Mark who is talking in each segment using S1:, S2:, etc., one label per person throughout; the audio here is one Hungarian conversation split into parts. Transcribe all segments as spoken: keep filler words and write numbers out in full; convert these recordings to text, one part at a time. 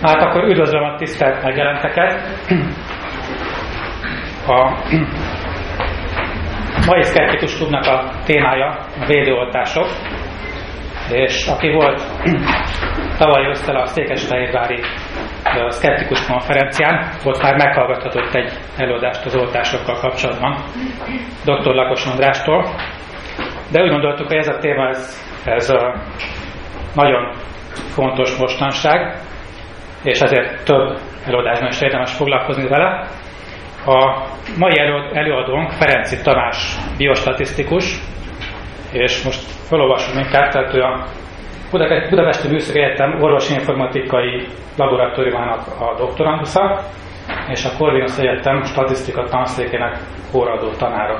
S1: Hát akkor üdvözlöm a tisztelt megjelenteket. A mai Szkeptikus Klubnak a témája a védőoltások, és aki volt tavaly ősszel a Székesfehérvári Szkeptikus konferencián, ott már meghallgathatott egy előadást az oltásokkal kapcsolatban doktor Lakos Andrástól, de úgy gondoltuk, hogy ez a téma ez, ez nagyon fontos mostanság, és ezért több előadásban is érdemes foglalkozni vele. A mai előadónk Ferenczy Tamás biostatisztikus, és most felolvasom inkább, tehát ő a Budapesti Műszaki Egyetem orvosi informatikai laboratóriumának a doktorandusza, és a Corvinus Egyetem statisztika tanszékének óraadó tanára.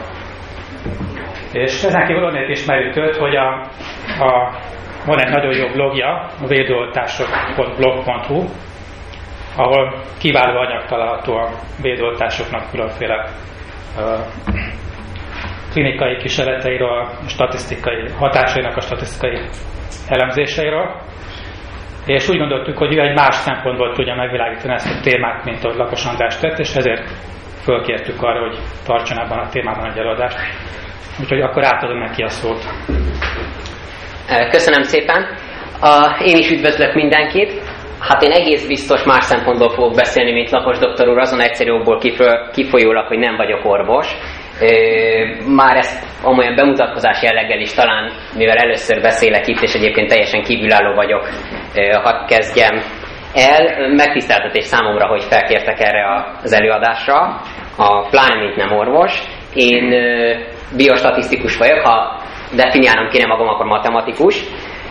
S1: És ezen kívül onnét ismerjük őt, hogy a, a, van egy nagyon jó blogja, a védőoltások pont blog pont hu, ahol kiváló anyag található a védőoltásoknak különféle uh, klinikai kísérleteiről, a statisztikai hatásainak a statisztikai elemzéseiről. És úgy gondoltuk, hogy ő egy más szempontból tudja megvilágítani ezt a témát, mint ahogy Lakos András tett, és ezért fölkértük arra, hogy tartson ebben a témában egy előadást. Úgyhogy akkor átadom neki a szót.
S2: Köszönöm szépen. Uh, én is üdvözlök mindenkit. Hát én egész biztos más szempontból fogok beszélni, mint Lakos doktor úr, azon egyszerű okból kifolyólag, hogy nem vagyok orvos. Már ezt amolyan bemutatkozás jelleggel is talán, mivel először beszélek itt, és egyébként teljesen kívülálló vagyok, hadd kezdjem el. Megtiszteltetés számomra, hogy felkértek erre az előadásra, a pláne mint nem orvos. Én biostatisztikus vagyok, ha definiálnom kéne magam, akkor matematikus.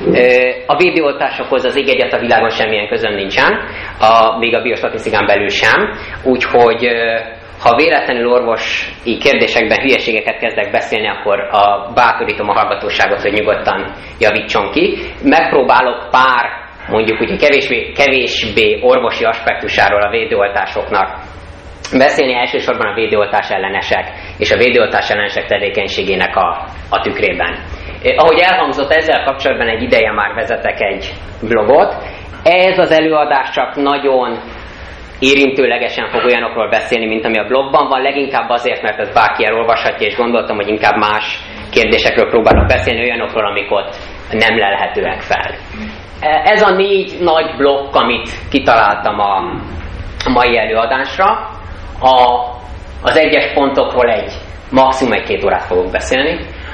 S2: A védőoltásokhoz az ég egyet a világon semmilyen közöm nincsen, a, még a biostatisztikán belül sem, úgyhogy ha véletlenül orvosi kérdésekben hülyeségeket kezdek beszélni, akkor a bátorítom a hallgatóságot, hogy nyugodtan javítson ki. Megpróbálok pár, mondjuk úgy kevésbé, kevésbé orvosi aspektusáról a védőoltásoknak beszélni, elsősorban a védőoltás ellenesek és a védőoltás ellenesek tevékenységének a, a tükrében. Ahogy elhangzott, ezzel kapcsolatban egy ideje már vezetek egy blogot. Ez az előadás csak nagyon érintőlegesen fog olyanokról beszélni, mint ami a blogban van, leginkább azért, mert ezt bárki elolvashatja, és gondoltam, hogy inkább más kérdésekről próbálok beszélni, olyanokról, amik ott nem lelhetőek fel. Ez a négy nagy blokk, amit kitaláltam a mai előadásra. A, az egyes pontokról egy maximum egy-két órát fogok beszélni.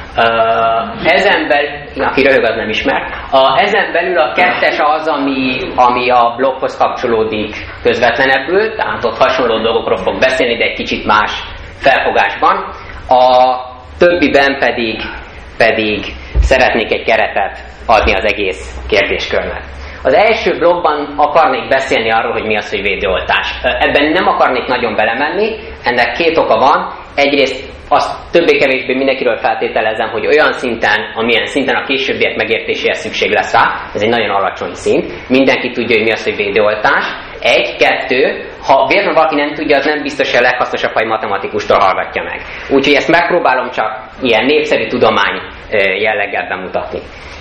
S2: Uh, ezen belül, aki röhög, az nem ismer, uh, ezen belül a kettes az, ami, ami a bloghoz kapcsolódik közvetlenebbül, tehát ott hasonló dolgokról fog beszélni, de egy kicsit más felfogásban. A többiben pedig, pedig szeretnék egy keretet adni az egész kérdéskörnek. Az első blogban akarnék beszélni arról, hogy mi az, hogy védőoltás. Ebben nem akarnék nagyon belemenni, ennek két oka van. Egyrészt azt többé-kevésbé mindenkiről feltételezem, hogy olyan szinten, amilyen szinten a későbbiek megértéséhez szükség lesz rá, ez egy nagyon alacsony szint. Mindenki tudja, hogy mi az, hogy védőoltás. Egy, kettő, ha véletlenül valaki nem tudja, az nem biztos, hogy a leghasznosabb, ha egy matematikustól hallgatja meg. Úgyhogy ezt megpróbálom csak ilyen népszerű tudomány jelleggel bemutatni.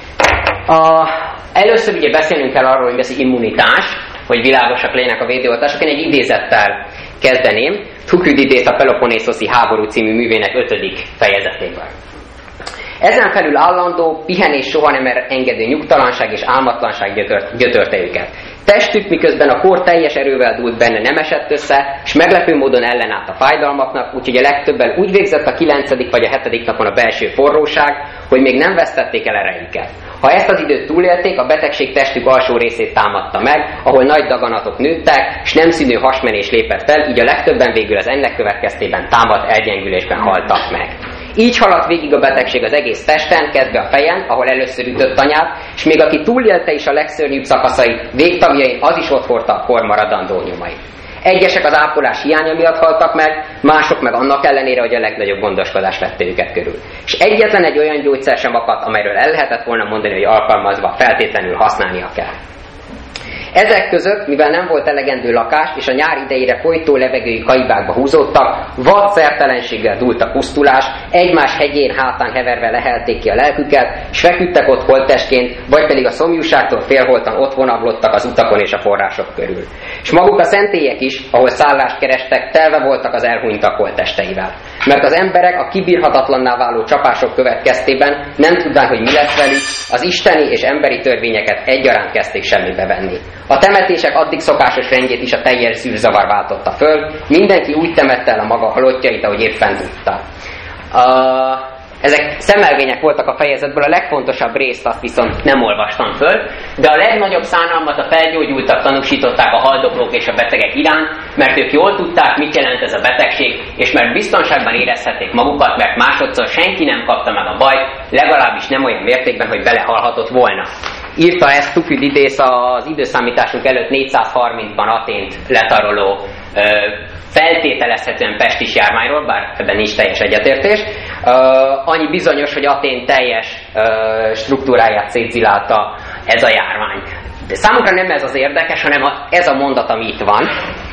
S2: A, először ugye beszélnünk kell arról, hogy ez immunitás, hogy világosak legyenek a védőoltások. Én egy idézettel kezdeném. Thukydides a Peloponnészoszi háború című művének ötödik fejezetében. Ezen felül állandó, pihenés soha nem engedő nyugtalanság és álmatlanság gyötört, gyötörte őket. Testük miközben a kor teljes erővel dúlt benne nem esett össze, és meglepő módon ellenállt a fájdalmaknak, úgyhogy a legtöbben úgy végzett a kilencedik vagy a hetedik napon a belső forróság, hogy még nem vesztették el erejüket. Ha ezt az időt túlélték, a betegség testük alsó részét támadta meg, ahol nagy daganatok nőttek, és nem szűnő hasmenés lépett fel, így a legtöbben végül az ennek következtében támadt elgyengülésben haltak meg. Így haladt végig a betegség az egész testen, kezdve a fejen, ahol először ütött anyát, és még aki túlélte is a legszörnyűbb szakaszait, végtagjain, az is ott hordta a kor maradandó nyomait. Egyesek az ápolás hiánya miatt haltak meg, mások meg annak ellenére, hogy a legnagyobb gondoskodás vette őket körül. És egyetlen egy olyan gyógyszer sem akadt, amelyről el lehetett volna mondani, hogy alkalmazva feltétlenül használnia kell. Ezek között, mivel nem volt elegendő lakás, és a nyár idejére folytó levegői kaibákba húzódtak, vadszertelenséggel dúlt a pusztulás, egymás hegyén hátán heverve lehelték ki a lelküket, s feküdtek ott holttestként, vagy pedig a szomjúságtól félholtan ott vonaglottak az utakon és a források körül. És maguk a szentélyek is, ahol szállást kerestek, telve voltak az elhunytak holttesteivel. Mert az emberek a kibírhatatlanná váló csapások következtében, nem tudván, hogy mi lesz velük, az isteni és emberi törvényeket egyaránt kezdték semmibe venni. A temetések addig szokásos rendjét is a teljes zűrzavar váltotta föl, mindenki úgy temette el a maga halottjait, ahogy éppen tudta. Uh, ezek szemelvények voltak a fejezetből, a legfontosabb részt azt viszont nem olvastam föl, de a legnagyobb szánalmat a felgyógyultak tanúsították a haldoklók és a betegek iránt, mert ők jól tudták, mit jelent ez a betegség, és mert biztonságban érezhették magukat, mert másodszor senki nem kapta meg a bajt, legalábbis nem olyan mértékben, hogy belehalhatott volna. Írta ezt Thukydides az időszámításunk előtt négyszázharmincban Athént letaroló, feltételezhetően pestis járványról, bár ebben nincs teljes egyetértés. Annyi bizonyos, hogy Athén teljes struktúráját szétzilálta ez a járvány. De számunkra nem ez az érdekes, hanem ez a mondat, ami itt van.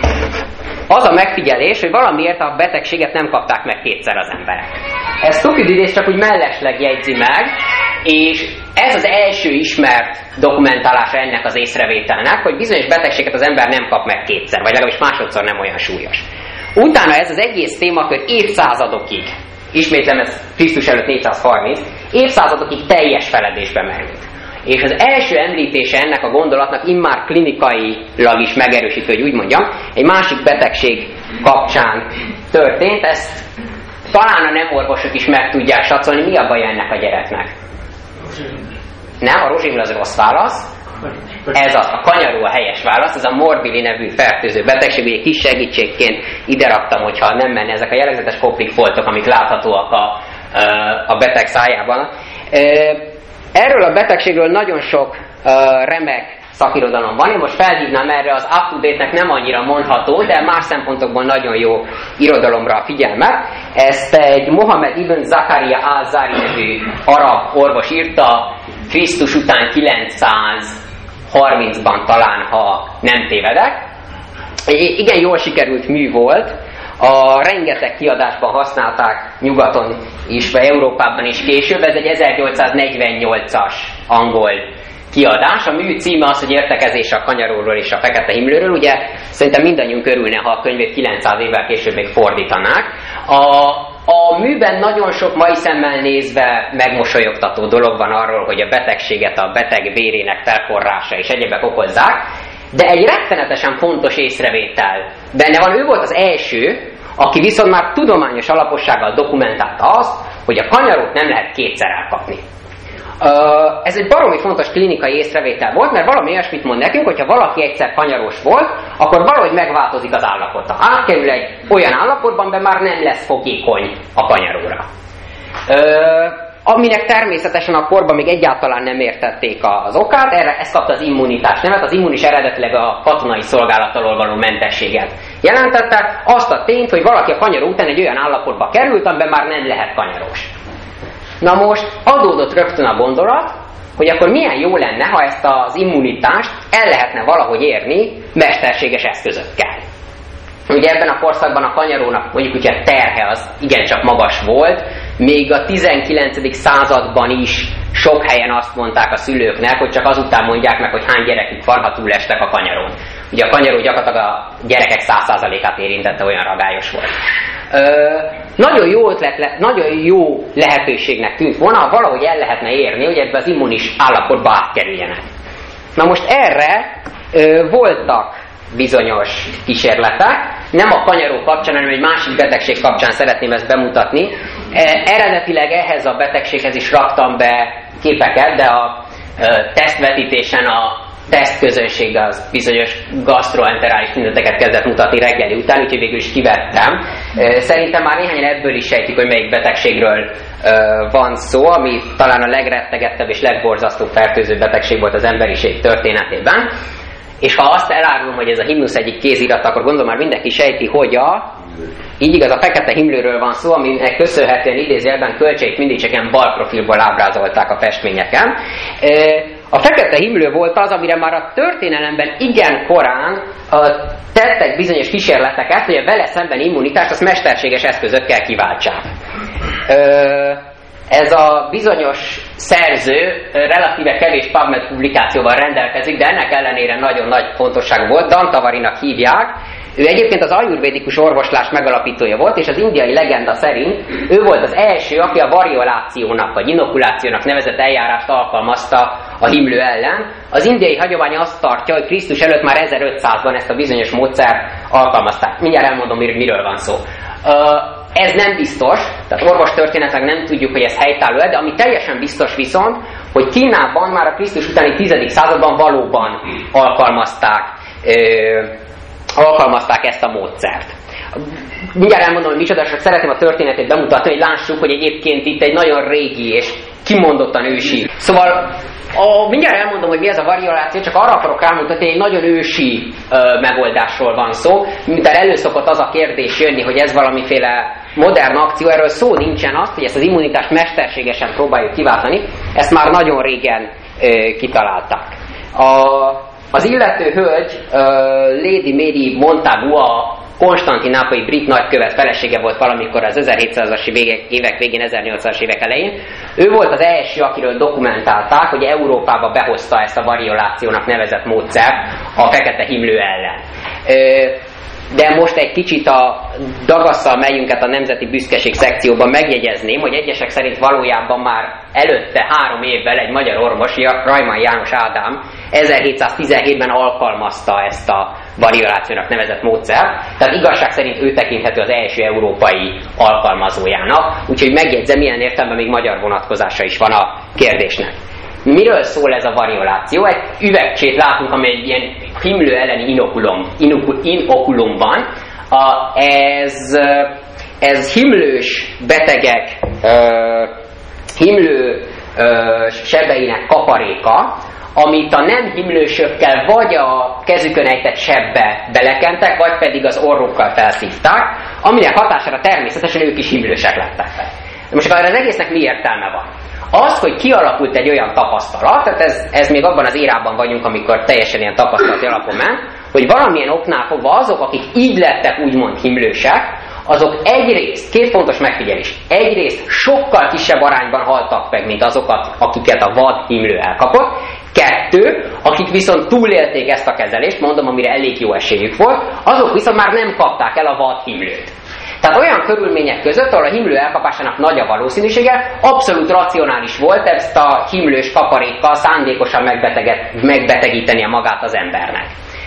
S2: Az a megfigyelés, hogy valamiért a betegséget nem kapták meg kétszer az emberek. Ezt Thukydides csak úgy mellesleg jegyzi meg, és ez az első ismert dokumentálása ennek az észrevételnek, hogy bizonyos betegséget az ember nem kap meg kétszer, vagy legalábbis másodszor nem olyan súlyos. Utána ez az egész témakör évszázadokig, ismétlem, ez Krisztus előtt négyszázharminc, évszázadokig teljes feledésbe merült. És az első említése ennek a gondolatnak immár klinikailag is megerősítő, hogy úgy mondjam, egy másik betegség kapcsán történt. Ezt talán a nem orvosok is meg tudják satszolni, mi a baj ennek a gyereknek. Nem, a rozsiml az rossz válasz. Ez az, a kanyaró a helyes válasz, ez a morbili nevű fertőző betegség, ugye kis segítségként ide raktam, hogyha nem menne ezek a jellegzetes koplikfoltok, amik láthatóak a, a beteg szájában. Erről a betegségről nagyon sok remek szakirodalom van. Én most felhívnám erre az up-to-date-nek nem annyira mondható, de más szempontokból nagyon jó irodalomra a figyelmet. Ezt egy Mohamed ibn Zakaria al-Zari nevű arab orvos írta Krisztus után kilencszázharmincban talán, ha nem tévedek. Egy igen jól sikerült mű volt, a rengeteg kiadásban használták nyugaton is, vagy Európában is később, ez egy ezernyolcszáznegyvennyolcas angol kiadás. A mű címe az, hogy Értekezés a kanyaróról és a fekete himlőről. Ugye szerintem mindannyiunk örülne, ha a könyvét kilencszáz évvel később még fordítanák. A, a műben nagyon sok mai szemmel nézve megmosolyogtató dolog van arról, hogy a betegséget a beteg vérének felforrása és egyebek okozzák, de egy rettenetesen fontos észrevétel benne van. Ő volt az első, aki viszont már tudományos alapossággal dokumentálta azt, hogy a kanyarót nem lehet kétszer elkapni. Ez egy baromi fontos klinikai észrevétel volt, mert valami olyasmit mond nekünk, hogyha valaki egyszer kanyarós volt, akkor valahogy megváltozik az állapota. Átkerül egy olyan állapotban, de már nem lesz fogékony a kanyaróra. Aminek természetesen a korban még egyáltalán nem értették az okát, erre ezt kapta az immunitás nevet. Az immunis eredetileg a katonai szolgálat alól való mentességet jelentette, azt a tényt, hogy valaki a kanyaró után egy olyan állapotba került, amiben már nem lehet kanyarós. Na most adódott rögtön a gondolat, hogy akkor milyen jó lenne, ha ezt az immunitást el lehetne valahogy érni mesterséges eszközökkel. Ugye ebben a korszakban a kanyarónak mondjuk ugye a terhe az igencsak magas volt, még a tizenkilencedik században is sok helyen azt mondták a szülőknek, hogy csak azután mondják meg, hogy hány gyerekük van, ha túlestek a kanyarón. Ugye a kanyaró gyakorlatilag a gyerekek száz százalékát érintette, olyan ragályos volt. Ö, nagyon jó ötlet, le, nagyon jó lehetőségnek tűnt volna, ha valahogy el lehetne érni, hogy ebbe az immunis állapotba átkerüljenek. Na most erre ö, voltak bizonyos kísérletek, nem a kanyaró kapcsán, hanem egy másik betegség kapcsán szeretném ezt bemutatni. E, eredetileg ehhez a betegséghez is raktam be képeket, de a e, tesztvetítésen a tesztközönség az bizonyos gastroenterális tüneteket kezdett mutatni reggeli után, úgyhogy végül is kivettem. E, szerintem már néhányan ebből is sejtik, hogy melyik betegségről e, van szó, ami talán a legrettegettebb és legborzasztóbb fertőző betegség volt az emberiség történetében. És ha azt elárulom, hogy ez a himnusz egyik kézirat, akkor gondolom már mindenki sejti, hogy a, így igaz, a fekete himlőről van szó, aminek köszönhetően idézőjelben költségét mindig csak ilyen balprofilból ábrázolták a festményeken. A fekete himlő volt az, amire már a történelemben igen korán uh, tettek bizonyos kísérleteket, hogy a vele szemben immunitást azt mesterséges eszközökkel kiváltsák. Uh, ez a bizonyos szerző relatíve kevés PubMed publikációval rendelkezik, de ennek ellenére nagyon nagy fontosság volt. Dantavarinak hívják. Ő egyébként az ajurvédikus orvoslás megalapítója volt, és az indiai legenda szerint ő volt az első, aki a variolációnak, vagy inokulációnak nevezett eljárást alkalmazta a himlő ellen. Az indiai hagyomány azt tartja, hogy Krisztus előtt már ezerötszázban ezt a bizonyos módszert alkalmazták. Mindjárt elmondom, miről van szó. Ez nem biztos, tehát orvostörténetileg nem tudjuk, hogy ez helytálló-e, de ami teljesen biztos viszont, hogy Kínában már a Krisztus utáni tizedik században valóban alkalmazták alkalmazták ezt a módszert. Mindjárt elmondom, hogy micsoda, csak szeretném a történetét bemutatni, hogy lássuk, hogy egyébként itt egy nagyon régi és kimondottan ősi. Szóval a, mindjárt elmondom, hogy mi ez a varioláció, csak arra akarok rámutatni, hogy egy nagyon ősi ö, megoldásról van szó, mint előszokott az a kérdés jönni, hogy ez valamiféle modern akció, erről szó nincsen azt, hogy ezt az immunitást mesterségesen próbáljuk kiváltani, ezt már nagyon régen ö, kitalálták. A Az illető hölgy, uh, Lady Mary Montagu, a konstantinápolyi brit nagykövet felesége volt valamikor az ezerhétszázas évek végén, ezernyolcszázas évek elején. Ő volt az első, akiről dokumentálták, hogy Európába behozta ezt a variolációnak nevezett módszert a fekete himlő ellen. Uh, de most egy kicsit a dagasszal melyünket a Nemzeti Büszkeség szekcióban megjegyezném, hogy egyesek szerint valójában már előtte három évvel egy magyar orvos, Rajman János Ádám ezerhétszáztizenhétben alkalmazta ezt a variolációnak nevezett módszert, tehát igazság szerint ő tekinthető az első európai alkalmazójának, úgyhogy megjegyzem, milyen értelemben még magyar vonatkozása is van a kérdésnek. Miről szól ez a varioláció? Egy üvegcsét látunk, amely egy ilyen himlő elleni inokulum, inokulum van. A, ez, ez himlős betegek uh, himlő uh, sebeinek kaparéka, amit a nem himlősökkel vagy a kezükön ejtett sebbe belekentek, vagy pedig az orrukkal felszívták, aminek hatására természetesen ők is himlősek lettek. Most akkor az egésznek mi értelme van? Az, hogy kialakult egy olyan tapasztalat, tehát ez, ez még abban az érában vagyunk, amikor teljesen ilyen tapasztalati alapon ment, hogy valamilyen oknál fogva azok, akik így lettek úgymond himlősek, azok egyrészt, két fontos megfigyelés, egyrészt sokkal kisebb arányban haltak meg, mint azokat, akiket a vad himlő elkapott, kettő, akik viszont túlélték ezt a kezelést, mondom, amire elég jó esélyük volt, azok viszont már nem kapták el a vad himlőt. Tehát olyan körülmények között, ahol a himlő elkapásának nagy a valószínűsége, abszolút racionális volt ezt a himlős kaparékkal szándékosan megbetegítenie magát az embernek.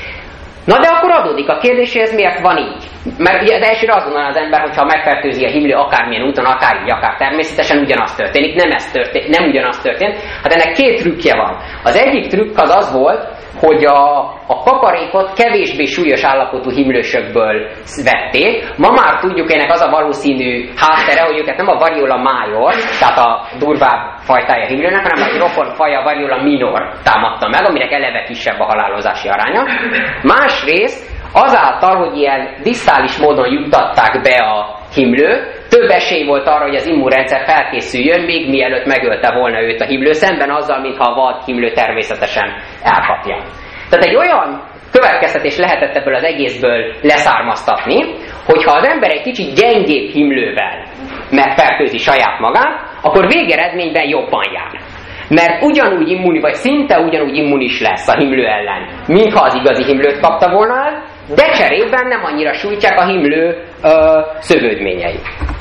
S2: Na de akkor adódik a kérdés, hogy ez miért van így? Mert ugye az elsőre azt gondolná az ember, hogyha megfertőzi a himlő akármilyen úton, akár így, akár természetesen ugyanaz történik, nem, ez történt, nem ugyanaz történt. Hát ennek két trükkje van. Az egyik trükk az az volt, hogy a, a kaparékot kevésbé súlyos állapotú himlősökből vették. Ma már tudjuk, ennek az a valószínű háttere, hogy őket nem a variola major, tehát a durvább fajtája himlőnek, hanem egy rokon faja, a variola minor támadta meg, aminek eleve kisebb a halálozási aránya. Másrészt azáltal, hogy ilyen disztális módon juttatták be a himlő, több esély volt arra, hogy az immunrendszer felkészüljön, még mielőtt megölte volna őt a himlő, szemben azzal, mintha a vad himlő természetesen elkapja. Tehát egy olyan következtetés lehetett ebből az egészből leszármaztatni, hogyha az ember egy kicsit gyengébb himlővel megfertőzi saját magát, akkor végeredményben jobban jár. Mert ugyanúgy immunis, vagy szinte ugyanúgy immunis lesz a himlő ellen, mintha az igazi himlőt kapta volna el, de cserében nem annyira sújtják a himlő ö, szövődményei.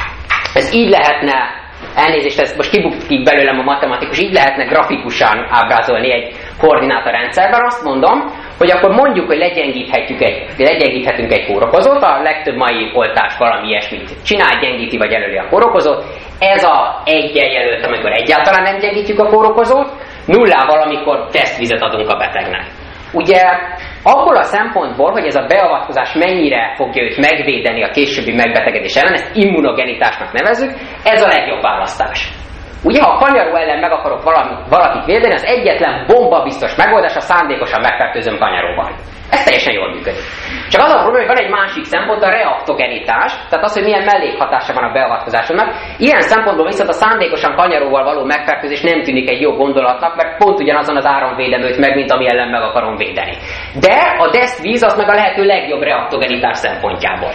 S2: Ez így lehetne, elnézést, ez most kibukik belőlem a matematikus, így lehetne grafikusan ábrázolni egy koordinátorrendszerben. Azt mondom, hogy akkor mondjuk, hogy legyengíthetjük egy, legyengíthetünk egy kórokozót, a legtöbb mai oltás valami ilyesmit csinál, gyengíti vagy előli a kórokozót. Ez a egyen jelölt, amikor egyáltalán nem gyengítjük a kórokozót, nullával, amikor tesztvizet adunk a betegnek. Ugye abból a szempontból, hogy ez a beavatkozás mennyire fogja őt megvédeni a későbbi megbetegedés ellen, ezt immunogenitásnak nevezzük, ez a legjobb választás. Ugye, ha a kanyaró ellen meg akarok valami, valakit védeni, az egyetlen bomba biztos megoldás, a szándékosan megfertőzöm kanyaróval. Ez teljesen jól működik. Csak az a probléma, hogy van egy másik szempont, a reaktogenitás, tehát az, hogy milyen mellékhatása van a beavatkozásodnak. Ilyen szempontból viszont a szándékosan kanyaróval való megfertőzés nem tűnik egy jó gondolatnak, mert pont ugyanazon az áron védem őt meg, mint ami ellen meg akarom védeni. De a deszt víz az meg a lehető legjobb reaktogenitás szempontjából.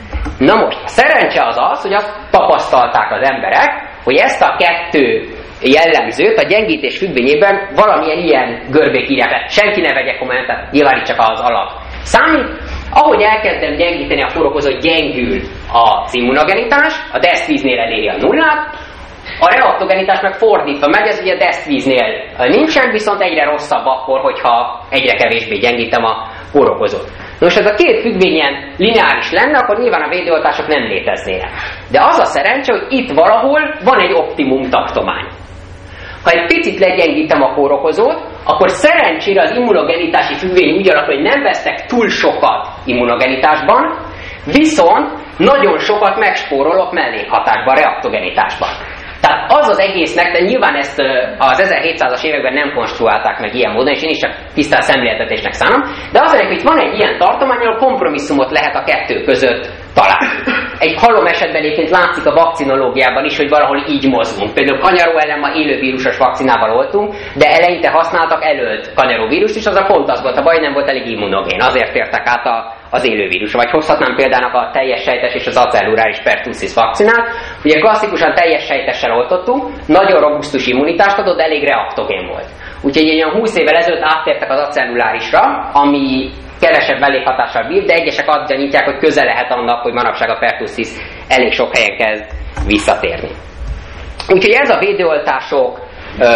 S2: Na most, a szerencse az az, hogy azt tapasztalták az emberek, hogy ezt a kettő jellemzőt a gyengítés függvényében valamilyen ilyen görbék írják le. Senki ne vegye komolyan, tehát nyilván itt csak az alap számít. Ahogy elkezdem gyengíteni a kórokozót, gyengül az immunogenitás, a desztvíznél eléri a nullát, a reaktogenitás meg fordítva megy, ez ugye a desztvíznél nincsen, viszont egyre rosszabb akkor, hogyha egyre kevésbé gyengítem a kórokozót. Most ez a két függvény ilyen lineáris lenne, akkor nyilván a védőoltások nem léteznének. De az a szerencse, hogy itt valahol van egy optimum tartomány. Ha egy picit legyengítem a kórokozót, akkor szerencsére az immunogenitási függvény úgy alakul, hogy nem vesztek túl sokat immunogenitásban, viszont nagyon sokat megspórolok mellékhatásban, reaktogenitásban. Tehát az az egésznek, de nyilván ezt az ezerhétszázas években nem konstruálták meg ilyen módon, és én is csak tisztán szemléltetésnek szánom, de az ennek, hogy van egy ilyen tartomány, ahol kompromisszumot lehet a kettő között találni. Egy halom esetben egyébként látszik a vakcinológiában is, hogy valahol így mozgunk. Például kanyaró ellen ma élővírusos vakcinával oltunk, de eleinte használtak elölt kanyaróvírust is, az a pont az volt a baj, nem volt elég immunogén. Azért értek át a, az élővírus. Vagy hozhatnám példának a teljes sejtes és az acelluláris pertussis vakcinát. Ugye klasszikusan teljes sejtessel oltottunk, nagyon robusztus immunitást adott, de elég reaktogén volt. Úgyhogy olyan húsz évvel ezelőtt áttértek az acellulárisra, ami kevesebb mellékhatással bír, de egyesek azt gyanítják, hogy közel lehet annak, hogy manapság a pertussis elég sok helyen kezd visszatérni. Úgyhogy ez a védőoltások ö,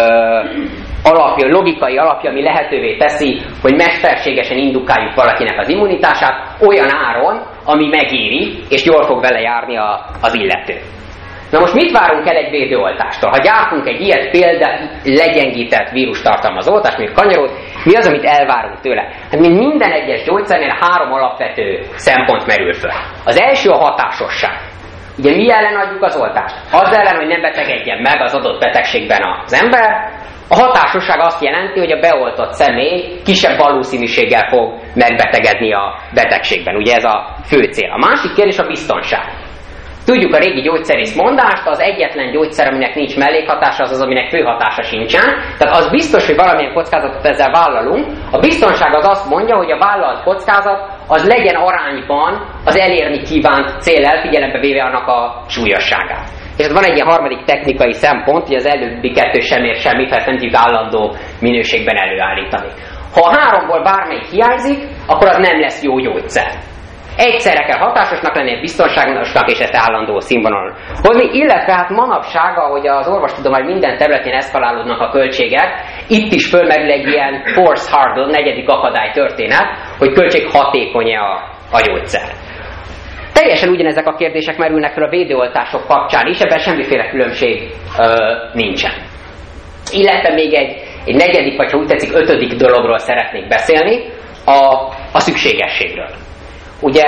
S2: alapja, logikai alapja, ami lehetővé teszi, hogy mesterségesen indukáljuk valakinek az immunitását olyan áron, ami megéri, és jól fog vele járni a, az illető. Na most mit várunk el egy védőoltástól? Ha gyártunk egy ilyet például legyengített vírus tartalmazó oltást, mondjuk kanyarót, mi az, amit elvárunk tőle? Hát mint minden egyes gyógyszernél három alapvető szempont merül föl. Az első a hatásosság. Ugye mi ellen adjuk az oltást? Az ellen, hogy nem betegedjen meg az adott betegségben az ember. A hatásosság azt jelenti, hogy a beoltott személy kisebb valószínűséggel fog megbetegedni a betegségben. Ugye ez a fő cél. A másik kérdés a biztonság. Tudjuk a régi gyógyszerész mondást, az egyetlen gyógyszer, aminek nincs mellékhatása, az az, aminek főhatása sincsen. Tehát az biztos, hogy valamilyen kockázatot ezzel vállalunk. A biztonság az azt mondja, hogy a vállalt kockázat az legyen arányban az elérni kívánt céllel, figyelembe véve annak a súlyosságát. És van egy ilyen harmadik technikai szempont, hogy az előbbi kettő sem ér semmit, ha ezt nem tudjuk állandó minőségben előállítani. Ha a háromból bármelyik hiányzik, akkor az nem lesz jó gyógyszer. Egyszerre kell hatásosnak lenni, biztonságosnak, és ezt állandó színvonalon hozni, illetve hát manapság, ahogy az orvostudomány minden területén eszkalálódnak a költségek, itt is fölmerül egy ilyen force hurdle, negyedik akadály történet, hogy költséghatékony-e a, a gyógyszer. Teljesen ugyanezek a kérdések merülnek fel a védőoltások kapcsán is, ebben semmiféle különbség ö, nincsen. Illetve még egy, egy negyedik, vagy ha úgy tetszik, ötödik dologról szeretnék beszélni, a, a szükségességről. Ugye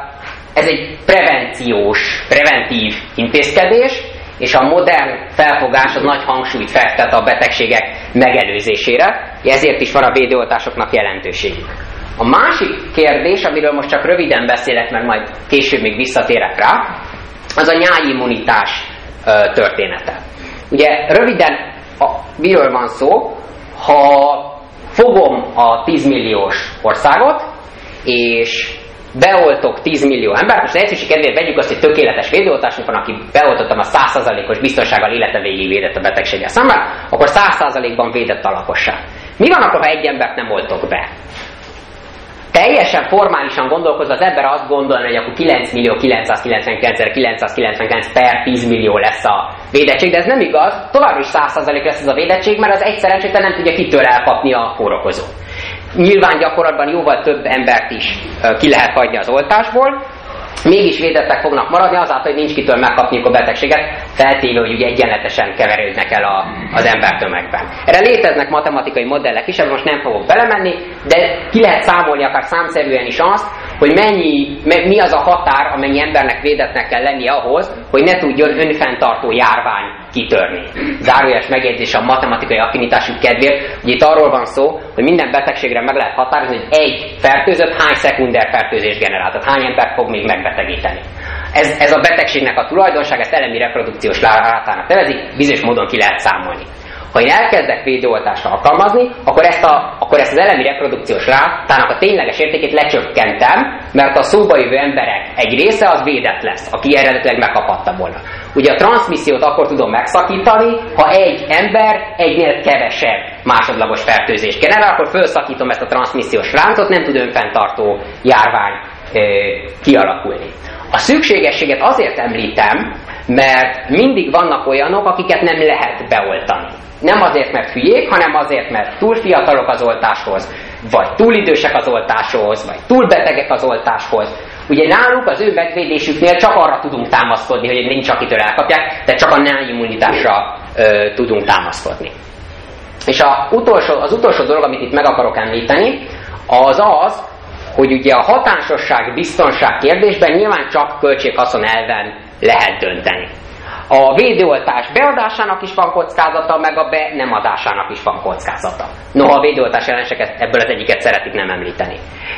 S2: ez egy prevenciós, preventív intézkedés, és a modern felfogás az nagy hangsúlyt fektet a betegségek megelőzésére, ezért is van a védőoltásoknak jelentőségük. A másik kérdés, amiről most csak röviden beszélek, mert majd később még visszatérek rá, az a nyájimmunitás története. Ugye röviden a, miről van szó, ha fogom a tízmilliós országot, és beoltok tíz millió embert, most az egyszerűség kedvéért vegyük azt, hogy tökéletes védőoltásunk van, aki beoltottam a száz százalékos biztonsággal élete végig védett a betegséggel szemben, akkor száz százalékban védett a lakosság. Mi van akkor, ha egy embert nem oltok be? Teljesen formálisan gondolkozva az ember azt gondolna, hogy akkor kilenc millió kilencszázkilencvenkilencezer-kilencszázkilencvenkilenc per tíz millió lesz a védettség, de ez nem igaz, továbbra is száz százalék lesz ez a védettség, mert az egy szerencsétlen nem tudja kitől elkapni a kórokozót. Nyilván gyakorlatban jóval több embert is ki lehet hagyni az oltásból, mégis védettek fognak maradni azáltal, hogy nincs kitől megkapniuk a betegséget, feltéve, hogy ugye egyenletesen keverődnek el a, az embertömegben. Erre léteznek matematikai modellek is, ebben most nem fogok belemenni, de ki lehet számolni akár számszerűen is azt, hogy mennyi, mi az a határ, amennyi embernek védettnek kell lennie ahhoz, hogy ne tudjon önfenntartó járvány kitörni. Zárójeles megjegyzés a matematikai affinitásuk kedvéért, hogy itt arról van szó, hogy minden betegségre meg lehet határozni, hogy egy fertőzött hány szekunder fertőzés generál, tehát hány embert fog még megbetegíteni. Ez, ez a betegségnek a tulajdonság, ezt elemi reprodukciós rátának nevezik, bizonyos módon ki lehet számolni. Ha én elkezdek védőoltást alkalmazni, akkor ezt, a, akkor ezt az elemi reprodukciós rátának a tényleges értékét lecsökkentem, mert a szóba jövő emberek egy része az védett lesz, aki eredetileg megkaphatta volna. Ugye a transzmissziót akkor tudom megszakítani, ha egy ember egynél kevesebb másodlagos fertőzést generál, akkor felszakítom ezt a transzmissziós láncot, nem tud önfenntartó járvány e, kialakulni. A szükségességet azért említem, mert mindig vannak olyanok, akiket nem lehet beoltani. Nem azért, mert hülyék, hanem azért, mert túl fiatalok az oltáshoz, vagy túl idősek az oltáshoz, vagy túl betegek az oltáshoz. Ugye náluk az ő megvédésüknél csak arra tudunk támaszkodni, hogy nincs akitől elkapják, de csak a náimmunitásra ö, tudunk támaszkodni. És a utolsó, az utolsó dolog, amit itt meg akarok említeni, az az, hogy ugye a hatásosság, biztonság kérdésben nyilván csak költség-haszon elven lehet dönteni. A védőoltás beadásának is van kockázata, meg a be nem adásának is van kockázata. Noha a védőoltás ellenesek ebből az egyiket szeretik nem említeni.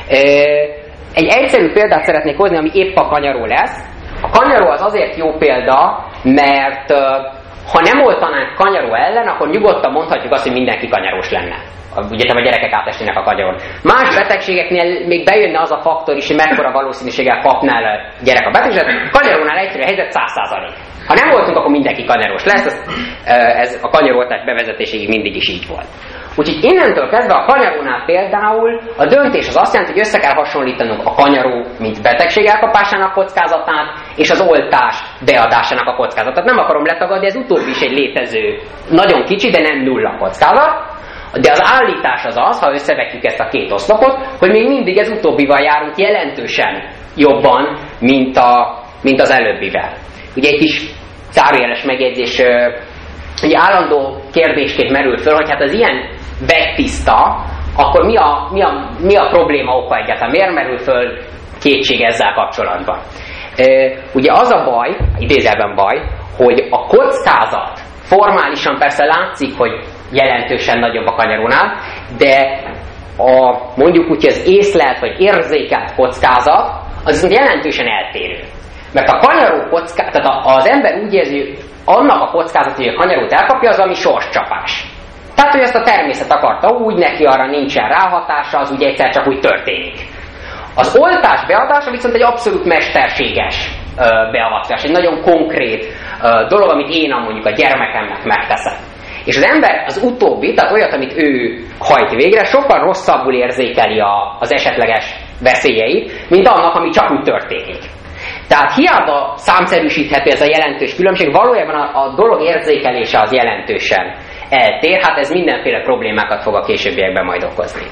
S2: Egy egyszerű példát szeretnék hozni, ami épp a kanyaró lesz. A kanyaró az azért jó példa, mert ha nem oltanánk kanyaró ellen, akkor nyugodtan mondhatjuk azt, hogy mindenki kanyarós lenne. Ugye a gyerekek átesnének a kagyaron. Más betegségeknél még bejönne az a faktor is, hogy mekkora valószínűséggel kapná el a gyerek a betegséget. Kanyarónál egyszerű a helyzet száz százalék. Ha nem voltunk, akkor mindenki kanyarós lesz. Ez, ez a kanyaroltás bevezetéséig mindig is így volt. Úgyhogy innentől kezdve a kanyarónál például a döntés az azt jelenti, hogy össze kell hasonlítanunk a kanyaró, mint betegség elkapásának kockázatát, és az oltás beadásának a kockázatát. Nem akarom letagadni, ez utóbbi is egy létező, nagyon kicsi, de nem nulla kockázat. De az állítás az az, ha összevetjük ezt a két oszlopot, hogy még mindig ez utóbbival járunk jelentősen jobban, mint, a, mint az előbbivel. Ugye egy kis zárójeles megjegyzés, ugye állandó kérdésként merül föl, hogy hát az ilyen vegytiszta, akkor mi a, mi, a, mi a probléma oka egyáltalán? Miért merül föl kétség ezzel kapcsolatban? Ugye az a baj, idézelben baj, hogy a kockázat formálisan persze látszik, hogy jelentősen nagyobb a kanyarónál, de a, mondjuk úgy, az észlelt vagy érzékelt kockázat az jelentősen eltérő. Mert a kanyaró kockázat, tehát az ember úgy érzi, hogy annak a kockázat, hogy a kanyarót elkapja, az ami sorscsapás. Tehát, hogy ezt a természet akarta úgy, neki arra nincsen ráhatása, az ugye egyszer csak úgy történik. Az oltás beadása viszont egy abszolút mesterséges ö, beavatkozás, egy nagyon konkrét ö, dolog, amit én a mondjuk a gyermekemnek megteszem. És az ember az utóbbi, tehát olyat, amit ő hajt végre, sokkal rosszabbul érzékeli a, az esetleges veszélyeit, mint annak, ami csak úgy történik. Tehát hiába számszerűsíthető ez a jelentős különbség, valójában a, a dolog érzékelése az jelentősen eltér, hát ez mindenféle problémákat fog a későbbiekben majd okozni.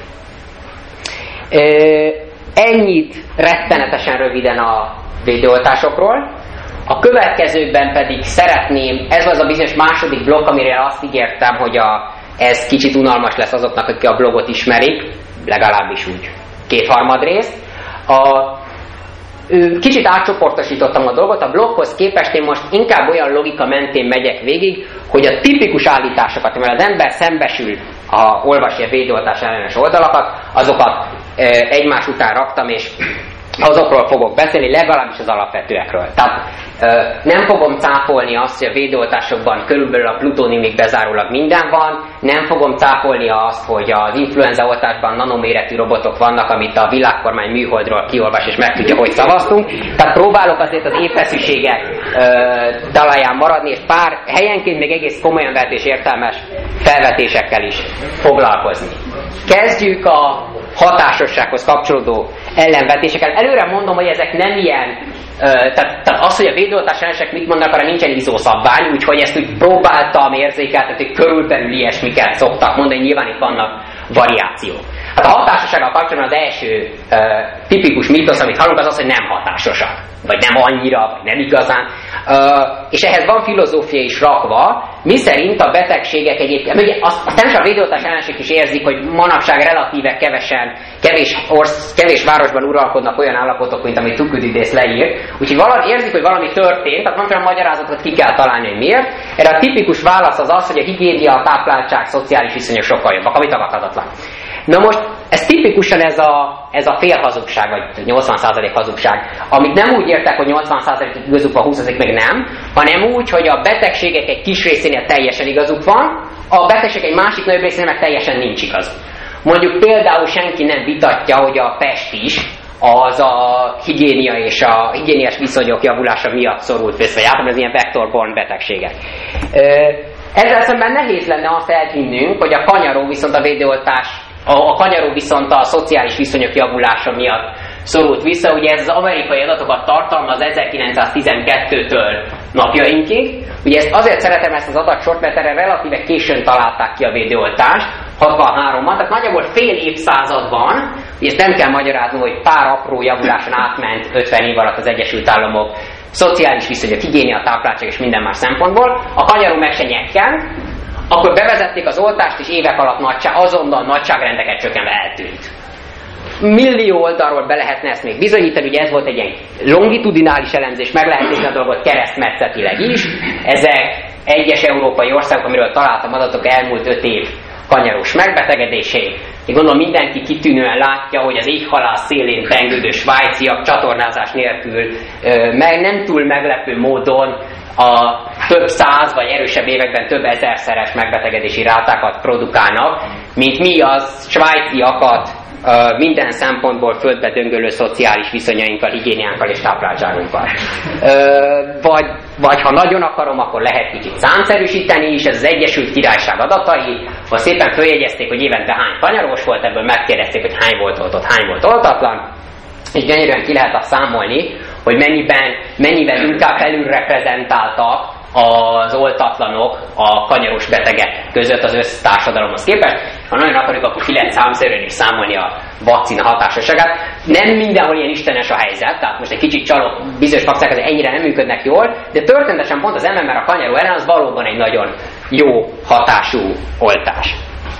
S2: Ö, ennyit rettenetesen röviden a védőoltásokról. A következőkben pedig szeretném, ez az a bizonyos második blokk, amire azt ígértem, hogy a, ez kicsit unalmas lesz azoknak, akik a blogot ismerik, legalábbis úgy kétharmad részt. A, kicsit átcsoportosítottam a dolgot, a blokkhoz képest én most inkább olyan logika mentén megyek végig, hogy a tipikus állításokat, amivel az ember szembesül, ha olvasja védőoltás ellenes oldalakat, azokat e, egymás után raktam, és azokról fogok beszélni, legalábbis az alapvetőekről. Tehát ö, nem fogom cáfolni azt, hogy a védőoltásokban körülbelül a plutóniumig bezárólag minden van, nem fogom cáfolni azt, hogy az influenza oltásban nanoméretű robotok vannak, amit a világkormány műholdról kiolvas és megtudja, hogy szavaztunk. Tehát próbálok azért az épeszűségek ö, talaján maradni, és pár helyenként még egész komolyan vett és értelmes felvetésekkel is foglalkozni. Kezdjük a hatásossághoz kapcsolódó ellenvetésekkel. Előre mondom, hogy ezek nem ilyen, tehát, tehát az, hogy a védőoltás ellenesek mit mondanak, arra nincsen izószabvány, úgyhogy ezt úgy próbáltam érzékeltetni, hogy körülbelül ilyesmiket szoktak mondani, nyilván itt vannak variációk. Hát a hatásossággal kapcsolatban az első uh, tipikus mítosz, amit hallunk, az az, hogy nem hatásosak. vagy nem annyira, vagy nem igazán. És ehhez van filozófia is rakva, miszerint a betegségek egyébként, ugye azt, azt nem csak a védőoltás ellenségek is érzik, hogy manapság relatíve kevesen, kevés, orsz, kevés városban uralkodnak olyan állapotok, mint amit Thukydides leírt, úgyhogy valami, érzik, hogy valami történt, tehát valamiféle magyarázatot ki kell találni, hogy miért. Erre a tipikus válasz az az, hogy a higiénia, a tápláltság, szociális viszonyok sokkal jobbak, ami tagadhatatlan. Na most, ez tipikusan ez a, ez a fél hazugság, vagy nyolcvan százalék hazugság, amit nem úgy értek, hogy nyolcvan százalék igazuk van, húsz százalék meg nem, hanem úgy, hogy a betegségek egy kis részénél teljesen igazuk van, a betegség egy másik nagyobb részénél meg teljesen nincs igazuk. Mondjuk például senki nem vitatja, hogy a pestis az a higiénia és a higiéniás viszonyok javulása miatt szorult vissza, vagy általában az ilyen vector-borne betegségek. Ezzel szemben nehéz lenne azt elhinnünk, hogy a kanyaró viszont a védőoltás A, a kanyaró viszont a szociális viszonyok javulása miatt szorult vissza. Ugye ez az amerikai adatokat tartalmaz ezerkilencszáztizenkettőtől napjainkig. Ugye ezt azért szeretem ezt az adatsort, mert erre relatíve későn találták ki a védőoltást, hatvanháromban, tehát nagyjából fél évszázadban, ugye ezt nem kell magyarázni, hogy pár apró javuláson átment ötven év alatt az Egyesült Államok szociális viszonyok, higiénia, tápláltság és minden más szempontból. A kanyaró meg se nyekken, akkor bevezették az oltást, és évek alatt nagyság, azonnal nagyságrendeket csökkenve eltűnt. Millió oldalról be lehetne ezt még bizonyítani, ugye ez volt egy ilyen longitudinális elemzés, meg lehet nézni a dolgot keresztmetszetileg is. Ezek egyes európai országok, amiről találtam adatok elmúlt öt év kanyarós megbetegedését. Én gondolom mindenki kitűnően látja, hogy az éghalász szélén tengődő svájciak csatornázás nélkül meg nem túl meglepő módon a több száz vagy erősebb években több ezerszeres megbetegedési rátákat produkálnak, mint mi az svájciakat uh, minden szempontból földbe döngölő szociális viszonyainkkal, higiéniánkkal és tápláltságunkkal. Uh, vagy, vagy ha nagyon akarom, akkor lehet kicsit számszerűsíteni is, ez az Egyesült Királyság adatai, ha szépen följegyezték, hogy évente hány kanyarós volt, ebből megkérdezték, hogy hány volt oltott, hány volt oltatlan, és gyönyörűen ki lehet azt számolni, hogy mennyiben, mennyivel inkább felülreprezentáltak az oltatlanok a kanyaros betegek között az össztársadalomhoz képest. Ha nagyon akarjuk, akkor ki lehet számszerűen is számolni a vakcina hatásosságát. Nem mindenhol ilyen istenes a helyzet, tehát most egy kicsit csalok, bizonyos vakcinák azért ennyire nem működnek jól, de történetesen pont az em em er a kanyaró ellen az valóban egy nagyon jó hatású oltás.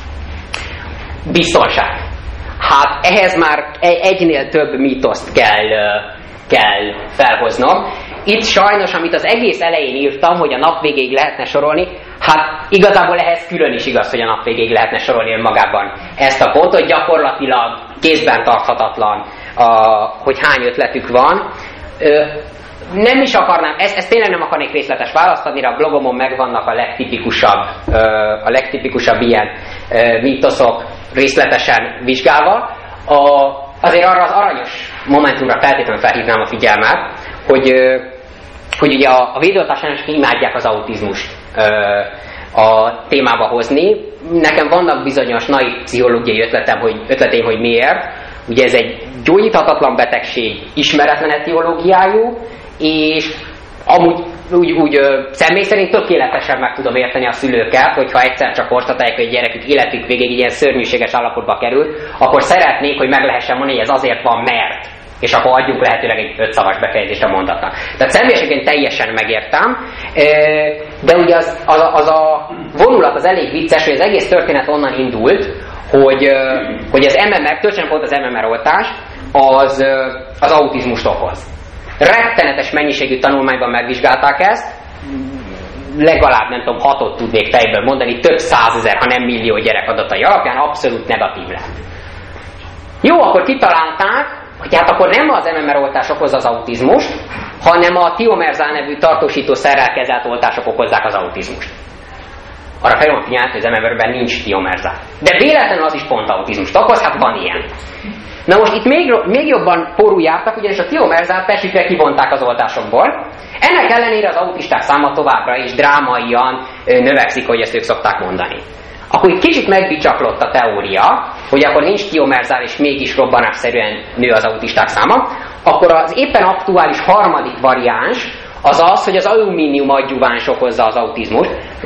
S2: Biztonság. Hát ehhez már egynél több mítoszt kell, kell felhoznom. Itt sajnos, amit az egész elején írtam, hogy a nap végéig lehetne sorolni, hát igazából ehhez külön is igaz, hogy a nap végéig lehetne sorolni önmagában ezt a pontot. Gyakorlatilag kézben tarthatatlan, a, hogy hány ötletük van. Nem is akarnám, ezt, ezt tényleg nem akarnék részletes választ adni, a blogomon megvannak a legtipikusabb, a legtipikusabb ilyen mítoszok részletesen vizsgálva. A, azért arra az aranyos momentumra feltétlenül felhívnám a figyelmet, hogy, hogy ugye a, a védőoltás ellenesek imádják az autizmust a témába hozni. Nekem vannak bizonyos naiv pszichológiai ötletem, hogy, ötleteim, hogy miért. Ugye ez egy gyógyíthatatlan betegség, ismeretlen etiológiájú, és amúgy úgy, úgy személy szerint tökéletesen meg tudom érteni a szülőket, hogyha egyszer csak konstatálják, hogy a gyerekük életük végéig ilyen szörnyűséges állapotba került, akkor szeretnék, hogy meg lehessen mondani, hogy ez azért van, mert. És akkor adjunk lehetőleg egy ötszavas befejezést a mondatnak. Tehát személyesen teljesen megértem, de ugye az, az, az a vonulat az elég vicces, hogy az egész történet onnan indult, hogy, hogy az em em er, történet volt az em em er oltás, az, az autizmust okoz. Rettenetes mennyiségű tanulmányban megvizsgálták ezt, legalább nem tudom, hatot tudnék fejből mondani, több százezer, ha nem millió gyerek adatai alapján abszolút negatív lett. Jó, akkor kitalálták, hogy hát akkor nem az em em er oltás okozza az autizmust, hanem a Thiomerzal nevű tartósítószerrel kezelt oltások okozzák az autizmust. Arra felülön figyelni, hogy az em em er-ben nincs Thiomerzal. De véletlenül az is pont autizmust okoz, hát van ilyen. Na most itt még, még jobban porul jártak, ugyanis a Thiomerzalt testikre kivonták az oltásokból. Ennek ellenére az autisták száma továbbra is drámaian növekszik, hogy ezt ők szokták mondani. Akkor itt kicsit megbicsaklott a teória, hogy akkor nincs Thiomerzal és mégis robbanásszerűen nő az autisták száma, akkor az éppen aktuális harmadik variáns az az, hogy az alumínium adjuváns okozza az autizmust. Most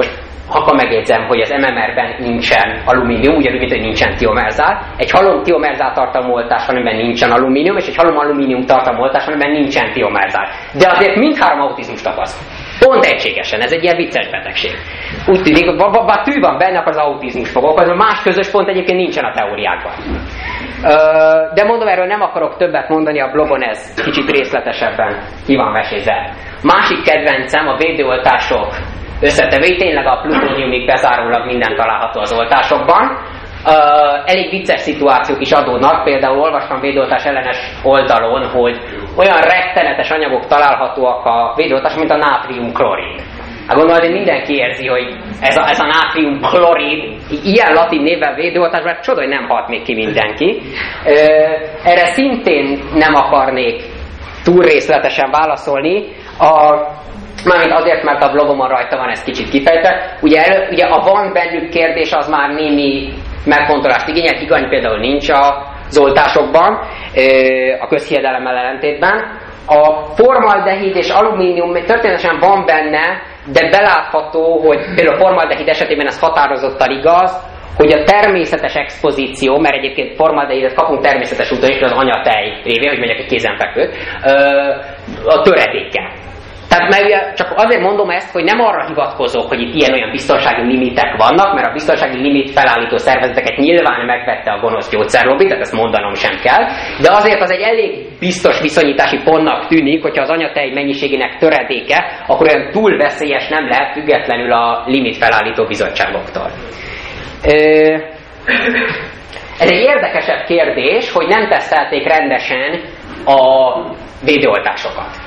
S2: ha megjegyzem, hogy az em em er-ben nincsen alumínium, ugyanúgy, mint hogy nincsen tiomerzál. Egy halom tiomerzál tartalmú oltás van, amiben nincsen alumínium, és egy halom alumínium tartalmú oltás van, amiben nincsen tiomerzál. De azért mindhárom autizmus tapaszt. Pont egységesen, ez egy ilyen vicces betegség. Úgy tűnik, bár tű van benne, akkor az autizmus fog okozni, más közös pont egyébként nincsen a teóriákban. De mondom, erről nem akarok többet mondani, a blogon ez kicsit részletesebben ki van vesézve. Másik kedvencem a védőoltások összetevői, tényleg a plutóniumig bezárólag minden található az oltásokban. Uh, elég vicces szituációk is adódnak, például olvastam védőoltás ellenes oldalon, hogy olyan rettenetes anyagok találhatóak a védőoltásban, mint a nátriumklorid. Hát gondolom, hogy mindenki érzi, hogy ez a, ez a nátriumklorid, ilyen latin névvel védőoltásban, hát csoda, hogy nem halt még ki mindenki. Uh, erre szintén nem akarnék túl részletesen válaszolni. A Mármint azért, mert a blogomon rajta van, ez kicsit kifejtve. Ugye, elő, ugye a van bennük kérdés az már némi megfontolást igényel, igaz például nincs az oltásokban, a közhiedelemmel ellentétben. A formaldehid és alumínium történetesen van benne, de belátható, hogy például a formaldehid esetében ez határozottan igaz, hogy a természetes expozíció, mert egyébként formaldehidet kapunk természetes úton is, az anyatej révén, hogy mondjak egy kézenfekvőt, a töredéke. Tehát mert csak azért mondom ezt, hogy nem arra hivatkozok, hogy itt ilyen-olyan biztonsági limitek vannak, mert a biztonsági limit felállító szervezeteket nyilván megvette a gonosz gyógyszerlobbi, tehát ezt mondanom sem kell, de azért az egy elég biztos viszonyítási pontnak tűnik, hogyha az anyatej mennyiségének töredéke, akkor olyan túl veszélyes nem lehet függetlenül a limit felállító bizottságoktól. Ez egy érdekesebb kérdés, hogy nem tesztelték rendesen a védőoltásokat.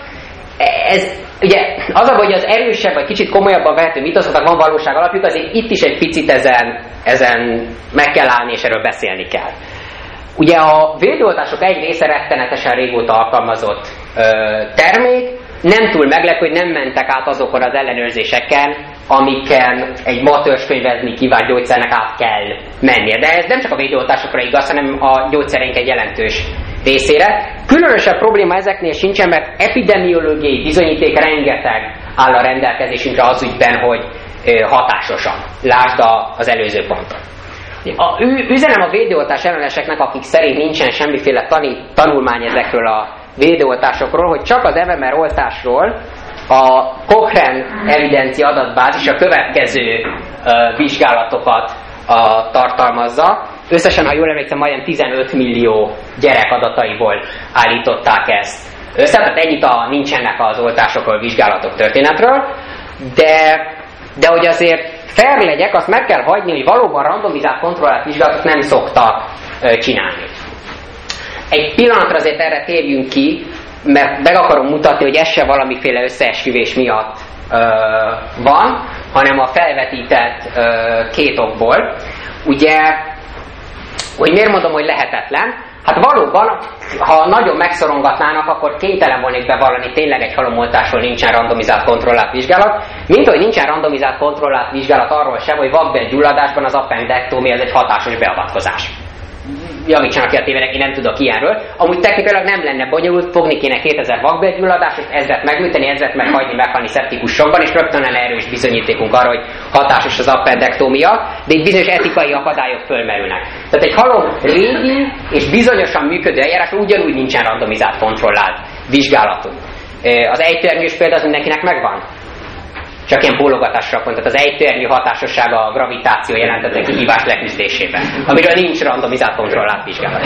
S2: Ez, ugye, az a, hogy az erősebb, vagy kicsit komolyabban vehető mitoszoknak van valóság alapjuk, azért itt is egy picit ezen, ezen meg kell állni, és erről beszélni kell. Ugye a védőoltások egy része rettenetesen régóta alkalmazott ö, termék, nem túl meglepő, hogy nem mentek át azokon az ellenőrzéseken, amiken egy ma törzskönyvezni kívánt gyógyszernek át kell mennie. De ez nem csak a védőoltásokra igaz, hanem a gyógyszereink egy jelentős részére. Különösebb probléma ezeknél sincsen, mert epidemiológiai bizonyíték rengeteg áll a rendelkezésünkre az ügyben, hogy hatásosan. Lásd az előző ponton. A, üzenem a védőoltás elleneseknek, akik szerint nincsen semmiféle tani, tanulmány ezekről a védőoltásokról, hogy csak az em em er oltásról a Cochrane evidencia adatbázis a következő uh, vizsgálatokat uh, tartalmazza. Összesen, ha jól emlékszem, majdnem tizenöt millió gyerek adataiból állították ezt össze, tehát ennyit a nincsenek az oltásokról vizsgálatok történetről, de, de hogy azért fair legyek, azt meg kell hagyni, hogy valóban randomizált kontrollált vizsgálatot nem szoktak uh, csinálni. Egy pillanatra azért erre térjünk ki, mert meg akarom mutatni, hogy ez se valamiféle összeesküvés miatt ö, van, hanem a felvetített ö, két okból. Ugye, hogy miért mondom, hogy lehetetlen? Hát valóban, ha nagyon megszorongatnának, akkor kénytelen volnék bevallani, tényleg egy halomoltásról nincsen randomizált kontrollált vizsgálat, mint hogy nincsen randomizált kontrollált vizsgálat arról sem, hogy vakbélgyulladásban az appendektómia ez egy hatásos beavatkozás. Javítsanak ki a tévedek, én nem tudok ilyenről. Amúgy technikailag nem lenne bonyolult, fogni kéne kétezer vakbélgyulladást, ezret megműteni, ezret meghagyni meghalni szeptikus sokban, és rögtön lenne erős bizonyítékunk arra, hogy hatásos az appendektómia, de egy bizonyos etikai akadályok fölmerülnek. Tehát egy halom régi és bizonyosan működő eljárás ugyanúgy nincsen randomizált kontrollált vizsgálatunk. Az ejtőernyős példa az mindenkinek megvan? Csak ilyen bólogatásra pont, tehát az ejtőernyő hatásossága a gravitáció jelentette kihívás leküzdésében, amiről nincs randomizált kontrollált vizsgálat.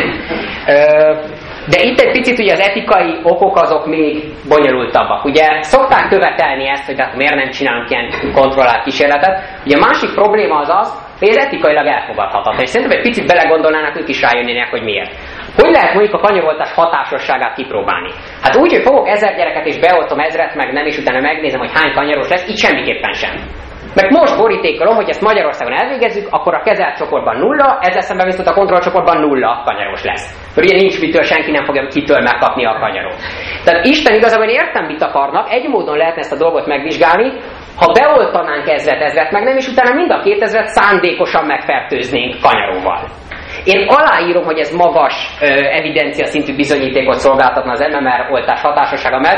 S2: De itt egy picit ugye az etikai okok azok még bonyolultabbak. Ugye szokták követelni ezt, hogy tehát miért nem csinálunk ilyen kontrollált kísérletet. Ugye a másik probléma az az, hogy ez etikailag elfogadhatatlan. És szerintem egy picit belegondolnának, ők is rájönnének, hogy miért. Hogy lehet mondjuk a kanyaroltás hatásosságát kipróbálni? Hát úgy, hogy fogok ezer gyereket és beoltom ezret, meg nem, és utána megnézem, hogy hány kanyaros lesz, így semmiképpen sem. Meg most borítékolom, hogy ezt Magyarországon elvégezzük, akkor a kezelt csoportban nulla, ezzel szemben viszont a kontrollcsoportban nulla kanyaros lesz. Mert ugye nincs mitől, senki nem fogja kitől megkapni a kanyarót. Tehát Isten igazából értem, mit akarnak, egy módon lehetne ezt a dolgot megvizsgálni, ha beoltanánk ezret-ezret, meg nem, és utána mind a kétezret szándékosan megfertőznénk kanyaróval. Én aláírom, hogy ez magas ö, evidencia szintű bizonyítékot szolgáltatna az em em er oltás hatásossága mellett.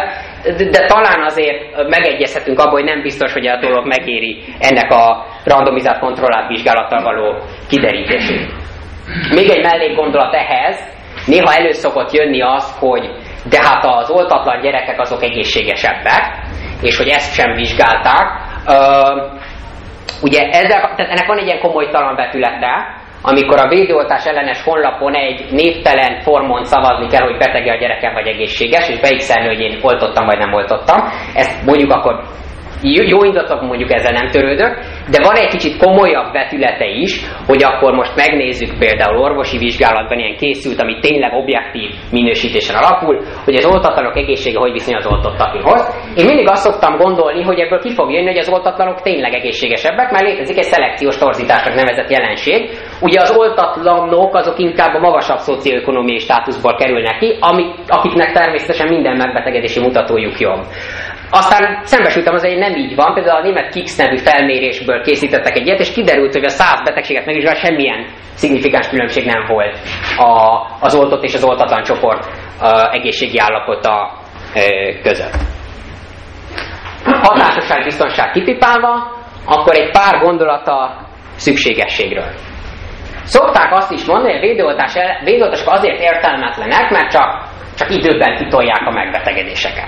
S2: de, de talán azért megegyezhetünk abban, hogy nem biztos, hogy a dolog megéri ennek a randomizált kontrollált vizsgálattal való kiderítését. Még egy mellékgondolat ehhez, néha elő szokott jönni az, hogy de hát az oltatlan gyerekek azok egészségesebbek, és hogy ezt sem vizsgálták. Uh, ugye ezzel, tehát ennek van egy ilyen komolytalan vetülete, amikor a védőoltás ellenes honlapon egy névtelen formon szavazni kell, hogy betege a gyerekem vagy egészséges, és beigszelni, hogy én oltottam vagy nem oltottam. Ezt mondjuk akkor jó indulatok, mondjuk ezzel nem törődök, de van egy kicsit komolyabb vetülete is, hogy akkor most megnézzük például orvosi vizsgálatban ilyen készült, ami tényleg objektív minősítésen alapul, hogy az oltatlanok egészsége hogy viszonyul az oltottakihoz. Én mindig azt szoktam gondolni, hogy ebből ki fog jönni, hogy az oltatlanok tényleg egészségesebbek, mert létezik egy szelekciós torzításnak nevezett jelenség. Ugye az oltatlanok azok inkább a magasabb szocioökonómiai státuszból kerülnek ki, amik, akiknek természetesen minden megbetegedési mutatójuk jobb. Aztán szembesültem az, hogy nem így van, például a német Kix nevű felmérésből készítettek egy ilyet, és kiderült, hogy a száz betegséget megvizsgálva semmilyen szignifikáns különbség nem volt a, az oltott és az oltatlan csoport a egészségi állapota e, között. Hatásosság, biztonság kipipálva, akkor egy pár gondolata szükségességről. Szokták azt is mondani, hogy a védőoltás, védőoltások azért értelmetlenek, mert csak, csak időben kitolják a megbetegedéseket.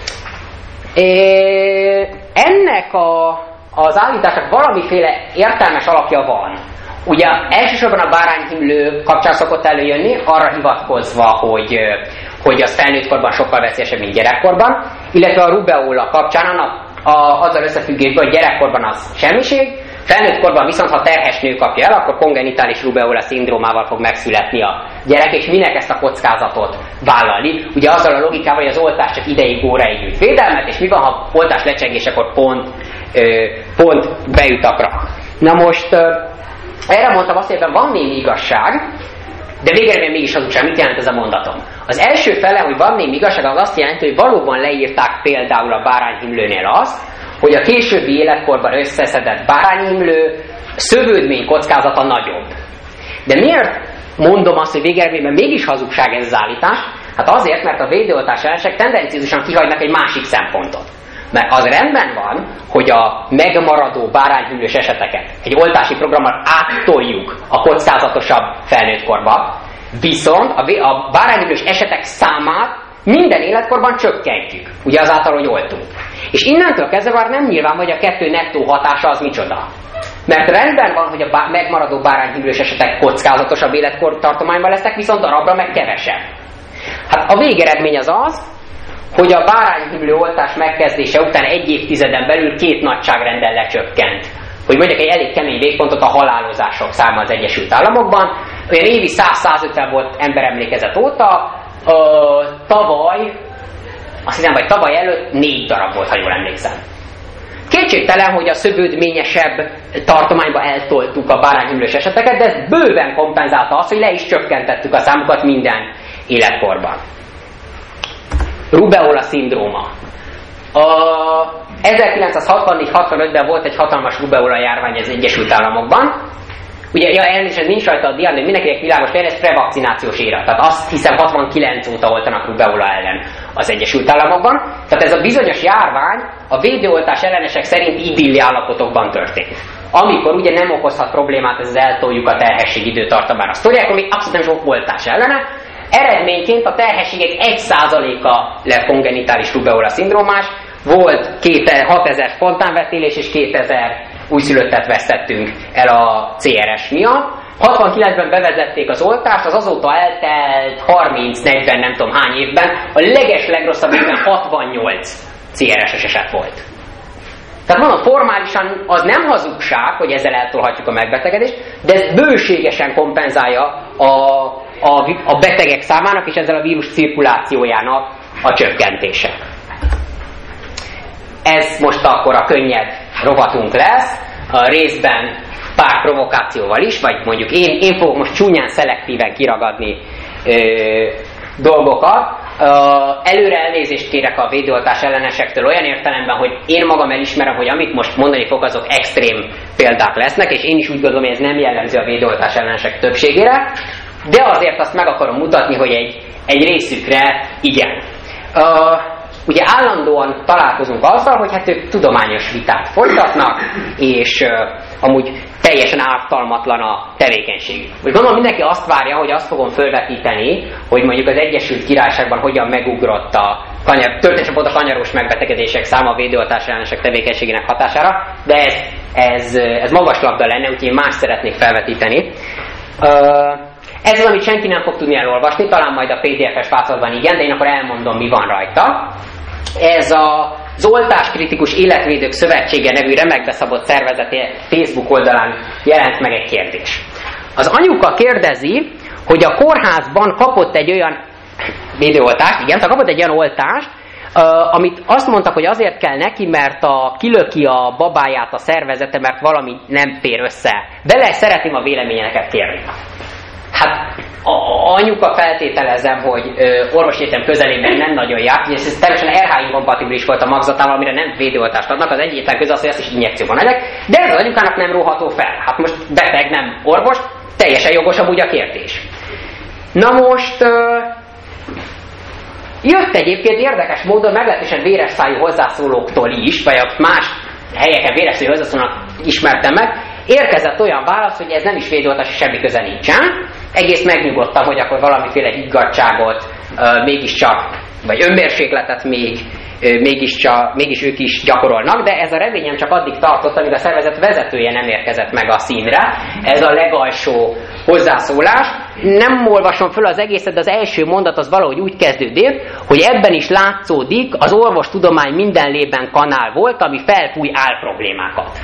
S2: É, ennek a, az állításnak valamiféle értelmes alapja van. Ugye elsősorban a bárányhimlő kapcsán szokott előjönni, arra hivatkozva, hogy, hogy az felnőttkorban sokkal veszélyesebb, mint gyerekkorban, illetve a rubeola kapcsán annak a, azzal összefüggésben, hogy gyerekkorban az semmiség, felnőttkorban viszont, ha terhes nő kapja el, akkor kongenitális rubeola szindrómával fog megszületni a gyerek, és minek ezt a kockázatot vállalni? Ugye azzal a logikával, hogy az oltás csak ideig, óráig nyújt védelmet, és mi van, ha oltás lecsengésekor pont, ö, pont beüt a krak. Na most ö, erre mondtam azt, hogy ebben van némi igazság, de végeredményben mégis hazugság. Mit jelent ez a mondatom? Az első fele, hogy van némi igazság, az azt jelenti, hogy valóban leírták például a bárányhimlőnél azt, hogy a későbbi életkorban összeszedett bárányhimlő szövődmény kockázata nagyobb. De miért mondom azt, hogy végeredményben mégis hazugság ez az állítás? Hát azért, mert a védőoltás ellenesek tendenciózusan kihagynak egy másik szempontot. Mert az rendben van, hogy a megmaradó bárányhimlős eseteket egy oltási programmal áttoljuk a kockázatosabb felnőttkorba, viszont a bárányhimlős esetek számát minden életkorban csökkentjük, ugye azáltal, hogy oltunk. És innentől kezdve már nem nyilván, hogy a kettő nettó hatása az micsoda. Mert rendben van, hogy a bá- megmaradó bárányhimlős esetek kockázatosabb életkortartományban lesznek, viszont darabra meg kevesebb. Hát a végeredmény az az, hogy a bárányhimlő oltás megkezdése után egy évtizeden belül két nagyságrendel lecsökkent. Hogy mondjak egy elég kemény végpontot, a halálozások száma az Egyesült Államokban. Olyan évi száz-százötven volt emberemlékezet óta, ö, tavaly, azt hiszem, vagy tavaly előtt négy darab volt, ha jól emlékszem. Kétségtelen, hogy a szövődményesebb tartományba eltoltuk a bárányhimlős eseteket, de ez bőven kompenzálta azt, hogy le is csökkentettük a számukat minden életkorban. Rubeola szindróma. A ezerkilencszázhatvannégy hatvanötben volt egy hatalmas rubeola járvány az Egyesült Államokban. Ugye, ja, elnézést, nincs rajta a dián, hogy mindenkinek világos legyen, ez prevakcinációs éra. Tehát azt hiszem hatvankilenc óta oltanak rubeola ellen az Egyesült Államokban. Tehát ez a bizonyos járvány a védőoltás ellenesek szerint idilli állapotokban történt. Amikor ugye nem okozhat problémát, ez eltoljuk a terhesség időtartamára. A sztoriákon még abszolút nem sok oltás ellene. Eredményként a terhességek egy százaléka lett kongenitális rubeola szindrómás, volt hatezer spontánvetélés és kétezer újszülöttet vesztettünk el a cé er es miatt. hatvankilencben bevezették az oltást, az azóta eltelt harminc-negyven nem tudom hány évben, a leges legrosszabb évben hatvannyolc cé er es-es eset volt. Tehát mondom, formálisan az nem hazugság, hogy ezzel eltolhatjuk a megbetegedést, de ez bőségesen kompenzálja a, a, a betegek számának és ezzel a vírus cirkulációjának a csökkentése. Ez most akkor a könnyed rovatunk lesz, a részben pár provokációval is, vagy mondjuk én, én fogok most csúnyán szelektíven kiragadni ö, dolgokat. Ö, előre elnézést kérek a védőoltás ellenesektől olyan értelemben, hogy én magam elismerem, hogy amit most mondani fog, azok extrém példák lesznek, és én is úgy gondolom, hogy ez nem jellemző a védőoltás ellenesek többségére, de azért azt meg akarom mutatni, hogy egy, egy részükre igen. Ö, ugye állandóan találkozunk azzal, hogy hát ők tudományos vitát folytatnak, és uh, amúgy teljesen ártalmatlan a tevékenység. Úgy gondolom, mindenki azt várja, hogy azt fogom felvetíteni, hogy mondjuk az Egyesült Királyságban hogyan megugrott a kanyar, történetesen pont a kanyaros megbetegedések száma a védőoltás ellenesek tevékenységének hatására, de ez, ez, ez magas labda lenne, úgyhogy én más szeretnék felvetíteni. Uh, ez az, amit senki nem fog tudni elolvasni, talán majd a pé dé ef-es változatban igen, de én akkor elmondom, mi van rajta. Ez a az Oltáskritikus Életvédők Szövetsége nevű remekbe szabott szervezeti Facebook oldalán jelent meg egy kérdés. Az anyuka kérdezi, hogy a kórházban kapott egy olyan védőoltást, igen, tehát kapott egy olyan oltást, uh, amit azt mondtak, hogy azért kell neki, mert a, kilöki a babáját a szervezete, mert valami nem fér össze. Vele szeretném a véleményeket kérni. Hát a, a anyuka feltételezem, hogy orvosi egyetem közelében nem nagyon járt, és ez természetesen er há inkompatibilis volt a magzatával, amire nem védőoltást adnak, az egyetlen köze az, hogy ezt is injekcióban adják, de ez az anyukának nem róható fel. Hát most beteg, nem orvos, teljesen jogos amúgy a kérdés. Na most uh, jött egyébként érdekes módon meglehetősen véres szájú hozzászólóktól is, vagy a más helyeken véres szájú hozzászólónak ismertem meg, érkezett olyan válasz, hogy ez nem is védőoltás, semmi köze nincsen. Egész megnyugodtam, hogy akkor valamiféle higgadtságot uh, mégiscsak, vagy önmérsékletet még, uh, mégiscsak, mégis ők is gyakorolnak, de ez a reményem csak addig tartott, amíg a szervezet vezetője nem érkezett meg a színre. Ez a legalsó hozzászólás. Nem olvasom föl az egészet, de az első mondat az valahogy úgy kezdődik, hogy ebben is látszódik, az orvostudomány minden lében kanál volt, ami felfúj álproblémákat.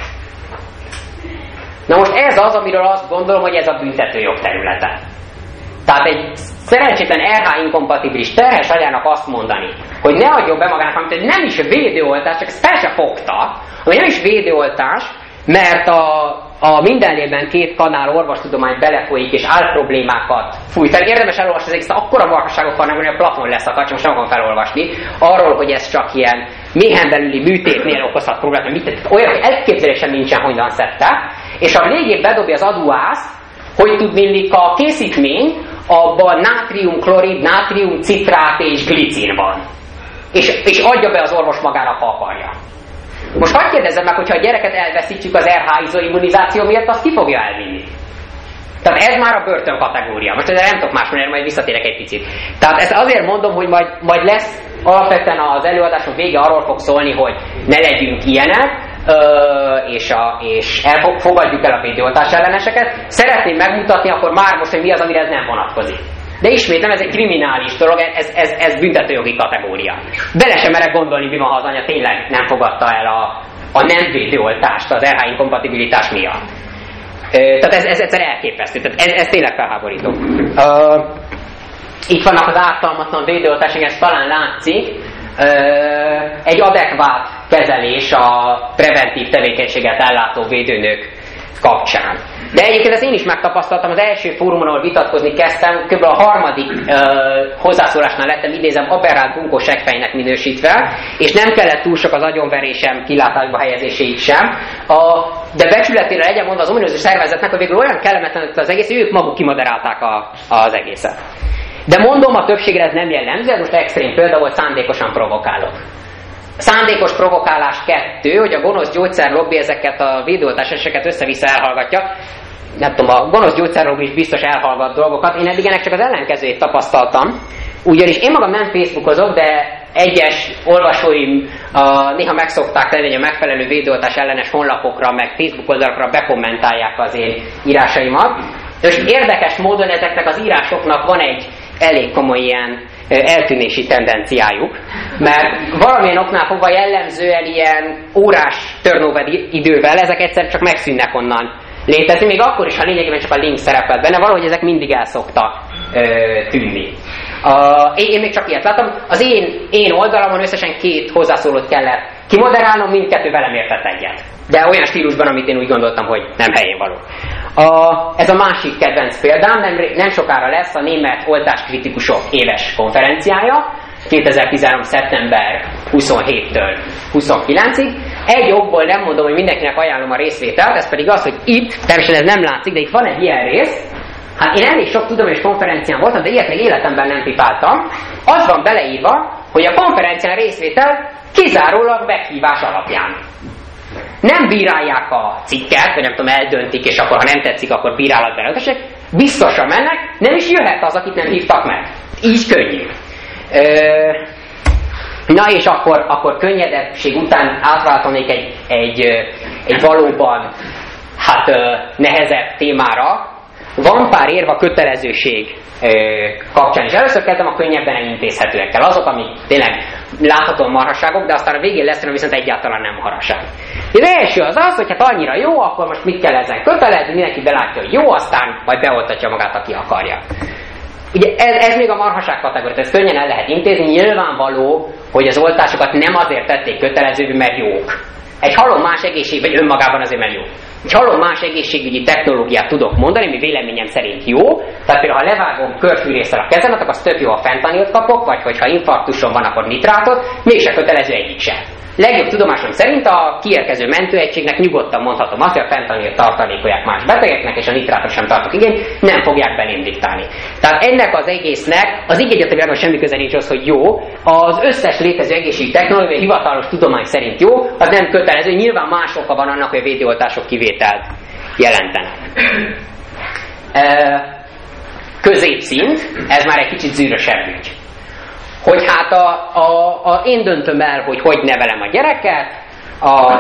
S2: Na most ez az, amiről azt gondolom, hogy ez a büntetőjog területe. Tehát egy szerencsétlen er há inkompatibilis terhes anyának azt mondani, hogy ne adjon be magának, amit hogy nem is védőoltás, csak ezt fel se fogta, hogy nem is védőoltás, mert a, a mindenlében két kanál orvostudomány belefolyik és álproblémákat fúj fel. Érdemes elolvasni az egész, akkora marhaságok vannak, hogy a plafon leszakadt, most nem akarom felolvasni, arról, hogy ez csak ilyen méhen belüli műtétnél okozhat problémát, mit, olyan elképzelésem nincsen, hogyan szedte, és a végén bedobja az aduászt, hogy tudnélik a készítmény, abban nátriumklorid, nátriumcitrát és glicin van. És, és adja be az orvos magának, ha akarja. Most hadd kérdezzem meg, hogyha a gyereket elveszítjük az er há izoimmunizáció miatt, azt ki fogja elvinni? Tehát ez már a börtön kategória. Most ezzel nem tudok más mondani, majd visszatérek egy picit. Tehát ezt azért mondom, hogy majd, majd lesz alapvetően az előadásom vége arról fog szólni, hogy ne legyünk ilyenek, Ö, és, a, és elfog, fogadjuk el a védőoltás elleneseket. Szeretném megmutatni akkor már most, hogy mi az, amire ez nem vonatkozik. De ismétlem, ez egy kriminális dolog, ez, ez, ez büntetőjogi kategória. Bele sem merek gondolni, mi van, ha az anya tényleg nem fogadta el a, a nem védőoltást az er há inkompatibilitás miatt. Ö, tehát ez, ez egyszer elképesztő, tehát ez, ez tényleg felháborító. Ö, itt vannak az ártalmatlan védőoltások, ez talán látszik. Ö, egy adekvát kezelés a preventív tevékenységet ellátó védőnők kapcsán. De egyébként ezt én is megtapasztaltam, az első fórumon, ahol vitatkozni kezdtem, kb. A harmadik ö, hozzászólásnál lettem, idézem, aberrált bunkós seggfejnek minősítve, és nem kellett túl sok az agyonverésem kilátásba helyezéséig sem. A, de becsületére legyen mondva az ominózus szervezetnek, hogy végül olyan kellemetlen az egész, hogy ők maguk kimoderálták a, az egészet. De mondom, a többségre ez nem jellemző, ez most extrém példa volt, szándékosan provokálok. Szándékos provokálás kettő, hogy a gonosz gyógyszerlobbi ezeket a védőoltás eseteket össze-vissza elhallgatja. Nem tudom, a gonosz gyógyszerlobbi is biztos elhallgat dolgokat. Én eddig ennek csak az ellenkezőjét tapasztaltam. Ugyanis én magam nem Facebookozok, de egyes olvasóim uh, néha megszokták tenni, hogy a megfelelő védőoltás ellenes honlapokra, meg Facebook oldalakra bekommentálják az én írásaimat. És érdekes módon ezeknek az írásoknak van egy elég komoly ilyen eltűnési tendenciájuk, mert valamilyen oknál fogva jellemzően ilyen órás turnover idővel ezek egyszer csak megszűnnek onnan létezni, még akkor is, ha lényegében csak a link szerepel benne, valahogy ezek mindig el szoktak ö, tűnni. Uh, én, én még csak ilyet láttam, az én, én oldalamon összesen két hozzászólót kellett kimoderálnom, mindkettő velem értett egyet. De olyan stílusban, amit én úgy gondoltam, hogy nem helyén való. Uh, ez a másik kedvenc példám, nem, nem sokára lesz a német oltáskritikusok éves konferenciája, kétezer-tizenhárom. szeptember huszonhétől huszonkilencig. Egy okból nem mondom, hogy mindenkinek ajánlom a részvételt, ez pedig az, hogy itt, természetesen ez nem látszik, de itt van egy ilyen rész, Hát én elég sok tudományos konferencián voltam, de ilyet még életemben nem pipáltam. Az van beleírva, hogy a konferencián részvétel kizárólag meghívás alapján. Nem bírálják a cikket, vagy nem tudom, eldöntik, és akkor ha nem tetszik, akkor bírálat belőlesek. Biztosan mennek, nem is jöhet az, akit nem hívtak meg. Így könnyű. Ö, na és akkor, akkor könnyedebbség után átváltanék egy, egy, egy valóban hát, nehezebb témára. Van pár érv a kötelezőség kapcsán, és először kezdem a könnyebben elintézhetőekkel. Azok, amik tényleg láthatóan marhaságok, de aztán a végén lesz, viszont egyáltalán nem marhaság. Az első az az, hogy hát annyira jó, akkor most mit kell ezen kötelezni, mindenki belátja, hogy jó, aztán majd beoltatja magát, aki akarja. Ugye ez, ez még a marhaság kategória, ezt könnyen el lehet intézni, nyilvánvaló, hogy az oltásokat nem azért tették kötelezővé, mert jók. Egy halom más egészség, vagy önmagában azért, mert jó. Egy halom más egészségügyi technológiát tudok mondani, ami véleményem szerint jó. Tehát például, ha levágom körfűrésszel a kezemet, akkor az tök jó, a fentanylt kapok, vagy hogyha infarktusom van, akkor nitrátot, mégse kötelező egyik sem. Legjobb tudomásom szerint a kiérkező mentőegységnek nyugodtan mondhatom azt, hogy a fentanylt tartalékolják más betegeknek, és a nitrátot sem tartok igény, nem fogják belém diktálni. Tehát ennek az egésznek az így egyáltalán semmi köze nincs az, hogy jó. Az összes létező egészségügyi technológia hivatalos tudomány szerint jó, az nem kötelező, nyilván más oka van annak, hogy a védőoltások kivételt jelentenek. Középszint, ez már egy kicsit zűrösebb ügy. Hogy hát a, a, a, én döntöm el, hogy hogy nevelem a gyereket, a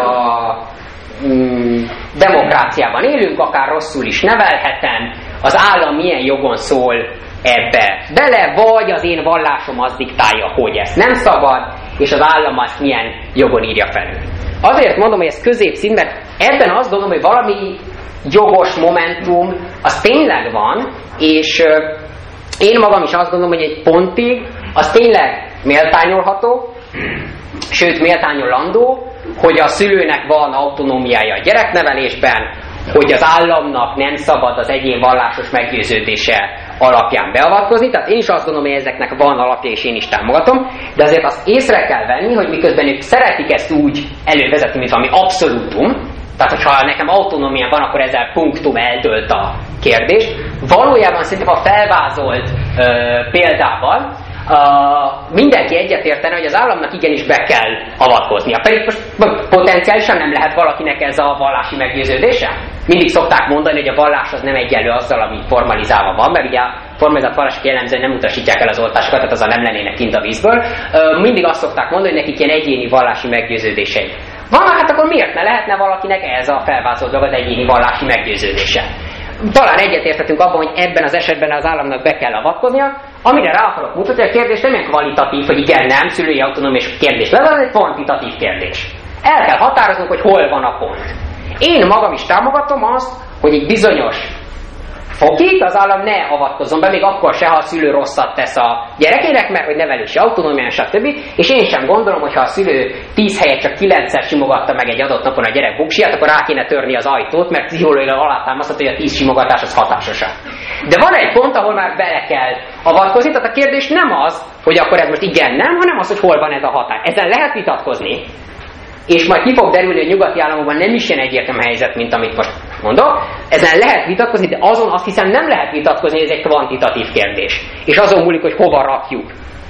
S2: mm, demokráciában élünk, akár rosszul is nevelhetem, az állam milyen jogon szól ebbe bele, vagy az én vallásom azt diktálja, hogy ezt nem szabad, és az állam azt milyen jogon írja felül. Azért mondom, hogy ez középszint, mert ebben azt gondolom, hogy valami jogos momentum, az tényleg van, és én magam is azt gondolom, hogy egy pontig az tényleg méltányolható, sőt méltányolandó, hogy a szülőnek van autonómiája a gyereknevelésben, hogy az államnak nem szabad az egyén vallásos meggyőződése alapján beavatkozni, tehát én is azt gondolom, hogy ezeknek van alapja, és én is támogatom, de azért azt észre kell venni, hogy miközben ők szeretik ezt úgy elővezetni, mint valami abszolútum, tehát hogyha nekem autonómiám van, akkor ezzel punktum eldőlt a kérdés. Valójában szerintem a felvázolt ö, példával Uh, mindenki egyetértene, hogy az államnak igenis be kell avatkoznia. Pedig most potenciálisan nem lehet valakinek ez a vallási meggyőződése. Mindig szokták mondani, hogy a vallás az nem egyenlő azzal, ami formalizálva van, mert ugye a formalizált vallások jellemzően nem utasítják el az oltásokat, tehát azzal nem lennének kint a vízből. Uh, mindig azt szokták mondani, hogy nekik ilyen egyéni vallási meggyőződései. Van, hát akkor miért ne lehetne valakinek ez a felvázolt dolog az egyéni vallási meggyőződése? Talán egyetérthetünk abban, hogy ebben az esetben az államnak be kell avatkoznia, amire rá akarok mutatni, a kérdés nem ilyen kvalitatív, hogy igen, nem, szülői autonómiás kérdés, de ez egy kvantitatív kérdés. El kell határoznunk, hogy hol van a pont. Én magam is támogatom azt, hogy egy bizonyos fokig az állam ne avatkozzon be, még akkor se, ha a szülő rosszat tesz a gyerekének, mert hogy nevelési autonómián, stb. És én sem gondolom, hogy ha a szülő tíz helyet csak kilencszer simogatta meg egy adott napon a gyerek buksiját, akkor rá kéne törni az ajtót, mert pszichológiailag alátámaszthat, hogy a tíz simogatás az hatásosabb. De van egy pont, ahol már bele kell avatkozni, tehát a kérdés nem az, hogy akkor ez most igen, nem, hanem az, hogy hol van ez a határ. Ezzel lehet vitatkozni, és majd ki fog derülni, hogy nyugati államokban nem is ilyen egyértelmű helyzet, mint amit most mondok. Ezen lehet vitatkozni, de azon azt hiszem nem lehet vitatkozni, hogy ez egy kvantitatív kérdés. És azon múlik, hogy hova rakjuk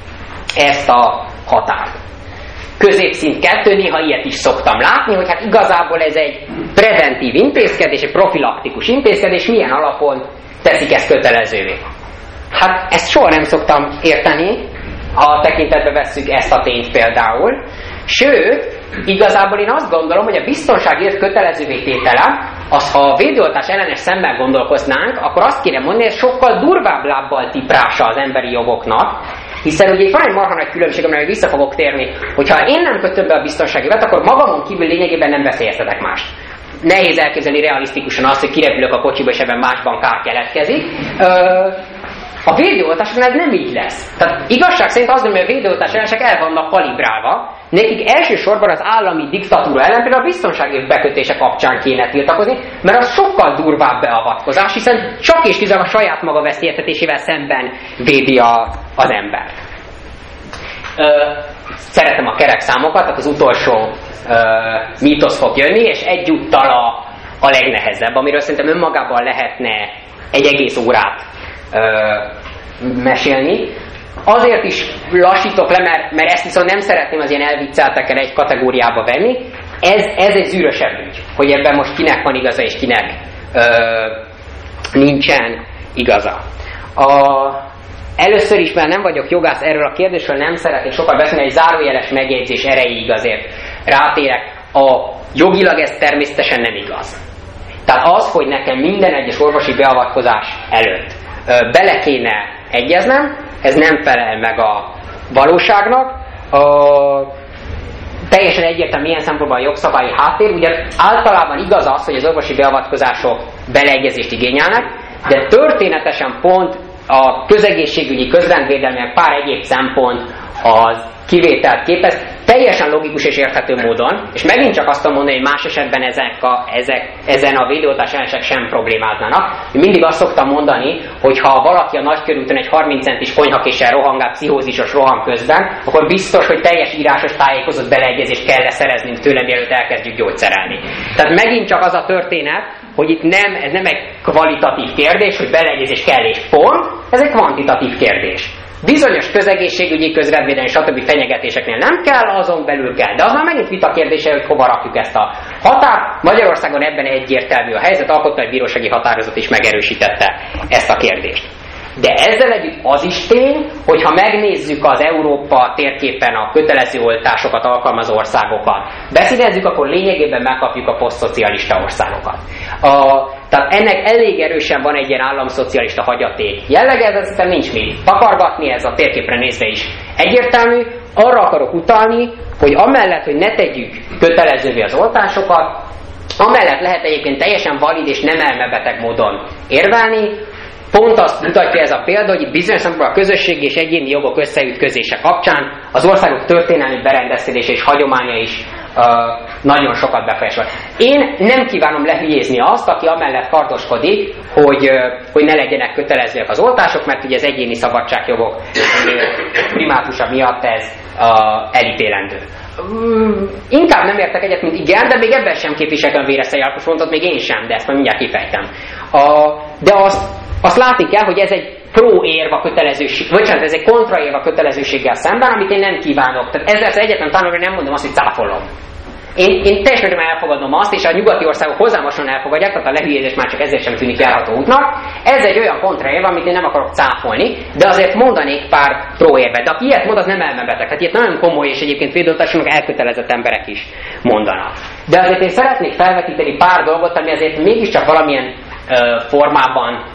S2: ezt a határt. Középszint kettő, néha ilyet is szoktam látni, hogy hát igazából ez egy preventív intézkedés, egy profilaktikus intézkedés, milyen alapon teszik ezt kötelezővé. Hát ezt soha nem szoktam érteni, ha tekintetbe vesszük ezt a tényt például. Sőt, igazából én azt gondolom, hogy a biztonságért kötelezővé tétele, az ha a védőoltás ellenes szemmel gondolkoznánk, akkor azt kéne mondani, hogy ez sokkal durvább lábbal tiprása az emberi jogoknak, hiszen ugye van egy marha nagy különbség, amire vissza fogok térni, hogyha én nem kötöm be a biztonságévet, akkor magamon kívül lényegében nem veszélyeztetek mást. Nehéz elképzelni realisztikusan azt, hogy kirepülök a kocsiba, és ebben másban kár keletkezik. Ö, A védőoltásoknál ez nem így lesz. Tehát igazság szerint azt mondom, hogy a védőoltás ellenesek el vannak kalibrálva, nekik elsősorban az állami diktatúra ellen például a biztonsági bekötése kapcsán kéne tiltakozni, mert az sokkal durvább beavatkozás, hiszen csak és kizárólag a saját maga veszélyeztetésével szemben védi a, az embert. Ö, szeretem a kerek számokat, tehát az utolsó ö, mítosz fog jönni, és egyúttal a, a legnehezebb, amiről szerintem önmagában lehetne egy egész órát ö, mesélni. Azért is lassítok le, mert, mert ezt viszont nem szeretném az ilyen elvicceltekkel egy kategóriába venni. Ez, ez egy zűrösebb ügy, hogy ebben most kinek van igaza és kinek ö, nincsen igaza. A, először is, mert nem vagyok jogász, erről a kérdésről nem szeretnék sokat beszélni, egy zárójeles megjegyzés erejéig azért rátérek. A jogilag ez természetesen nem igaz. Tehát az, hogy nekem minden egyes orvosi beavatkozás előtt ö, bele kéne egyeznem, ez nem felel meg a valóságnak. A, teljesen egyértelmű ilyen szempontból a jogszabályi háttér. Ugye általában igaz az, hogy az orvosi beavatkozások beleegyezést igényelnek, de történetesen pont a közegészségügyi, közrendvédelmi, pár egyéb szempont az kivételt képez, teljesen logikus és érthető módon, és megint csak azt tudom mondani, hogy más esetben ezek a, ezek, ezen a védőoltás ellenesek sem problémáznának. Mindig azt szoktam mondani, hogy ha valaki a nagykörúton egy harminc centis konyhakéssel rohangál pszichózisos roham közben, akkor biztos, hogy teljes írásos tájékozott beleegyezést kell leszereznünk tőle, mielőtt elkezdjük gyógyszerelni. Tehát megint csak az a történet, hogy itt nem, ez nem egy kvalitatív kérdés, hogy beleegyezés kell és pont, ez egy kvantitatív kérdés. Bizonyos közegészségügyi, közrendvédelmi, stb. Fenyegetéseknél nem kell, azon belül kell. De az már megint vita kérdése, hogy hova rakjuk ezt a határt. Magyarországon ebben egyértelmű a helyzet, alkotmánybírósági határozat is megerősítette ezt a kérdést. De ezzel együtt az is tény, hogyha megnézzük az Európa térképen a kötelező oltásokat alkalmazó országokat, beszínezzük, akkor lényegében megkapjuk a posztszocialista országokat. A, tehát ennek elég erősen van egy ilyen államszocialista hagyaték jellege, ez aztán nincs mit takargatni, ez a térképre nézve is egyértelmű. Arra akarok utalni, hogy amellett, hogy ne tegyük kötelezővé az oltásokat, amellett lehet egyébként teljesen valid és nem elmebeteg módon érvelni. Pont azt mutatja ez a példa, hogy itt bizonyos szempontból a közösségi és egyéni jogok összeütközése kapcsán az országok történelmi berendezkedése és hagyománya is uh, nagyon sokat befolyásolja. Én nem kívánom lehülyézni azt, aki amellett kardoskodik, hogy, uh, hogy ne legyenek kötelezőek az oltások, mert ugye az egyéni szabadságjogok primátusa miatt ez uh, elítélendő. Um, inkább nem értek egyet, mint igen, de még ebben sem képviselek olyan véres frontot, még én sem, de ezt majd mindjárt kifejtem. Uh, de azt Azt látni kell, hogy ez egy pro-érv a kötelezőség, vagy hát ez egy kontraérv a kötelezőséggel szemben, amit én nem kívánok. Tehát ezzel az egyetlen tanulni nem mondom azt, hogy cáfolom. Én, én teljesen nem elfogadom azt, és a nyugati országok hozzám hasonlóan elfogadják, tehát a lehülyézés már csak ezért sem tűnik járható útnak. Ez egy olyan kontraérv, amit én nem akarok cáfolni, de azért mondanék pár pro-érvet. De aki ilyet mond, az nem elmebeteg. Hát ilyet nagyon komoly, és egyébként védőoltásnak elkötelezett emberek is mondanak. De azért én szeretnék felvetíteni pár dolgot, ami azért mégiscsak valamilyen ö, formában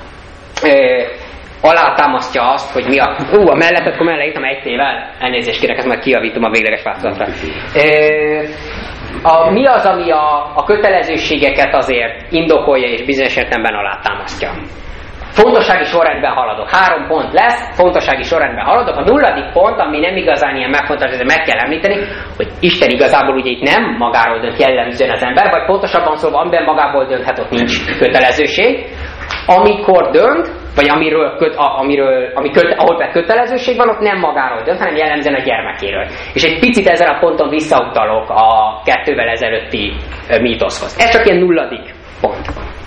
S2: Ö, alátámasztja azt, hogy mi a... Ú, a mellettet, akkor mellé írtam egy tével. Elnézést kérek, ezt majd kijavítom a végleges változatra. Ö, a, mi az, ami a, a kötelezőségeket azért indokolja és bizonyos értelemben alátámasztja? Fontossági sorrendben haladok. Három pont lesz, fontossági sorrendben haladok. A nulladik pont, ami nem igazán ilyen megfontos, de meg kell említeni, hogy Isten igazából ugye itt nem magáról dönt jellemzően az ember, vagy pontosabban szólva, amiben magából dönthet, ott nincs kötelezőség. Amikor dönt, vagy amiről, köt, amiről ami köt, ahol kötelezőség van, ott nem magáról dönt, hanem jellemzően a gyermekéről. És egy picit ezen a ponton visszautalok a kettővel ezelőtti mítoszhoz. Ez csak ilyen nulladik pont.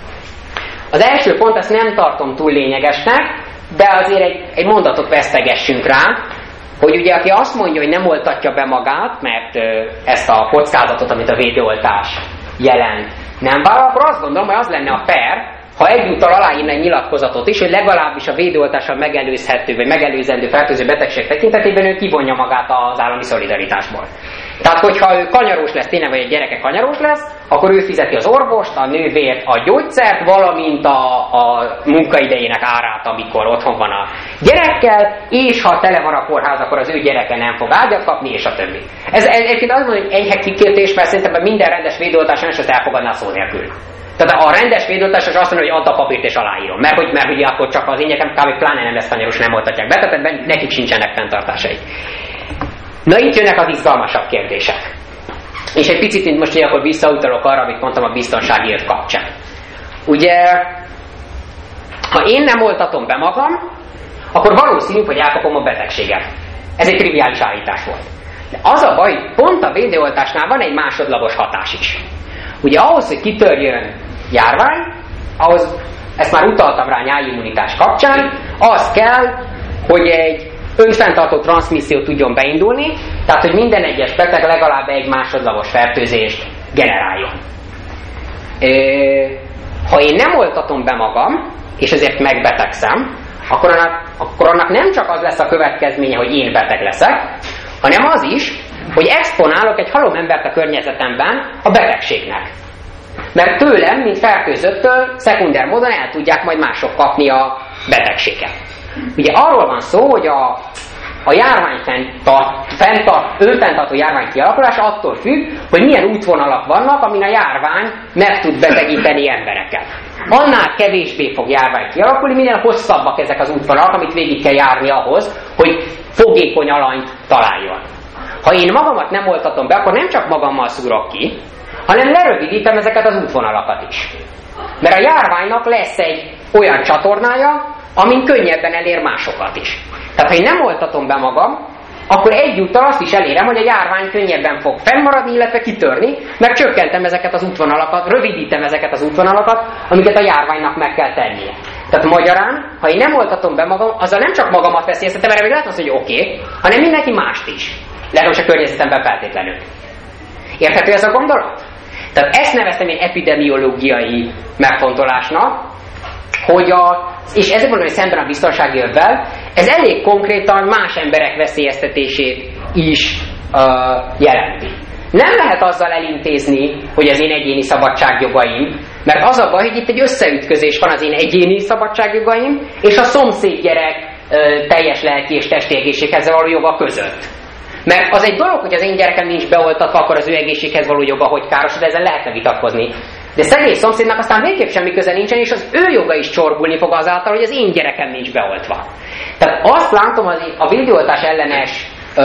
S2: Az első pont, ezt nem tartom túl lényegesnek, de azért egy, egy mondatot vesztegessünk rá, hogy ugye aki azt mondja, hogy nem oltatja be magát, mert ezt a kockázatot, amit a védőoltás jelent, nem vállal, akkor azt gondolom, hogy az lenne a fair, ha egyúttal aláírna egy nyilatkozatot is, hogy legalábbis a védőoltással megelőzhető, vagy megelőzendő fertőző betegség tekintetében ő kivonja magát az állami szolidaritásból. Tehát, hogyha ő kanyarós lesz, tényleg, vagy egy gyereke kanyarós lesz, akkor ő fizeti az orvost, a nővért, a gyógyszert, valamint a, a munkaidejének árát, amikor otthon van a gyerekkel, és ha tele van a kórház, akkor az ő gyereke nem fog ágyat kapni, és a többi. Ez egyébként azt mondom, hogy enyhe kikértés, mert szerintem minden rendes védőoltás ezt elfogadná szó nélkül. Tehát a rendes védőoltás az azt mondja, hogy add a papírt és aláírom. Mert hogy, mert ugye akkor csak az ényekem kb. Pláne nem lesz kanyaros, nem oltatják be, tehát nekik sincsenek fenntartásaik. Na itt jönnek az izgalmasabb kérdések. És egy picit, mint most ugye akkor visszautalok arra, amit mondtam a biztonsági év kapcsán. Ugye, ha én nem oltatom be magam, akkor valószínű, hogy elkapom a betegséget. Ez egy triviális állítás volt. De az a baj, pont a védőoltásnál van egy másodlagos hatás is. Ugye ahhoz, hogy kitörjön járvány, ahhoz ezt már utaltam rá nyájimmunitás kapcsán, az kell, hogy egy önfenntartó transzmisszió tudjon beindulni, tehát hogy minden egyes beteg legalább egy másodlagos fertőzést generáljon. Ha én nem oltatom be magam, és ezért megbetegszem, akkor annak, akkor annak nem csak az lesz a következménye, hogy én beteg leszek, hanem az is, hogy exponálok egy halom embert a környezetemben a betegségnek. Mert tőlem, mint fertőzöttől, szekunder módon el tudják majd mások kapni a betegséget. Ugye arról van szó, hogy a, a járvány fenntart, fenntart, önfenntartó járvány kialakulása attól függ, hogy milyen útvonalak vannak, amin a járvány meg tud betegíteni embereket. Annál kevésbé fog járvány kialakulni, minél hosszabbak ezek az útvonalak, amit végig kell járni ahhoz, hogy fogékony alanyt találjon. Ha én magamat nem oltatom be, akkor nem csak magammal szúrok ki, hanem lerövidítem ezeket az útvonalakat is. Mert a járványnak lesz egy olyan csatornája, amin könnyebben elér másokat is. Tehát ha én nem oltatom be magam, akkor egyúttal azt is elérem, hogy a járvány könnyebben fog fennmaradni, illetve kitörni, mert csökkentem ezeket az útvonalakat, rövidítem ezeket az útvonalakat, amiket a járványnak meg kell tennie. Tehát magyarán, ha én nem oltatom be magam, azzal nem csak magamat veszélyeztetem, erre még lehet az, hogy oké, okay, hanem mindenki mást is. Legalábbis a környezetemben feltétlenül. Érthető ez a gondolat? Tehát ezt neveztem én epidemiológiai megfontolásnak, hogy a, és ezért mondom, hogy szemben a biztonsági övvel, ez elég konkrétan más emberek veszélyeztetését is uh, jelenti. Nem lehet azzal elintézni, hogy az én egyéni szabadságjogaim, mert az a baj, hogy itt egy összeütközés van az én egyéni szabadságjogaim és a szomszédgyerek uh, teljes lelki és testi egészséghez való joga között. Mert az egy dolog, hogy az én gyerekem nincs beoltatva, akkor az ő egészséghez való joga hogy káros, de ezzel lehetne vitatkozni. De szegény szomszédnak aztán végképp semmi köze nincsen, és az ő joga is csorbulni fog azáltal, hogy az én gyerekem nincs beoltva. Tehát azt látom, hogy a védőoltás ellenes ö,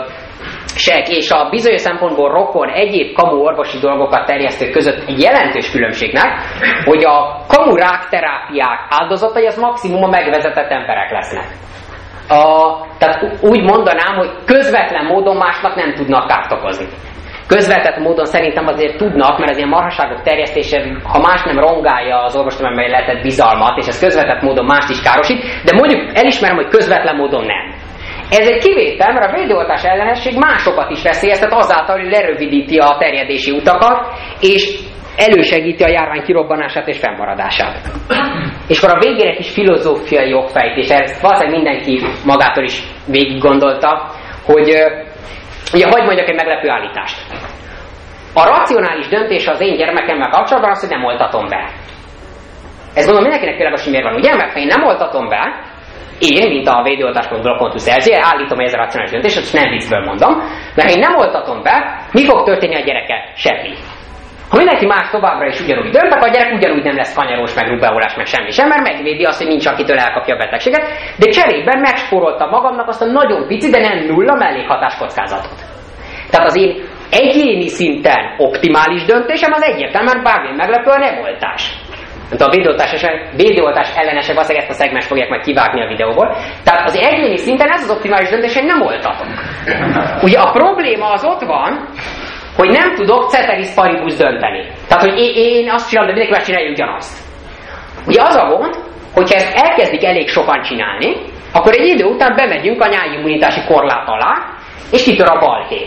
S2: sek és a bizonyos szempontból rokon egyéb kamu orvosi dolgokat terjesztők között egy jelentős különbségnek, hogy a kamu rákterápiák áldozatai az maximum a megvezetett emberek lesznek. A, tehát úgy mondanám, hogy közvetlen módon másnak nem tudnak kárt okozni. Közvetett módon szerintem azért tudnak, mert az ilyen marhaságok terjesztése, ha más nem rongálja az orvostudományban lehetett bizalmat, és ez közvetett módon mást is károsít, de mondjuk elismerem, hogy közvetlen módon nem. Ez egy kivétel, mert a védőoltás ellenesség másokat is veszélyeztet azáltal, hogy lerövidíti a terjedési utakat, és elősegíti a járvány kirobbanását és fennmaradását. És akkor a végére egy kis filozófiai jogfejtés, ezt valószínűleg mindenki magától is végig gondolta, hogy ugye, hadd mondjak egy meglepő állítást. A racionális döntés az én gyermekemmel kapcsolatban az, hogy nem oltatom be. Ez gondolom mindenkinek világos, hogy miért van, ugye? Mert ha én nem oltatom be, én, mint a védőoltás pont blog pont hu szerzője, állítom, hogy ez a racionális döntés, ezt nem viccből mondom, mert ha én nem oltatom be, mi fog történni a gyereke? Semmi. Ha mindenki más továbbra is ugyanúgy dönt, akkor a gyerek ugyanúgy nem lesz kanyarós, meg rubeolás, meg semmi sem, mert megvédi azt, hogy nincs, akitől elkapja a betegséget, de cserében megspórolta magamnak azt a nagyon pici, de nem nulla mellékhatás kockázatot. Tehát az én egyéni szinten optimális döntésem az egyértelműen bármilyen meglepő a nem oltás. A védőoltás, védőoltás ellenesek valószínűleg ezt a szegmens fogják majd kivágni a videóból. Tehát az egyéni szinten ez az optimális döntés, hogy nem oltatom. Ugye a probléma az ott van, hogy nem tudok ceteris paribus dönteni. Tehát, hogy én, én azt csinálom, de mindenki más csinálja ugyanazt. Ugye az a gond, hogyha ezt elkezdik elég sokan csinálni, akkor egy idő után bemegyünk a nyájimmunitási korlát alá, és kitör a balhé.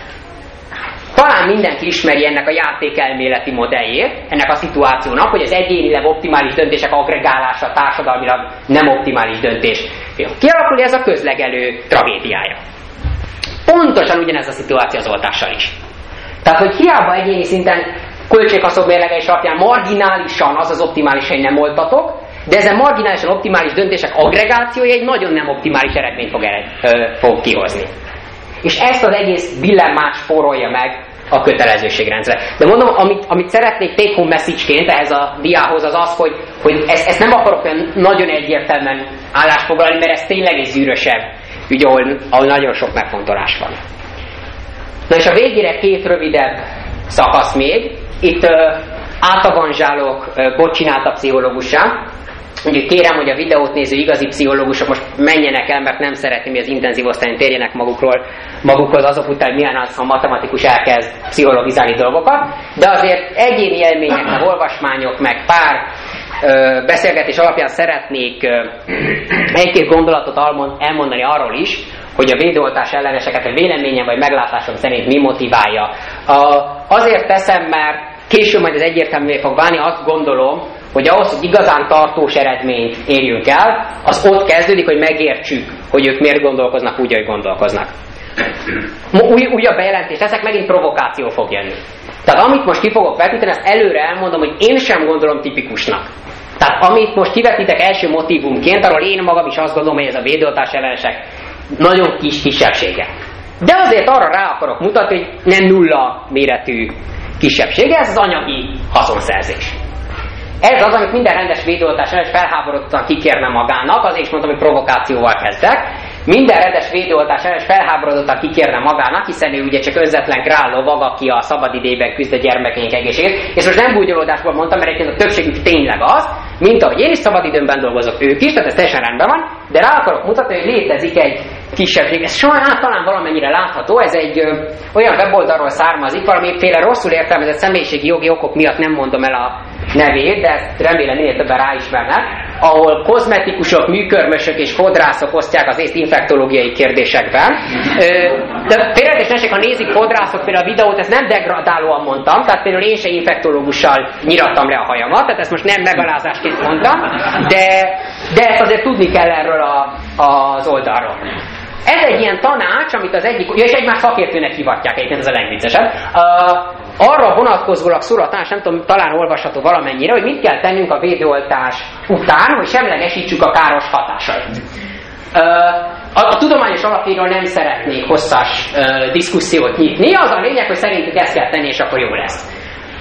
S2: Talán mindenki ismeri ennek a játékelméleti modelljét, ennek a szituációnak, hogy az egyénileg optimális döntések agregálása, társadalmilag nem optimális döntés. Kialakul ez a közlegelő tragédiája. Pontosan ugyanez a szituáció az oltással is. Tehát, hogy hiába egyéni szinten költséghaszon mérlegelés alapján marginálisan az az optimális, hogy nem oltatok, de ezen marginálisan optimális döntések agregációja egy nagyon nem optimális eredményt fog, ered, ö, fog kihozni. És ezt az egész dilemmát spórolja meg a kötelezőségrendszer. De mondom, amit, amit szeretnék take home message-ként ehhez a diához, az az, hogy, hogy ezt, ezt nem akarok olyan nagyon egyértelműen állásfoglalni, mert ez tényleg egy zűrösebb ügy, ahol, ahol nagyon sok megfontolás van. Na és a végére két rövidebb szakasz még. Itt uh, átavanzsálok uh, Bocsinát a pszichológussá. Úgyhogy kérem, hogy a videót néző igazi pszichológusok most menjenek el, mert nem szeretném, hogy az intenzív osztályon térjenek magukról, magukhoz azok után, hogy milyen az, ha a matematikus elkezd pszichologizálni dolgokat. De azért egyéni élmények, meg olvasmányok, meg pár beszélgetés alapján szeretnék egy-két gondolatot elmondani arról is, hogy a védőoltás elleneseket a véleményem vagy meglátásom szerint mi motiválja. Azért teszem, mert később majd ez egyértelművé fog válni, azt gondolom, hogy ahhoz, hogy igazán tartós eredményt érjünk el, az ott kezdődik, hogy megértsük, hogy ők miért gondolkoznak úgy, ahogy gondolkoznak. Új, újabb bejelentés, ezek megint provokáció fog jönni. Tehát amit most ki fogok vetíteni, ezt előre elmondom, hogy én sem gondolom tipikusnak. Tehát amit most kivetítek első motívumként, arról én magam is azt gondolom, hogy ez a védőoltás ellenesek nagyon kis kisebbsége. De azért arra rá akarok mutatni, hogy nem nulla méretű kisebbsége, ez az anyagi haszonszerzés. Ez az, amit minden rendes védőoltás ellenes felháborodottan kikérne magának, azért is mondtam, hogy provokációval kezdek. Minden rendes védőoltás ellenes felháborodottan kikérne magának, hiszen ő ugye csak önzetlen grál lovag, aki a szabadidejében küzd a gyermekeink egészségét. És most nem búgyolódásból mondtam, mert egyébként a többségük tényleg az, mint ahogy én is szabadidőmben dolgozok, ők is, tehát ez teljesen rendben van, de rá akarok mutatni, hogy létezik egy kisebbség. Ez soha talán valamennyire látható, ez egy ö, olyan weboldalról származik, valamiféle rosszul értelmezett személyiségi jogi okok miatt nem mondom el a nevét, de ezt remélem minél többen ráismernek, ahol kozmetikusok, műkörmösök és fodrászok osztják az észt infektológiai kérdésekben. De félreértés, ha nézik fodrászok például a videót, ezt nem degradálóan mondtam, tehát például én se infektológussal nyirattam le a hajamat, tehát ezt most nem megalázásként mondtam, de, de ezt azért tudni kell erről a, az oldalról. Ez egy ilyen tanács, amit az egyik, ja, és egymás szakértőnek hivatják, egyébként ez a legviccesebb. Uh, arra vonatkozólag szól a tanács, nem tudom, talán olvasható valamennyire, hogy mit kell tennünk a védőoltás után, hogy semlegesítsük a káros hatásait. Uh, a, a tudományos alapjáról nem szeretnék hosszas uh, diszkusziót nyitni, az a lényeg, hogy szerintük ezt kell tenni, és akkor jó lesz.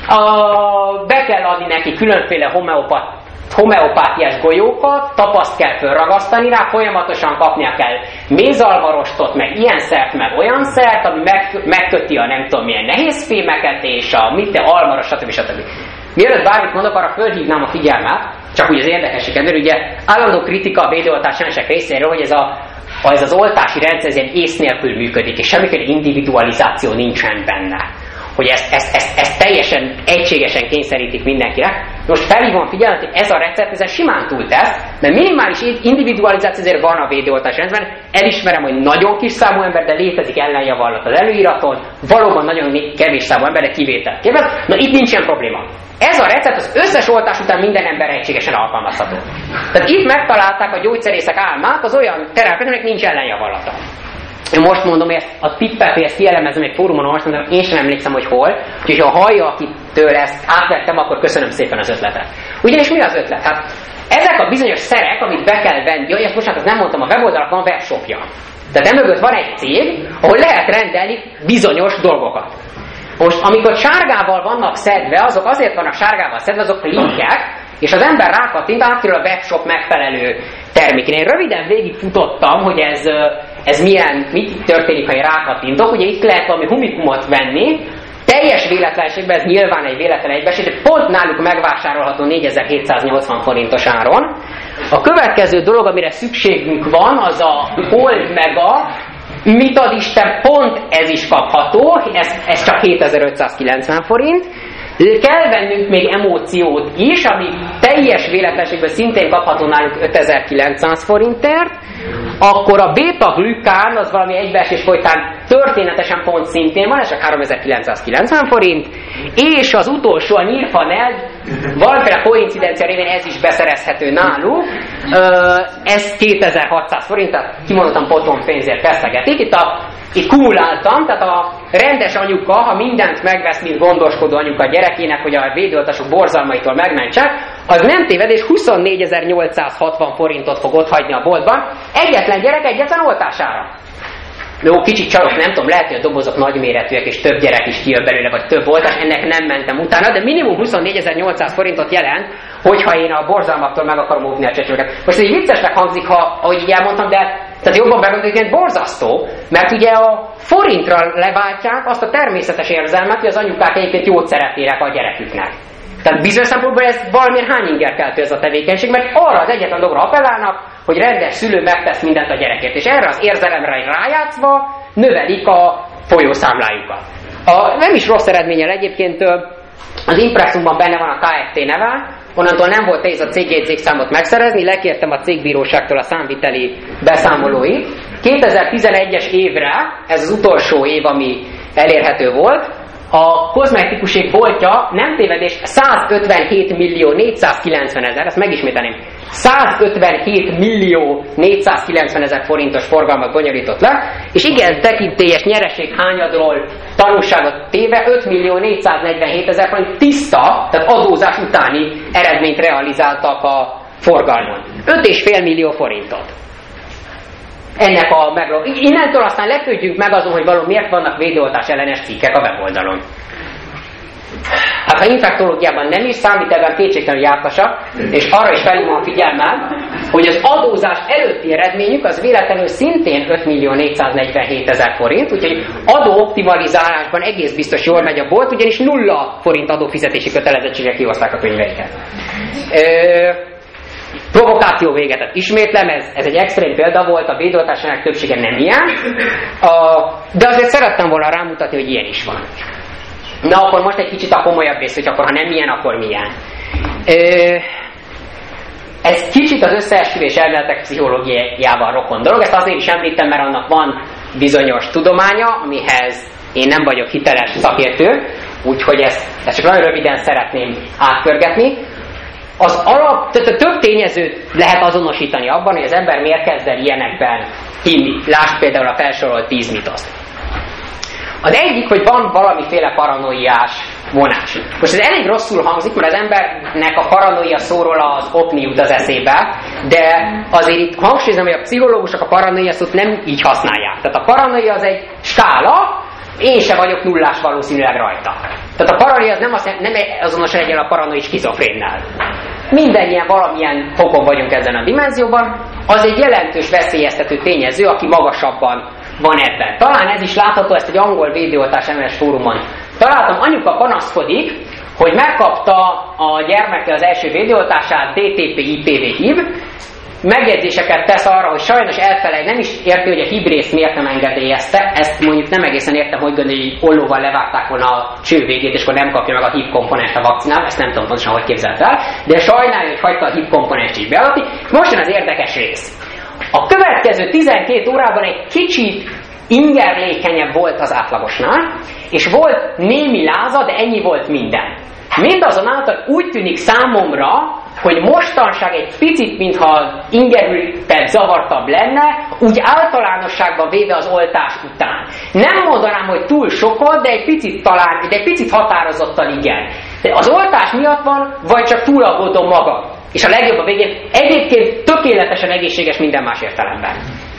S2: Uh, be kell adni neki különféle homeopat homeopátiás golyókat, tapaszt kell fölragasztani rá, folyamatosan kapnia kell mézalvarostot, meg ilyen szert, meg olyan szert, ami meg, megköti a nem tudom milyen nehéz fémeket, és a mit, almaros, stb. stb. Mielőtt bármit mondok, arra fölhívnám a figyelmet, csak úgy az érdekességet, mert ugye állandó kritika a védőoltás ellenesek részéről, hogy ez, a, ez az oltási rendszer ez egy ész nélkül működik, és semmiféle individualizáció nincsen benne. Hogy ezt, ezt, ezt, ezt teljesen egységesen kényszerítik mindenkinek. Most felhívom figyelmet, hogy ez a recept ezen simán túltesz, de minimális individualizáció azért van a védőoltás rendben. Elismerem, hogy nagyon kis számú ember, de létezik ellenjavallat az előíraton, valóban nagyon kevés számú ember, de kivételt képez. Na itt nincs ilyen probléma. Ez a recept az összes oltás után minden ember egységesen alkalmazható. Tehát itt megtalálták a gyógyszerészek álmát az olyan terápiáknak nincs ellenjavallata. Én most mondom, hogy ezt a tippet, hogy ezt kielemezem egy fórumon, most mondom, én sem emlékszem, hogy hol, úgyhogy ha hallja, akitől ezt átvettem, akkor köszönöm szépen az ötletet. Ugyanis mi az ötlet? Hát ezek a bizonyos szerek, amit be kell venni, hogy ezt most hát nem mondtam, a weboldalak van webshopja. Tehát emögött van egy cég, ahol lehet rendelni bizonyos dolgokat. Most, amikor sárgával vannak szedve, azok azért vannak sárgával szedve, azok linkek, és az ember rákattint, átkerül a webshop megfelelő termékén. Én röviden végigfutottam, hogy ez, ez milyen, mit történik, ha én rákattintok. Ugye itt lehet valami humikumot venni, teljes véletlenségben, ez nyilván egy véletlen egybeesés, de pont náluk megvásárolható négyezer-hétszáznyolcvan forintos áron. A következő dolog, amire szükségünk van, az a Gold Mega, mit ad Isten, pont ez is kapható, ez, ez csak hétezer-ötszázkilencven forint. Kell vennünk még emóciót is, ami teljes véletlenségben szintén kapható náluk ötezer-kilencszáz forintért, akkor a beta-glükán az valami egybeesés folytán történetesen pont szintén van, ez csak háromezer-kilencszázkilencven forint, és az utolsó, a Nirfanel, valamiféle koincidencia révén ez is beszerezhető náluk, ez kétezer-hatszáz forint, tehát kimondottan potom pénzért feszegetik. Itt, a, itt kumuláltam, tehát a rendes anyuka, ha mindent megvesz, mint gondoskodó anyuka a gyerekének, hogy a védőoltások borzalmaitól megmentse, az nem tévedés, huszonnégyezer-nyolcszázhatvan forintot fog otthagyni a boltban, egyetlen gyerek egyetlen oltására. Jó, kicsit csalok, nem tudom, lehet, hogy a dobozok nagyméretűek, és több gyerek is kijön belőle, vagy több oltás, ennek nem mentem utána, de minimum huszonnégyezer-nyolcszáz forintot jelent, hogyha én a borzalmaktól meg akarom óvni a csecsemőket. Most ez így viccesnek hangzik, ha, ahogy így elmondtam, de tehát jobban begondoljuk, hogy borzasztó, mert ugye a forintra leváltják azt a természetes érzelmet, hogy az anyukák egyébként jót szeretnének a gyereküknek. Tehát bizonyos szempontból ez valamilyen hányingerkeltő ez a tevékenység, mert arra az egyetlen dologra appellálnak, hogy rendes szülő megtesz mindent a gyerekért, és erre az érzelemre rájátszva növelik a folyószámlájukat. A, nem is rossz eredménnyel egyébként az impresszumban benne van a ká ef té neve, onnantól nem volt nehéz a cégjegyzékszámot megszerezni, lekértem a cégbíróságtól a számviteli beszámolóit. kétezer-tizenegyes évre, ez az utolsó év, ami elérhető volt, a kozmetikusék boltja nem tévedés százötvenhét millió négyszázkilencven ezer, ezt megismételném, százötvenhét millió négyszázkilencven ezer forintos forgalmat bonyolított le, és igen tekintélyes nyereség hányadról tanulságot téve öt millió négyszáznegyvenhét ezer forint tiszta, tehát adózás utáni eredményt realizáltak a forgalmon. öt egész öt millió forintot. Ennek a megló... Innentől aztán lepődjünk meg azon, hogy valami miért vannak védőoltás ellenes cikkek a weboldalon. Hát ha infektológiában nem is számít, ebben kétségtelenül jártasak, és arra is felhívom a figyelmem, hogy az adózás előtti eredményük az véletlenül szintén öt millió négyszáznegyvenhét ezer forint, úgyhogy adóoptimalizálásban egész biztos jól megy a bolt, ugyanis nulla forint adófizetési kötelezettségek kihozták a könyveiket. Ö... Provokáció véget. Ismétlem, ez, ez egy extrém példa volt, a védőoltásnak többsége nem ilyen, a, de azért szerettem volna rámutatni, hogy ilyen is van. Na akkor most egy kicsit a komolyabb rész, hogy akkor ha nem ilyen, akkor milyen. Ö, ez kicsit az összeesküvés elméletek pszichológiájával rokon dolog, ezt azért is említem, mert annak van bizonyos tudománya, amihez én nem vagyok hiteles szakértő, úgyhogy ezt, ezt csak nagyon röviden szeretném átpörgetni. Az alap, tehát a több tényezőt lehet azonosítani abban, hogy az ember miért kezd el ilyenekben hinni. Lásd például a felsorolt tíz mitoszt. Az egyik, hogy van valamiféle paranoiás vonás. Most ez elég rosszul hangzik, mert az embernek a paranoia szóról az opni jut az eszébe, de azért itt hangsúlyozom, hogy a pszichológusok a paranoia szót nem így használják. Tehát a paranoia az egy skála, én se vagyok nullás valószínűleg rajta. Tehát a paranoia az nem, azt, nem azonos legyen a paranoid skizofrénnel. Mindennyien valamilyen fokon vagyunk ezen a dimenzióban, az egy jelentős veszélyeztető tényező, aki magasabban van ebben. Talán ez is látható, ezt egy angol védőoltás ellenes fórumon találtam. Anyuka panaszkodik, hogy megkapta a gyermeke az első védőoltását, dé té pé i pé vé hív, megjegyzéseket tesz arra, hogy sajnos elfelejt, nem is érti, hogy a híbrészt miért nem engedélyezte, ezt mondjuk nem egészen értem, hogy gondolja, hogy ollóval levágták volna a cső végét, és akkor nem kapja meg a hív komponens a vakcinát, ezt nem tudom pontosan, hogy képzelt el, de sajnálja, hogy hagyta a hív komponens így beadni. Most jön az érdekes rész. A következő tizenkét órában egy kicsit ingerlékenyebb volt az átlagosnál, és volt némi láza, de ennyi volt minden. Mindazonáltal úgy tűnik számomra, hogy mostanság egy picit, mintha ingerültet zavartabb lenne, úgy általánosságban véve az oltás után. Nem mondanám, hogy túl sokat, de egy picit talán, de egy picit határozottan igen. De az oltás miatt van, vagy csak túl aggódom magam. És a legjobb a végén egyébként tökéletesen egészséges minden más értelemben.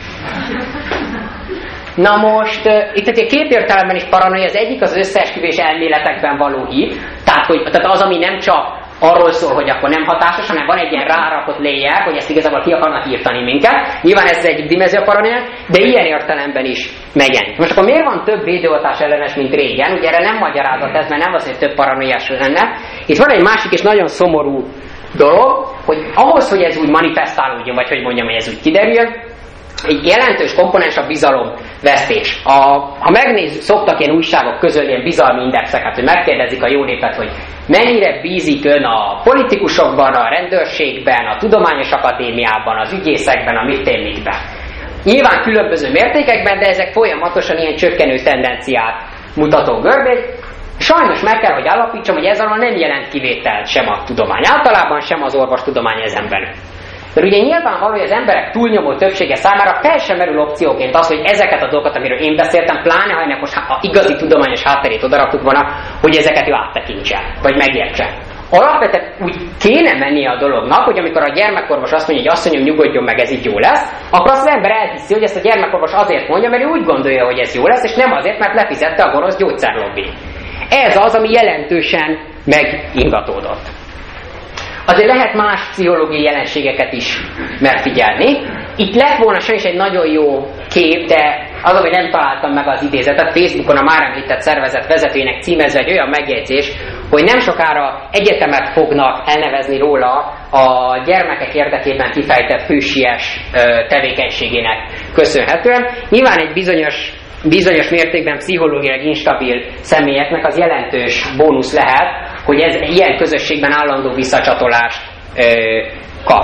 S2: Na most, uh, itt egy két értelemben is paranoia, az egyik az összeesküvés elméletekben való hit, tehát, hogy, tehát az, ami nem csak arról szól, hogy akkor nem hatásos, hanem van egy ilyen rárakott layer, hogy ezt igazából ki akarnak írtani minket. Nyilván ez egy dimenzió paranoia, de ilyen értelemben is megjelenik. Most akkor miért van több védőoltás ellenes, mint régen? Ugye erre nem magyarázat ez, mert nem az, hogy több paranoiás lenne. Itt van egy másik és nagyon szomorú dolog, hogy ahhoz, hogy ez úgy manifestálódjon, vagy hogy mondjam, hogy ez úgy kiderüljön, egy jelentős komponens a bizalomvesztés. A, ha megnézzük, szoktak ilyen újságok közül ilyen bizalmi indexeket, hogy megkérdezik a jó népet, hogy mennyire bízik ön a politikusokban, a rendőrségben, a tudományos akadémiában, az ügyészekben, a mit ténylikben. Nyilván különböző mértékekben, de ezek folyamatosan ilyen csökkenő tendenciát mutató görbék. Sajnos meg kell, hogy állapítsam, hogy ez alól nem jelent kivételt sem a tudomány általában, sem az orvostudomány ezen belül. Mert ugye nyilvánvaló, hogy az emberek túlnyomó többsége számára fel sem merül opcióként az, hogy ezeket a dolgokat, amiről én beszéltem, pláne ha ennek most a igazi tudományos hátterét odaraktuk volna, hogy ezeket ő áttekintse, vagy megértse. Alapvetően úgy kéne mennie a dolognak, hogy amikor a gyermekorvos azt mondja, hogy asszonyom, nyugodjon meg, ez így jó lesz, akkor azt az ember elhiszi, hogy ezt a gyermekorvos azért mondja, mert ő úgy gondolja, hogy ez jó lesz, és nem azért, mert lefizette a gonosz gyógyszerlobbi. Ez az, ami jelentősen megingatódott. Azért lehet más pszichológiai jelenségeket is megfigyelni. Itt lett volna sajnos egy nagyon jó kép, de az, hogy nem találtam meg az idézetet, Facebookon a már említett szervezet vezetőjének címezve egy olyan megjegyzés, hogy nem sokára egyetemet fognak elnevezni róla a gyermekek érdekében kifejtett hősies tevékenységének köszönhetően. Nyilván egy bizonyos bizonyos mértékben pszichológiailag instabil személyeknek az jelentős bónusz lehet, hogy ez ilyen közösségben állandó visszacsatolást ö, kap.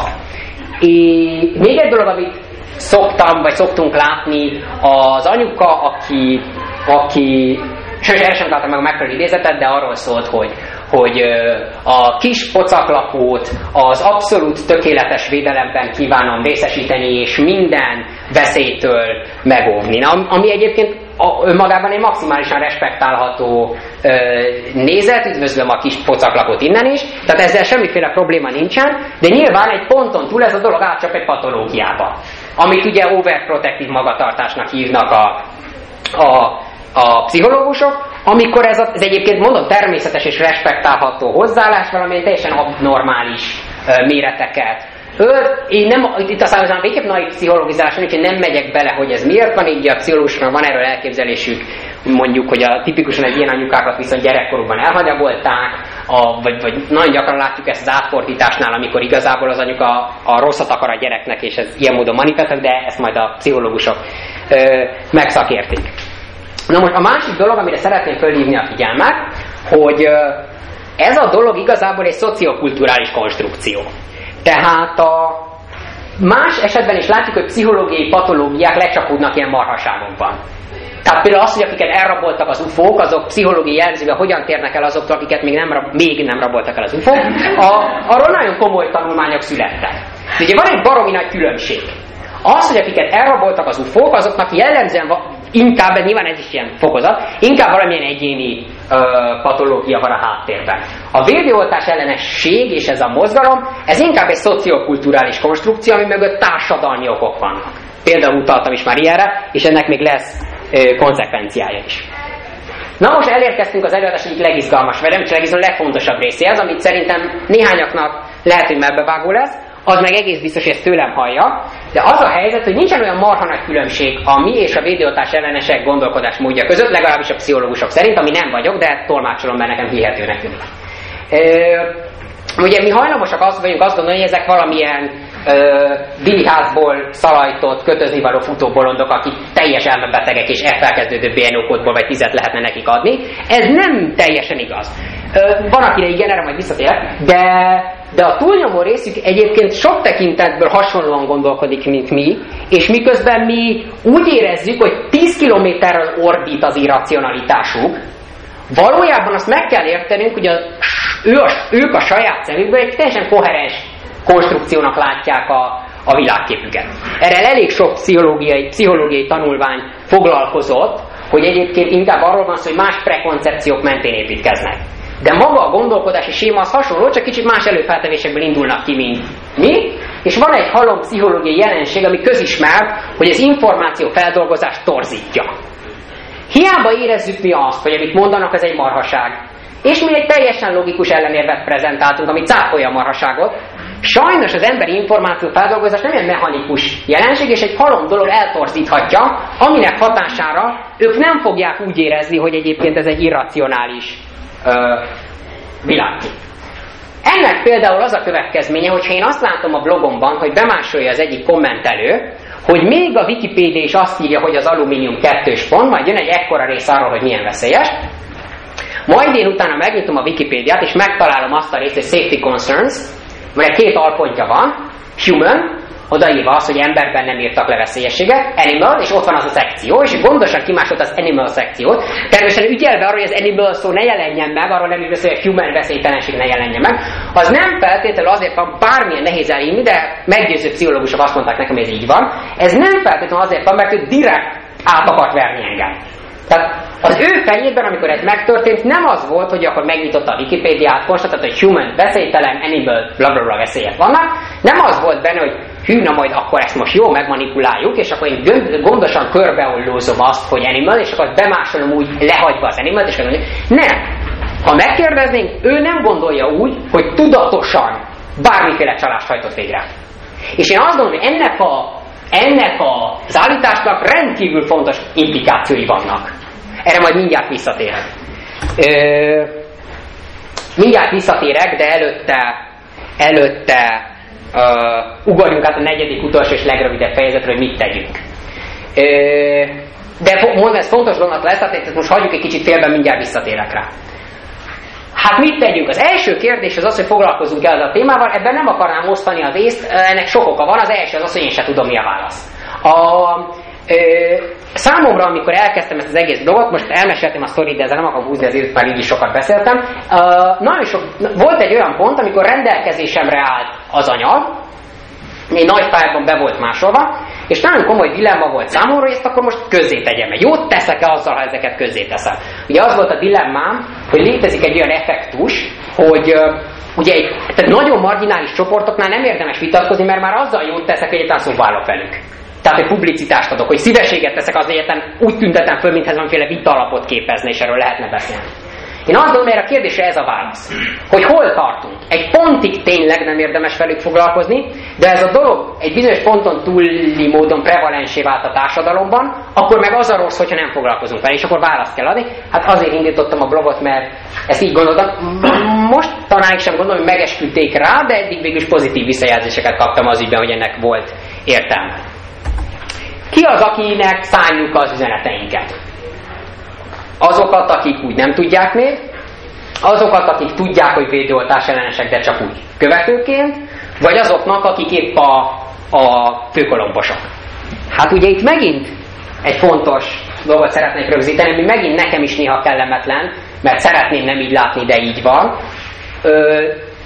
S2: É, még egy dolog, amit szoktam, vagy szoktunk látni, az anyuka, aki, aki sőt, erre sem találtam meg a megfelelő idézetet, de arról szólt, hogy, hogy a kis pocaklapót az abszolút tökéletes védelemben kívánom részesíteni, és minden veszélytől megóvni. Na, ami egyébként önmagában egy maximálisan respektálható ö, nézet, üdvözlöm a kis pocaklapot innen is, tehát ezzel semmiféle probléma nincsen, de nyilván egy ponton túl ez a dolog átcsap egy patológiába, amit ugye overprotective magatartásnak hívnak a, a, a pszichológusok, amikor ez, a, ez egyébként mondom természetes és respektálható hozzáállás, valamilyen teljesen abnormális ö, méreteket ölt. Én nem, itt aztán aztán végképp nagy pszichológizálás, úgyhogy nem megyek bele, hogy ez miért van, így a pszichológusoknak van erről elképzelésük, mondjuk, hogy a tipikusan egy ilyen anyukákat viszont gyerekkorukban elhanyagolták, a, vagy, vagy nagyon gyakran látjuk ezt az átfordításnál, amikor igazából az anyuka a rosszat akar a gyereknek, és ez ilyen módon manifestál, de ezt majd a pszichológusok ö, megszakértik. Na most a másik dolog, amire szeretném fölhívni a figyelmet, hogy ö, ez a dolog igazából egy szociokulturális konstrukció. Tehát a más esetben is látjuk, hogy pszichológiai patológiák lecsapódnak ilyen marhaságokban. Tehát például az, hogy akiket elraboltak az ufók, azok pszichológiai jelzővel hogyan térnek el azoktól, akiket még nem, még nem raboltak el az ufók, a, arról nagyon komoly tanulmányok születtek. De ugye van egy baromi nagy különbség. Az, hogy akiket elraboltak az ufók, azoknak jellemzően inkább, nyilván ez is ilyen fokozat, inkább valamilyen egyéni ö, patológia van a háttérben. A védőoltás ellenesség és ez a mozgalom, ez inkább egy szociokulturális konstrukció, ami mögött társadalmi okok vannak. Például utaltam is már ilyenre, és ennek még lesz ö, konzekvenciája is. Na most elérkeztünk az előadás egyik legizgalmas, vagy nem csak legizgalmas, legfontosabb részéhez, amit szerintem néhányaknak lehet, hogy melbevágó lesz, az meg egész biztos, hogy ezt tőlem hallja, de az a helyzet, hogy nincsen olyan marha nagy különbség a mi és a védőoltás ellenesek gondolkodásmódja között, legalábbis a pszichológusok szerint, ami nem vagyok, de tolmácsolom, mert nekem hihetőnek tűnik. Ugye mi hajlamosak azt vagyunk azt gondolni, hogy ezek valamilyen díjházból szalajtott, kötözni való futóbolondok, akik teljes elmebetegek és elfelkezdődő bé en o-kódból vagy tizet lehetne nekik adni. Ez nem teljesen igaz. Van, akire igen, erre majd visszatérek, de, de a túlnyomó részük egyébként sok tekintetből hasonlóan gondolkodik, mint mi, és miközben mi úgy érezzük, hogy tíz kilométerről ordít az irracionalitásuk, valójában azt meg kell értenünk, hogy a, ő a, ők a saját szemükből egy teljesen koherens konstrukciónak látják a, a világképüket. Erre elég sok pszichológiai, pszichológiai tanulmány foglalkozott, hogy egyébként inkább arról van szó, hogy más prekoncepciók mentén építkeznek. De maga a gondolkodási séma az hasonló, csak kicsit más előfeltevésekből indulnak ki, mint mi, és van egy halom pszichológiai jelenség, ami közismert, hogy az információ feldolgozást torzítja. Hiába érezzük mi azt, hogy amit mondanak, ez egy marhaság. És mi egy teljesen logikus ellenérvet prezentáltunk, ami cáfolja a marhaságot. Sajnos az emberi információ feldolgozás nem ilyen mechanikus jelenség, és egy halom dolog eltorzíthatja, aminek hatására ők nem fogják úgy érezni, hogy egyébként ez egy irracionális ö, világkép. Ennek például az a következménye, hogyha én azt látom a blogomban, hogy bemásolja az egyik kommentelő, hogy még a Wikipédia is azt írja, hogy az alumínium kettős pont, majd jön egy ekkora rész arról, hogy milyen veszélyes, majd én utána megnyitom a Wikipédiát, és megtalálom azt a részt, hogy safety concerns, mert két alpontja van, human, odaírva az, hogy emberben nem írtak le veszélyességet, animal, és ott van az a szekció, és gondosan kimásolt az animal szekciót, természetesen ügyelve arra, hogy az animal szó ne jelenjen meg, arról nem is hogy a human veszélytelenség ne jelenjen meg, az nem feltétlenül azért van, bármilyen nehéz elírni, de meggyőző pszichológusok azt mondták nekem, hogy ez így van, ez nem feltétlenül azért van, mert ő direkt át akart verni engem. Tehát az ő fejében, amikor ez megtörtént, nem az volt, hogy akkor megnyitotta a Wikipédiát, konstatálta, hogy human veszélytelen, animal, blablabla veszélyek vannak, nem az volt benne, hogy hű, na majd akkor ezt most jól megmanipuláljuk, és akkor én gondosan körbeollózom azt, hogy animal, és akkor bemásolom úgy lehagyva az animal, és mondom, nem. Ha megkérdeznénk, ő nem gondolja úgy, hogy tudatosan bármiféle csalást hajtott végre. És én azt gondolom, hogy ennek a Ennek az állításnak rendkívül fontos implikációi vannak. Erre majd mindjárt visszatérek. Ö, mindjárt visszatérek, de előtte, előtte ö, ugorjunk át a negyedik, utolsó és legrövidebb fejezetre, hogy mit tegyünk. Ö, de mondom, ez fontos gondolat lesz, tehát most hagyjuk egy kicsit félben, mindjárt visszatérek rá. Hát mit tegyünk? Az első kérdés az az, hogy foglalkozunk el ezzel a témával, ebben nem akarnám osztani az észt, ennek sok oka van, az első az az, hogy én sem tudom, mi a válasz. A, ö, számomra, amikor elkezdtem ezt az egész blogot, most elmeséltem a sztorit, de ezzel nem akarom húzni, azért már így is sokat beszéltem, ö, nagyon sok, volt egy olyan pont, amikor rendelkezésemre állt az anyag, egy nagy fájlban be volt másolva, és nagyon komoly dilemma volt számomra, hogy ezt akkor most közzé tegyem. Jót teszek-e azzal, ha ezeket közzé teszem? Ugye az volt a dilemmám, hogy létezik egy olyan effektus, hogy uh, ugye egy tehát nagyon marginális csoportoknál nem érdemes vitatkozni, mert már azzal jót teszek, hogy egyáltalán szóválok velük. Tehát, hogy publicitást adok, hogy szívességet teszek, az egyáltalán úgy tüntetem föl, mintha valamiféle vita alapot képezne, és erről lehetne beszélni. Én azt gondolom, hogy a kérdésre ez a válasz, hogy hol tartunk. Egy pontig tényleg nem érdemes velük foglalkozni, de ez a dolog egy bizonyos ponton túli módon prevalensé vált a társadalomban, akkor meg az a rossz, hogyha nem foglalkozunk vele, és akkor választ kell adni. Hát azért indítottam a blogot, mert ezt így gondoltam. Most tanáig sem gondolom, hogy megesküdték rá, de eddig végül is pozitív visszajelzéseket kaptam az ügyben, hogy ennek volt értelme. Ki az, akinek szálljuk az üzeneteinket? Azokat, akik úgy nem tudják még, azokat, akik tudják, hogy védőoltás ellenesek, de csak úgy követőként, vagy azoknak, akik épp a, a főkolomposok. Hát ugye itt megint egy fontos dolgot szeretnék rögzíteni, ami megint nekem is néha kellemetlen, mert szeretném nem így látni, de így van. Ö,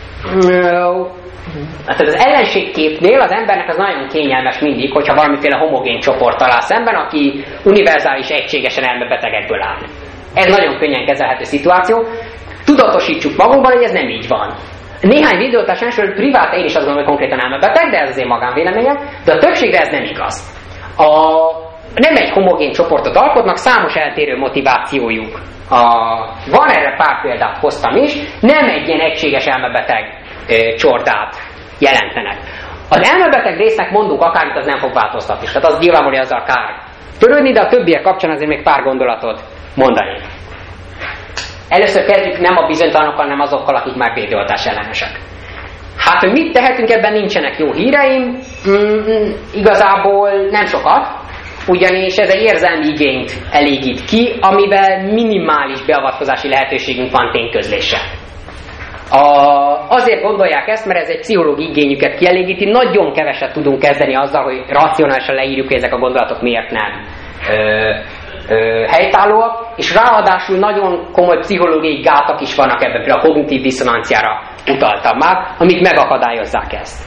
S2: ö, hát az ellenségképnél az embernek az nagyon kényelmes mindig, hogyha valamiféle homogén csoport talál szemben, aki univerzális, egységesen elmebetegekből áll. Ez nagyon könnyen kezelhető szituáció. Tudatosítsuk magunkban, hogy ez nem így van. Néhány védőoltás elsőről privát, én is azt gondolom, hogy konkrétan elmebeteg, de ez az én magánvéleményem, de a többségre ez nem igaz. A, nem egy homogén csoportot alkotnak, számos eltérő motivációjuk. A, van erre pár példát hoztam is, nem egy ilyen egységes elmebeteg e, csordát jelentenek. Az elmebeteg résznek mondunk akármit, az nem fog változtatni. Tehát az nyilvánvaló, hogy azzal kár törődni, de a többiek kapcsán azért még pár gondolatot mondani. Először kezdjük nem a bizonytalanokkal, hanem azokkal, akik már védőoltás ellenesek. Hát, hogy mit tehetünk, ebben nincsenek jó híreim, mm, igazából nem sokat, ugyanis ez egy érzelmi igényt elégít ki, amivel minimális beavatkozási lehetőségünk van tényközléssel. A, azért gondolják ezt, mert ez egy pszichológiai igényüket kielégíti, nagyon keveset tudunk kezdeni azzal, hogy racionálisan leírjuk, hogy ezek a gondolatok miért nem ö, ö, helytállóak, és ráadásul nagyon komoly pszichológiai gátak is vannak ebben, például a kognitív diszonanciára utaltam már, amik megakadályozzák ezt.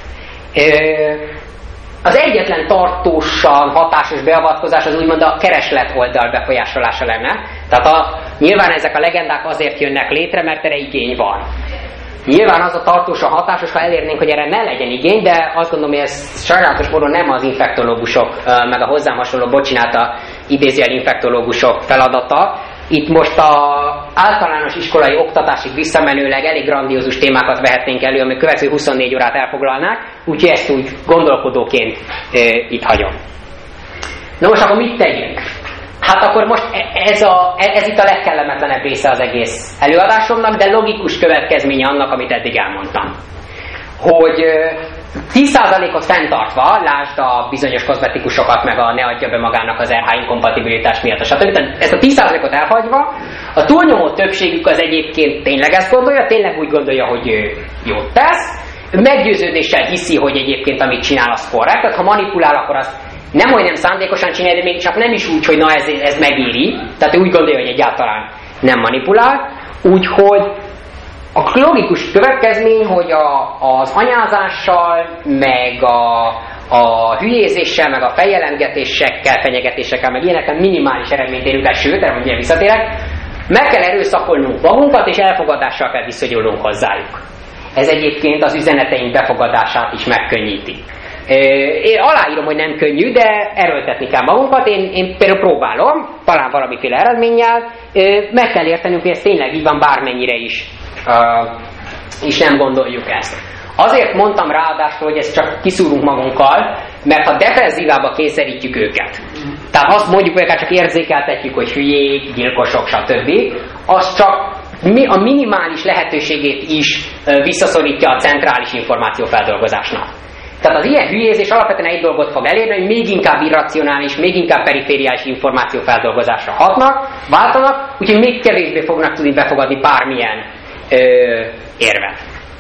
S2: Ö, az egyetlen tartósan hatásos beavatkozás az úgymond a kereslet oldal befolyásolása lenne. Tehát a, nyilván ezek a legendák azért jönnek létre, mert erre igény van. Nyilván az a tartósan hatásos, ha elérnénk, hogy erre ne legyen igény, de azt gondolom, hogy ez sajnálatos módon nem az infektológusok, meg a hozzám hasonló, bocsánat, a idézőjel infektológusok feladata. Itt most az általános iskolai oktatásig visszamenőleg elég grandiózus témákat vehetnénk elő, ami következő huszonnégy órát elfoglalnák, úgyhogy ezt úgy gondolkodóként e, itt hagyom. Na most akkor mit tegyünk? Hát akkor most ez, a, ez itt a legkellemetlenebb része az egész előadásomnak, de logikus következménye annak, amit eddig elmondtam. Hogy tíz százalékot fenntartva, lásd a bizonyos kozmetikusokat, meg a ne adja be magának az er há inkompatibilitás miatt, a stb. Tehát ezt a tíz százalékot elhagyva, a túlnyomó többségük az egyébként tényleg ezt gondolja, tényleg úgy gondolja, hogy ő jót tesz, meggyőződéssel hiszi, hogy egyébként amit csinál, az korrekt, tehát ha manipulál, akkor azt nem, hogy nem szándékosan csinálja, de még csak nem is úgy, hogy na ez, ez megéri, tehát ő úgy gondolja, hogy egyáltalán nem manipulál, úgyhogy a logikus következmény, hogy a, az anyázással, meg a, a hülyézéssel, meg a feljelentgetésekkel, fenyegetésekkel, meg ilyenekkel minimális eredményt érünk el, sőt, erre mondja visszatérek, meg kell erőszakolnunk magunkat, és elfogadással kell viszonyulnunk hozzájuk. Ez egyébként az üzeneteink befogadását is megkönnyíti. Én aláírom, hogy nem könnyű, de erőltetni kell magunkat. Én, én például próbálom, talán valamiféle eredménnyel, meg kell értenünk, hogy ez tényleg így van, bármennyire is, és nem gondoljuk ezt. Azért mondtam ráadásul, hogy ezt csak kiszúrunk magunkkal, mert ha defenzívába kényszerítjük őket, tehát azt mondjuk, hogy csak érzékeltetjük, hogy hülyék, gyilkosok, stb., az csak a minimális lehetőségét is visszaszorítja a centrális információfeldolgozásnak. Tehát az ilyen hülyézés alapvetően egy dolgot fog elérni, hogy még inkább irracionális, még inkább perifériális információfeldolgozásra hatnak, váltanak, úgyhogy még kevésbé fognak tudni befogadni bármilyen ö, érvet.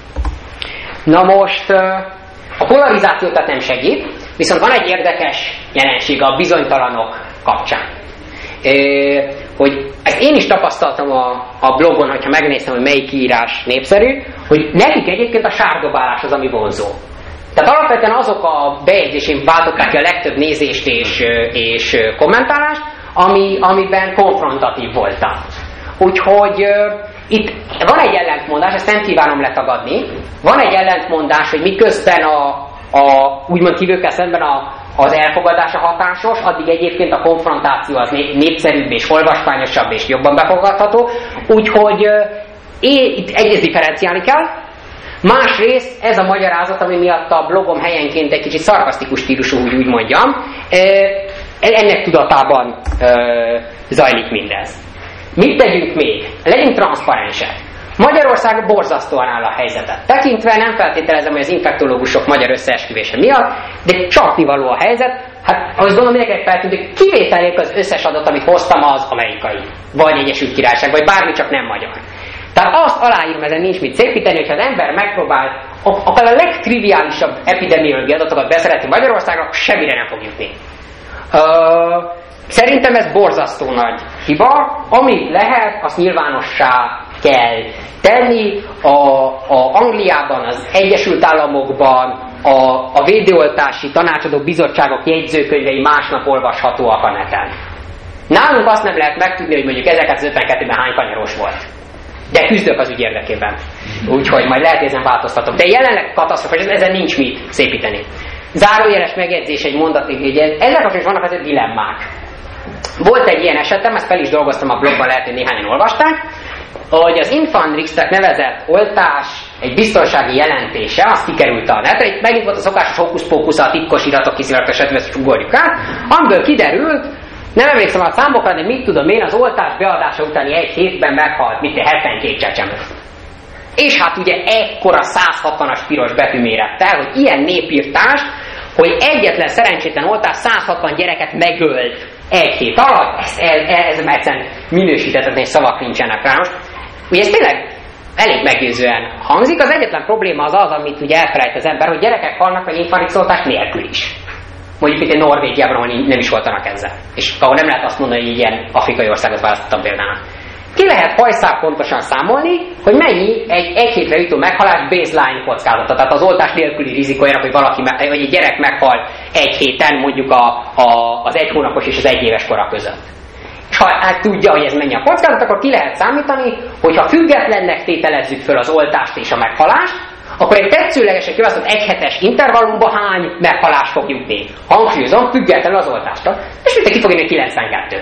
S2: Na most ö, a polarizáció tehát nem segít, viszont van egy érdekes jelenség a bizonytalanok kapcsán. Ö, hogy ezt én is tapasztaltam a, a blogon, hogyha megnéztem, hogy melyik írás népszerű, hogy nekik egyébként a sárdobálás az, ami vonzó. Tehát alapvetően azok a bejegyzésén váltották ki a legtöbb nézést és, és kommentálást, ami, amiben konfrontatív voltam. Úgyhogy uh, itt van egy ellentmondás, ezt nem kívánom letagadni, van egy ellentmondás, hogy miközben a, a úgymond kívülkel szemben a, az elfogadása hatásos, addig egyébként a konfrontáció az népszerűbb és olvasmányosabb és jobban befogadható, úgyhogy uh, én, itt egyrészt differenciálni kell. Másrészt ez a magyarázat, ami miatt a blogom helyenként egy kicsit szarkasztikus stílusú, úgy, úgy mondjam, ennek tudatában zajlik mindez. Mit tegyünk még? Legyünk transzparensek. Magyarország borzasztóan áll a helyzetet tekintve, nem feltételezem, hogy az infektológusok magyar összeesküvése miatt, de csapnivaló a helyzet. Hát azt gondolom, mindenkinek feltűnt, hogy kivételék az összes adat, amit hoztam, az amerikai, vagy Egyesült Királyság, vagy bármi, csak nem magyar. Tehát azt aláírom, ezen nincs mit szépíteni, hogyha az ember megpróbál akár a legtriviálisabb epidemiológiai adatokat beszerezni Magyarországra, semmire nem fog jutni. Uh, szerintem ez borzasztó nagy hiba. Amit lehet, azt nyilvánossá kell tenni. A, a Angliában, az Egyesült Államokban a, a védőoltási tanácsadó bizottságok jegyzőkönyvei másnap olvashatóak a neten. Nálunk azt nem lehet megtudni, hogy mondjuk ezerkilencszázötvenkettőben hány kanyaros volt. De küzdök az ügy érdekében. Úgyhogy majd lehet, hogy ezen változtatom. De jelenleg katasztrofális, ezen nincs mit szépíteni. Zárójeles megjegyzés egy mondatig, hogy ezzel kapcsolatban vannak azért dilemmák. Volt egy ilyen esetem, ezt fel is dolgoztam a blogban, lehet, hogy néhányan olvasták, hogy az Infandrix-nek nevezett oltás egy biztonsági jelentése, az kikerült a netre, itt megint volt a szokásos hókusz-pókusz, a titkos iratok kiszivárgott esetben, ezt ugorjuk át, amiből kiderült, nem emlékszem a számokra, de mit tudom én, az oltás beadása utáni egy hétben meghalt, mint egy hetvenkét csecsemő. És hát ugye ekkora száz hatvanas piros betűmérettel, hogy ilyen népírtás, hogy egyetlen szerencsétlen oltás száz hatvan gyereket megölt egy hét alatt, ez, ez, ez egyszerűen minősíthetetlen, szavak nincsenek rá. Most, ugye ez tényleg elég meggyőzően hangzik, az egyetlen probléma az az, amit ugye elfelejt az ember, hogy gyerekek halnak meg infandrix-oltás nélkül is. Mondjuk itt egy Norvégiában, ahol nem is voltanak ezzel. És ahol nem lehet azt mondani, hogy ilyen afrikai országot választottam például. Ki lehet hajszál pontosan számolni, hogy mennyi egy egy hétre jutó meghalás baseline kockázata, tehát az oltás nélküli rizikójának, hogy valaki, vagy egy gyerek meghal egy héten mondjuk a, a, az egy hónapos és az egy éves kora között. És ha hát tudja, hogy ez mennyi a kockázat, akkor ki lehet számítani, hogyha függetlennek tételezzük föl az oltást és a meghalást, akkor egy tetszőlegesen kiválasztott egyhetes intervallumban hány meghalás fog jutni. Hangsúlyozom, függetlenül az oltástól, és mit ki fog jönni kilencvenkettő.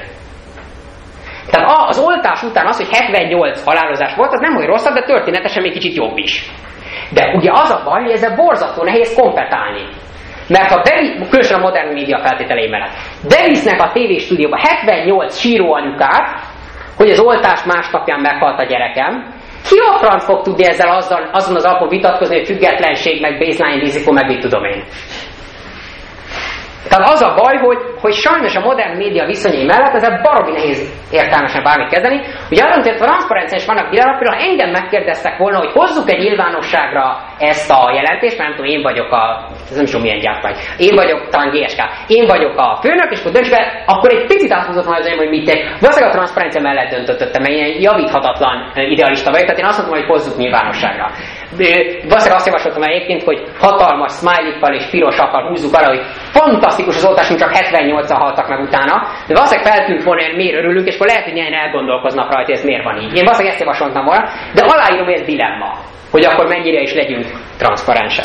S2: Tehát az oltás után az, hogy hetvennyolc halálozás volt, az nem olyan rosszabb, de történetesen még kicsit jobb is. De ugye az a baj, hogy ezzel borzasztó nehéz kompetálni. Mert ha bevi, különösen a modern média feltételei mellett, bevisznek a tévéstúdióba hetvennyolc síró anyukát, hogy az oltás másnapján meghalt a gyerekem, ki a franc fog tudni ezzel azon, azon az alapon vitatkozni, hogy függetlenség, meg baseline rizikó, meg mit tudom én. Tehát az a baj, hogy, hogy sajnos a modern média viszonyai mellett ezzel baromi nehéz értelmesen bármit kezdeni. Ugye arra, hogy transzparencia is vannak pillanatban, ha engem megkérdeztek volna, hogy hozzuk egy nyilvánosságra ezt a jelentést, mert nem tudom, én vagyok a, ez nem tudom milyen gyártmány, én vagyok, talán gé es ká, én vagyok a főnök, és akkor dönts be, akkor egy picit áthozott majd az, hogy mit tegyek. Valószínűleg a transzparencia mellett döntöttem, mert ilyen javíthatatlan idealista vagyok, tehát én azt mondtam, hogy hozzuk nyilvánosságra. Valószínűleg azt javasoltam egyébként, hogy hatalmas smiley-kkal és pirosakkal húzzuk arra, hogy fantasztikus az oltásunk, csak hetvennyolcan haltak meg utána, de valószínűleg feltűnt volna, hogy miért örülünk, és akkor lehet, hogy nyilván elgondolkoznak rajta, hogy ez miért van így. Én valószínűleg ezt javasoltam volna, de aláírom, hogy ez dilemma, hogy akkor mennyire is legyünk transzparensek.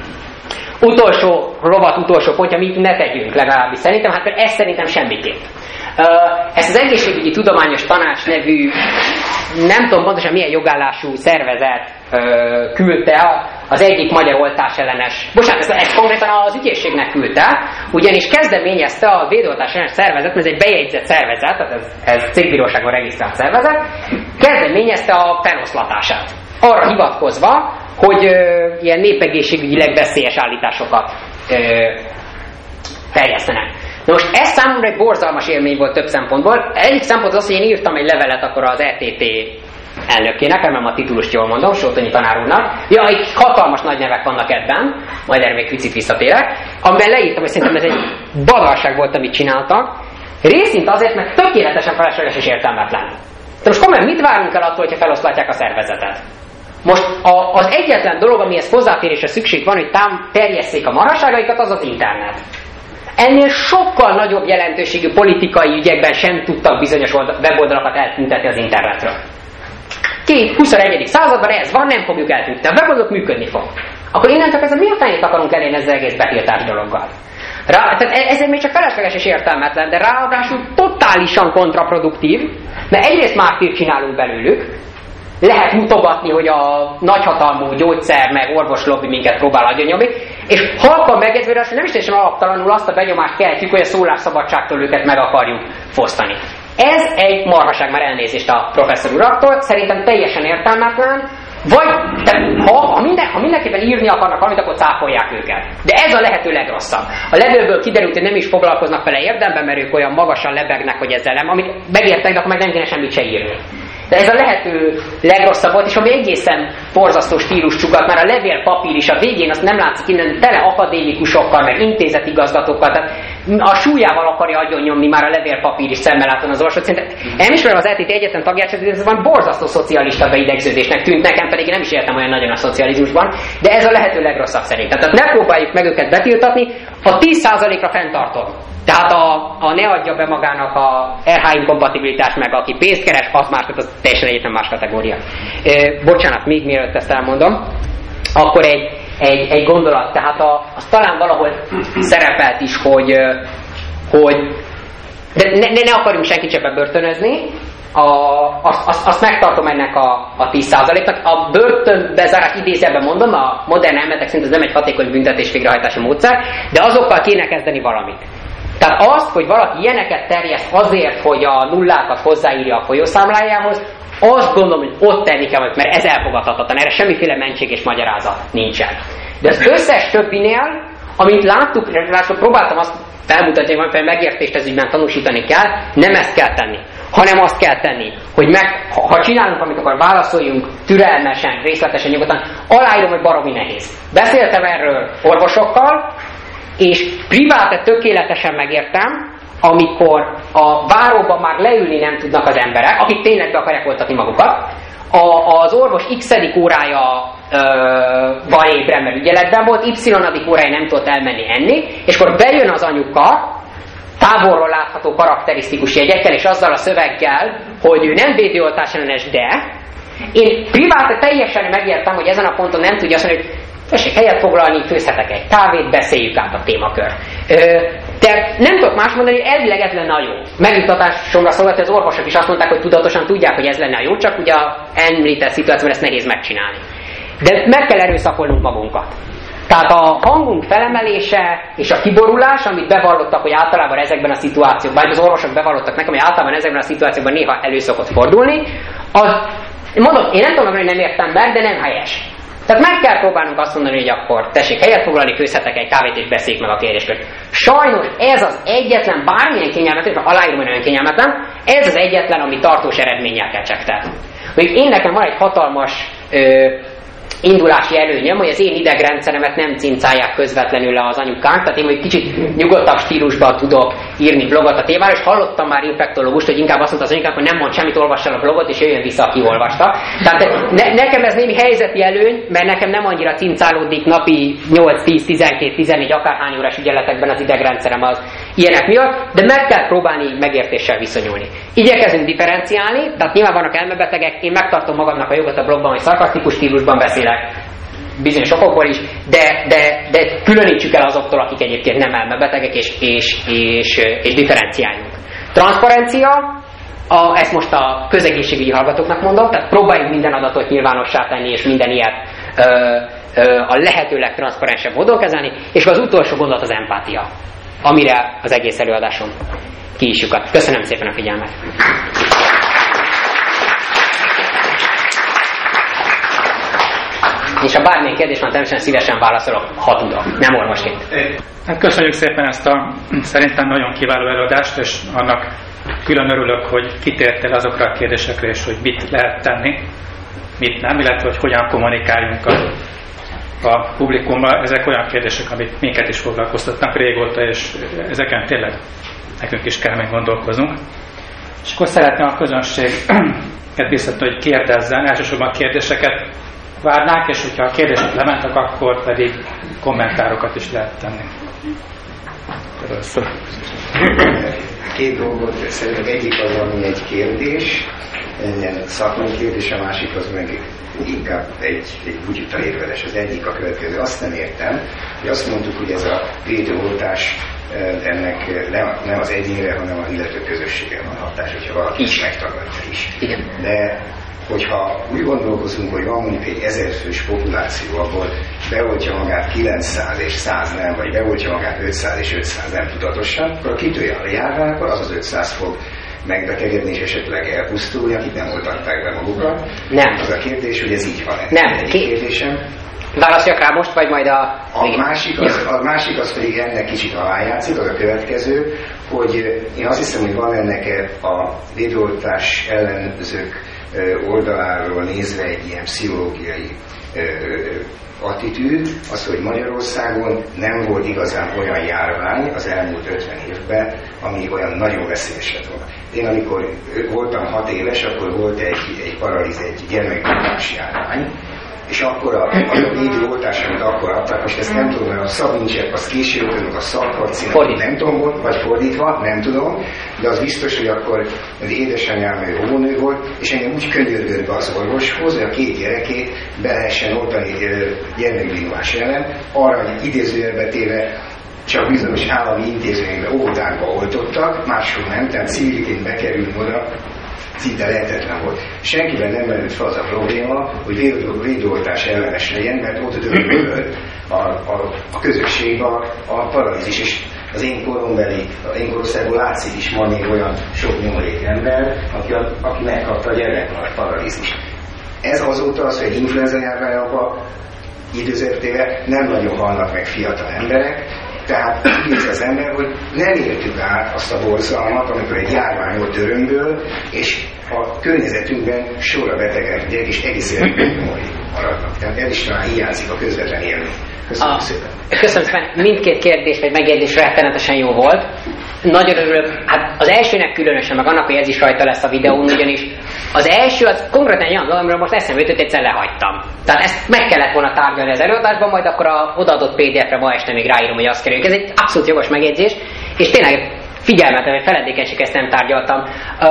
S2: Utolsó rovat, utolsó pontja, mit ne tegyünk legalábbis szerintem, hát ez szerintem semmiképp. Ezt az egészségügyi tudományos tanács nevű, nem tudom pontosan milyen jogállású szervezet küldte az egyik magyar oltás ellenes, bocsánat, ezt, ezt konkrétan az ügyészségnek küldte, ugyanis kezdeményezte a védőoltás ellenes szervezet, mert ez egy bejegyzett szervezet, tehát ez, ez cégbíróságon regisztrált szervezet, kezdeményezte a feloszlatását. Arra hivatkozva, hogy ö, ilyen népegészségügyileg veszélyes állításokat ö, terjesztenek. Na most ez számomra egy borzalmas élmény volt több szempontból. Egyik szempont az, hogy én írtam egy levelet akkor az é té té elnökének, remélem a titulust jól mondom, Sótonyi tanár úrnak. Ja, itt hatalmas nagy nevek vannak ebben, majd erre még picit visszatérek, amiben leírtam, hogy szerintem ez egy badarság volt, amit csináltak. Részint azért, mert tökéletesen felesleges és értelmetlen. De most komolyan mit várunk el attól, hogyha feloszlatják a szervezetet? Most a, az egyetlen dolog, amihez hozzáférésre szükség van, hogy tám, terjesszék a marhaságaikat, az az internet. Ennél sokkal nagyobb jelentőségű politikai ügyekben sem tudtak bizonyos weboldalakat eltüntetni az internetről. Két huszonegyedik században ez van, nem fogjuk eltüntetni. A weboldalak működni fog. Akkor innentől kezdve mi a fenét akarunk elérni ezzel egész betiltás dologgal? Rá, tehát ezért még csak felesleges és értelmetlen, de ráadásul totálisan kontraproduktív, mert egyrészt mártírt csinálunk belőlük, lehet mutogatni, hogy a nagyhatalmú gyógyszer meg orvoslobbi minket próbál agyonnyomni, és halkan megjegyzőre, nem is teljesen alaptalanul azt a benyomást keltjük, hogy a szólásszabadságtól őket meg akarjuk fosztani. Ez egy marhaság, már elnézést a professzor uraktól, szerintem teljesen értelmetlen, vagy ha, ha, minden, ha mindenképpen írni akarnak valamit, akkor cáfolják őket. De ez a lehető legrosszabb. A levélből kiderült, hogy nem is foglalkoznak vele érdemben, mert ők olyan magasan lebegnek, hogy ezzel nem, amit megértek, de akkor meg nem kéne semmit se írni. De ez a lehető legrosszabb volt, és ami egészen borzasztó stílus csukat, már a levélpapír is a végén, azt nem látszik innen, tele akadémikusokkal, meg intézetigazgatókkal, tehát a súlyával akarja agyonnyomni már a levélpapír is szemmel láton az orvosot. Szerintem nem ismerem az é té té egyetlen tagját, ez van borzasztó szocialista beidegződésnek tűnt nekem, pedig én nem is értem olyan nagyon a szocializmusban, de ez a lehető legrosszabb szerintem. Tehát ne próbáljuk meg őket betiltatni, a tíz százalékra fenntartom. Tehát a, a ne adja be magának a er há inkompatibilitás, meg aki pénzt keres, az más, az teljesen egyetlen más kategória. E, bocsánat, még mielőtt ezt elmondom, akkor egy, egy, egy gondolat, tehát a, az talán valahol szerepelt is, hogy, hogy de ne, ne, ne akarjunk senkit se bebörtönözni, a, azt, azt, azt megtartom ennek a, a tíz százaléknak. A börtönbe zárt idézőben mondom, a modern elméletek szerint ez nem egy hatékony büntetés végrehajtási módszer, de azokkal kéne kezdeni valamit. Tehát azt, hogy valaki ilyeneket terjeszt azért, hogy a nullákat hozzáírja a folyószámlájához, azt gondolom, hogy ott tenni kell, mert ez elfogadhatatlan, erre semmiféle mentség és magyarázat nincsen. De az összes többinél, amit láttuk, láttuk próbáltam azt felmutatni, hogy valamiféle megértést ez ügyben tanúsítani kell, nem ezt kell tenni, hanem azt kell tenni, hogy meg, ha, ha csinálunk, amit akar, válaszoljunk türelmesen, részletesen, nyugodtan, aláírom, hogy baromi nehéz. Beszéltem erről orvosokkal, és privát tökéletesen megértem, amikor a váróban már leülni nem tudnak az emberek, akik tényleg be akarják oltatni magukat, a, az orvos x-edik órája ö, van ébren, mert ügyeletben volt, y-adik órája nem tudott elmenni enni, és akkor bejön az anyuka, távolról látható karakterisztikus jegyekkel, és azzal a szöveggel, hogy ő nem védőoltás ellenes, de én privát teljesen megértem, hogy ezen a ponton nem tudja azt mondani, hogy tessék helyet foglalni, főzhetek egy kávét, beszéljük át a témakör. De nem tudok más mondani, hogy elvileg ez lenne a jó. Megnyugtatásomra szólva, hogy az orvosok is azt mondták, hogy tudatosan tudják, hogy ez lenne a jó, csak ugye a említett szituációban ezt nehéz megcsinálni. De meg kell erőszakolnunk magunkat. Tehát a hangunk felemelése és a kiborulás, amit bevallottak, hogy általában ezekben a szituációkban, vagy az orvosok bevallottak nekem, hogy általában ezekben a szituációkban néha elő szokott fordulni, az, mondom, én nem tudom, hogy nem értem meg, de nem helyes. Tehát meg kell próbálnunk azt mondani, hogy akkor tessék helyet foglalni, főzhetek egy kávét és beszéljük meg a kérdéskört. Sajnos ez az egyetlen, bármilyen kényelmetlen, mert aláírom, hogy nagyon kényelmetlen, ez az egyetlen, ami tartós eredménnyel kecsegtet. Hogy én nekem van egy hatalmas ö, indulási előnyem, hogy az én idegrendszeremet nem cincálják közvetlenül le az anyukánk, tehát én egy kicsit nyugodtabb stílusban tudok írni blogot a témára, és hallottam már infektológust, hogy inkább azt mondta az anyukánk, hogy nem mond semmit, olvassa a blogot, és jöjjön vissza, aki olvasta. Tehát ne, nekem ez némi helyzeti előny, mert nekem nem annyira cincálódik napi nyolc, tíz, tizenkét, tizennégy akárhány órás ügyeletekben az idegrendszerem az ilyenek miatt, de meg kell próbálni megértéssel viszonyulni. Igyekezünk differenciálni, tehát nyilván vannak elmebetegek, én megtartom magamnak a jogot a blogban, hogy szarkasztikus stílusban beszélek, bizonyos okokból is, de, de, de különítsük el azoktól, akik egyébként nem elmebetegek, és, és, és, és differenciáljunk. Transzparencia, a, ezt most a közegészségügyi hallgatóknak mondom, tehát próbáljuk minden adatot nyilvánossá tenni, és minden ilyet ö, ö, a lehető legtranszparensebb módon kezelni, és az utolsó gondolat az empátia, amire az egész előadásom ki is lyukadt. Köszönöm szépen a figyelmet! És ha bármilyen kérdés van, természetesen szívesen válaszolok, ha tudok, nem orvosként.
S1: Hát köszönjük szépen ezt a szerintem nagyon kiváló előadást, és annak külön örülök, hogy kitértél azokra a kérdésekre, és hogy mit lehet tenni, mit nem, illetve hogy hogyan kommunikáljunk a, a publikummal. Ezek olyan kérdések, amik minket is foglalkoztatnak régóta, és ezeken tényleg nekünk is kell meg gondolkozunk. És akkor szeretném a közönséget biztatni, hogy kérdezzen, elsősorban kérdéseket várnánk, és hogyha a kérdések lementek, akkor pedig kommentárokat is lehet tenni. Először.
S3: Két dolgot szerintem, egyik az, ami egy kérdés, egy szakmai kérdés, a másik az meg inkább egy, egy bugyuta érveles. Az egyik a következő. Azt nem értem, hogy azt mondtuk, hogy ez a védőoltás ennek nem, nem az egyénre, hanem az illető közösségre van hatás, hogyha valaki is megtagadja is.
S2: Igen.
S3: De hogyha úgy gondolkozunk, hogy van mondjuk egy ezerfős populáció, abból beoltja magát kilencszáz és száz nem, vagy beoltja magát ötszáz és ötszáz nem tudatosan, akkor a kitője a járvány, akkor az az ötszáz fog megbetegedni és esetleg elpusztulni, akik nem oltatták be magukat.
S2: Nem.
S3: Az a kérdés, hogy ez így van-e?
S2: Nem.
S3: Egy kérdésem.
S2: Válaszoljak rá most, vagy majd a...
S3: A másik, az, a másik az pedig ennek kicsit alájátszik, az a következő, hogy én azt hiszem, hogy van ennek a védőoltás ellenzők oldaláról nézve egy ilyen pszichológiai attitűd, az, hogy Magyarországon nem volt igazán olyan járvány az elmúlt ötven évben, ami olyan nagyon veszélyes lett volna. Én amikor voltam hat éves, akkor volt egy, egy paraliz, egy gyermekgyógyás járvány, és akkor a, a védőoltás, amit akkor adták, most ezt nem tudom, mert a szabincsek, az később, a szarkarcinak, nem tudom, vagy fordítva, nem tudom, de az biztos, hogy akkor az édesanyám ő óvónő volt, és engem úgy könyörgött be az orvoshoz, hogy a két gyerekét be lehessen oltani gyermekbénulás ellen, arra, hogy idézőjelbe téve csak bizonyos állami intézményekbe, óvodákba oltottak, máshol nem, tehát civilként bekerült oda, szinte lehetetlen volt. Senkiben nem merült fel az a probléma, hogy védőoltás ellenes legyen, mert ott döntött a, a, a közösségben a, a paralízis, és az én korombeli, az én korosztályból látszik is ma még olyan sok nyomorék ember, aki, a, aki megkapta a gyereknál paralízis. Ez azóta az, hogy influenza járványokban időzöttével nem nagyon halnak meg fiatal emberek, tehát úgy érzi az ember, hogy nem értük át azt a borzalmat, amikor egy járvány ott örömből, és a környezetünkben sorra betegednek, és egész életben maradnak. Tehát ez is talán hiányzik a közvetlen élmény. Köszönöm a, szépen.
S2: Köszönöm szépen. Mindkét kérdés vagy megjegyzés rettenetesen jó volt. Nagyon örülök. Hát az elsőnek különösen, meg annak, hogy ez is rajta lesz a videón, ugyanis az első az konkrétan olyan, amiről most eszembe jutott, egyszer lehagytam. Tehát ezt meg kellett volna tárgyalni az előadásban, majd akkor a odaadott pé dé ef-re ma este még ráírom, hogy azt kerüljük. Ez egy abszolút jogos megjegyzés, és tényleg figyelmet, vagy feledékenység, ezt nem tárgyaltam.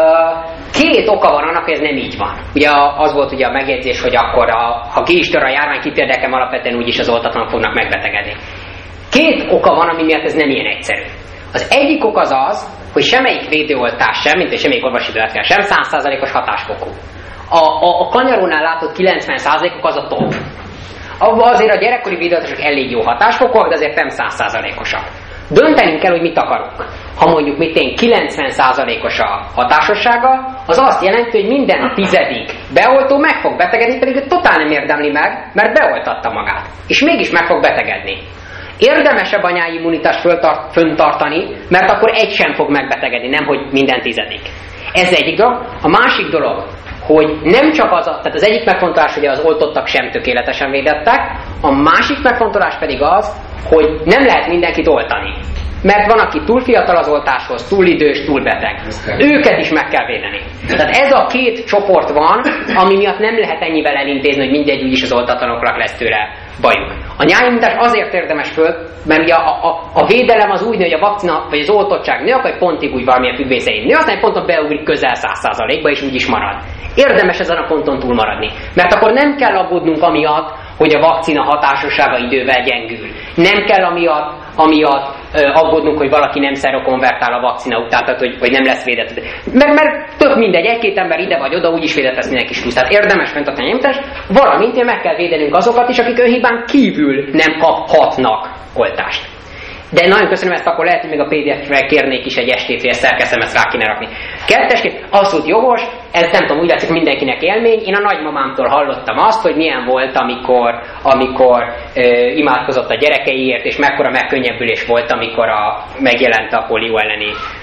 S2: Két oka van annak, hogy ez nem így van. Ugye az volt ugye a megjegyzés, hogy akkor a, ha ki is tör a járvány, kitérdekem alapvetően úgyis az oltatlanok fognak megbetegedni. Két oka van, ami miatt ez nem ilyen egyszerű. Az egyik ok az az, hogy semmelyik védőoltás sem, mint és semmelyik orvosi beavatkozás sem száz százalékos hatásfokú. A, a, a kanyarónál látott kilencven százalékok az a top. Abban azért a gyerekkori védőoltások elég jó hatásfokúak, de azért nem száz százalékosak. Döntenünk kell, hogy mit akarunk. Ha mondjuk mit én kilencven százalékos a hatásossága, az azt jelenti, hogy minden a tizedik beoltó meg fog betegedni, pedig ő totál nem érdemli meg, mert beoltatta magát. És mégis meg fog betegedni. Érdemesebb anyái immunitást föntartani, mert akkor egy sem fog megbetegedni, nem hogy minden tizedik. Ez egyik dolog. A másik dolog, hogy nem csak az, a, tehát az egyik megfontolás, hogy az oltottak sem tökéletesen védettek, a másik megfontolás pedig az, hogy nem lehet mindenkit oltani. Mert van, aki túl fiatal az oltáshoz, túl idős, túl beteg. Őket is meg kell védeni. Tehát ez a két csoport van, ami miatt nem lehet ennyivel elintézni, hogy mindegy úgyis az oltatlanoknak lesz tőle bajuk. A nyájimmunitás azért érdemes föl, mert ugye a, a, a védelem az úgy nő, hogy a vakcina vagy az oltottság nő, akkor pontig úgy valamilyen függvény szerint nő, aztán egy ponton beugrik közel száz százalékba, és úgy is marad. Érdemes ezen a ponton túlmaradni. Mert akkor nem kell aggódnunk amiatt, hogy a vakcina hatásossága idővel gyengül. Nem kell amiatt, amiatt ö, aggódnunk, hogy valaki nem szerokonvertál a vakcina után, tehát hogy, hogy nem lesz védett. Mert, mert tök mindegy, egy-két ember ide vagy oda, úgyis védett lesz mindenki plusz. Tehát érdemes fenntartani a nyomtást, valamint meg kell védenünk azokat is, akik önhibán kívül nem kaphatnak oltást. De nagyon köszönöm ezt, akkor lehet, hogy még a pé dé ef-re kérnék is egy estét, hogy ezt szerkesztem, ezt rá kéne rakni. Kettesként, abszolút jogos, ez nem tudom, úgy látszik mindenkinek élmény. Én a nagymamámtól hallottam azt, hogy milyen volt, amikor, amikor ö, imádkozott a gyerekeiért, és mekkora megkönnyebbülés volt, amikor a, megjelent a polió elleni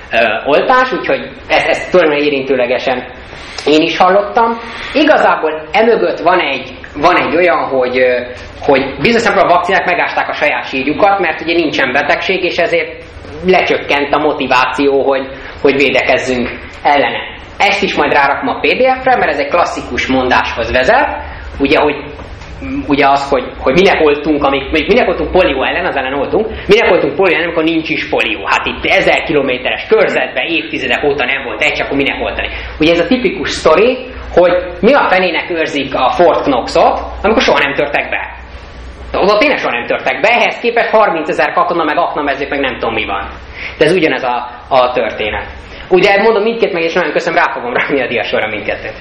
S2: ö, oltás, úgyhogy ezt, ezt tulajdonképpen érintőlegesen én is hallottam. Igazából emögött van egy, van egy olyan, hogy, hogy bizonyos szempontból a vakcinák megásták a saját sírjukat, mert ugye nincsen betegség, és ezért lecsökkent a motiváció, hogy, hogy védekezzünk ellene. Ezt is majd rárakom a pé dé ef-re, mert ez egy klasszikus mondáshoz vezet, ugye, hogy ugye az, hogy, hogy minek oltunk, amik, minek oltunk polió ellen, az ellen oltunk, minek oltunk polió ellen, amikor nincs is polió. Hát itt ezer kilométeres körzetben évtizedek óta nem volt egy, csak akkor minek oltani. Ugye ez a tipikus sztori, hogy mi a fenének őrzik a Fort Knoxot, amikor soha nem törtek be. Oda tényleg soha nem törtek be, ehhez képest harmincezer katona, meg aknamezők, meg nem tudom mi van. De ez ugyanez a, a történet. Ugye mondom mindkét meg, és nagyon köszönöm, rá fogom rakni a diasorra mindkettőt.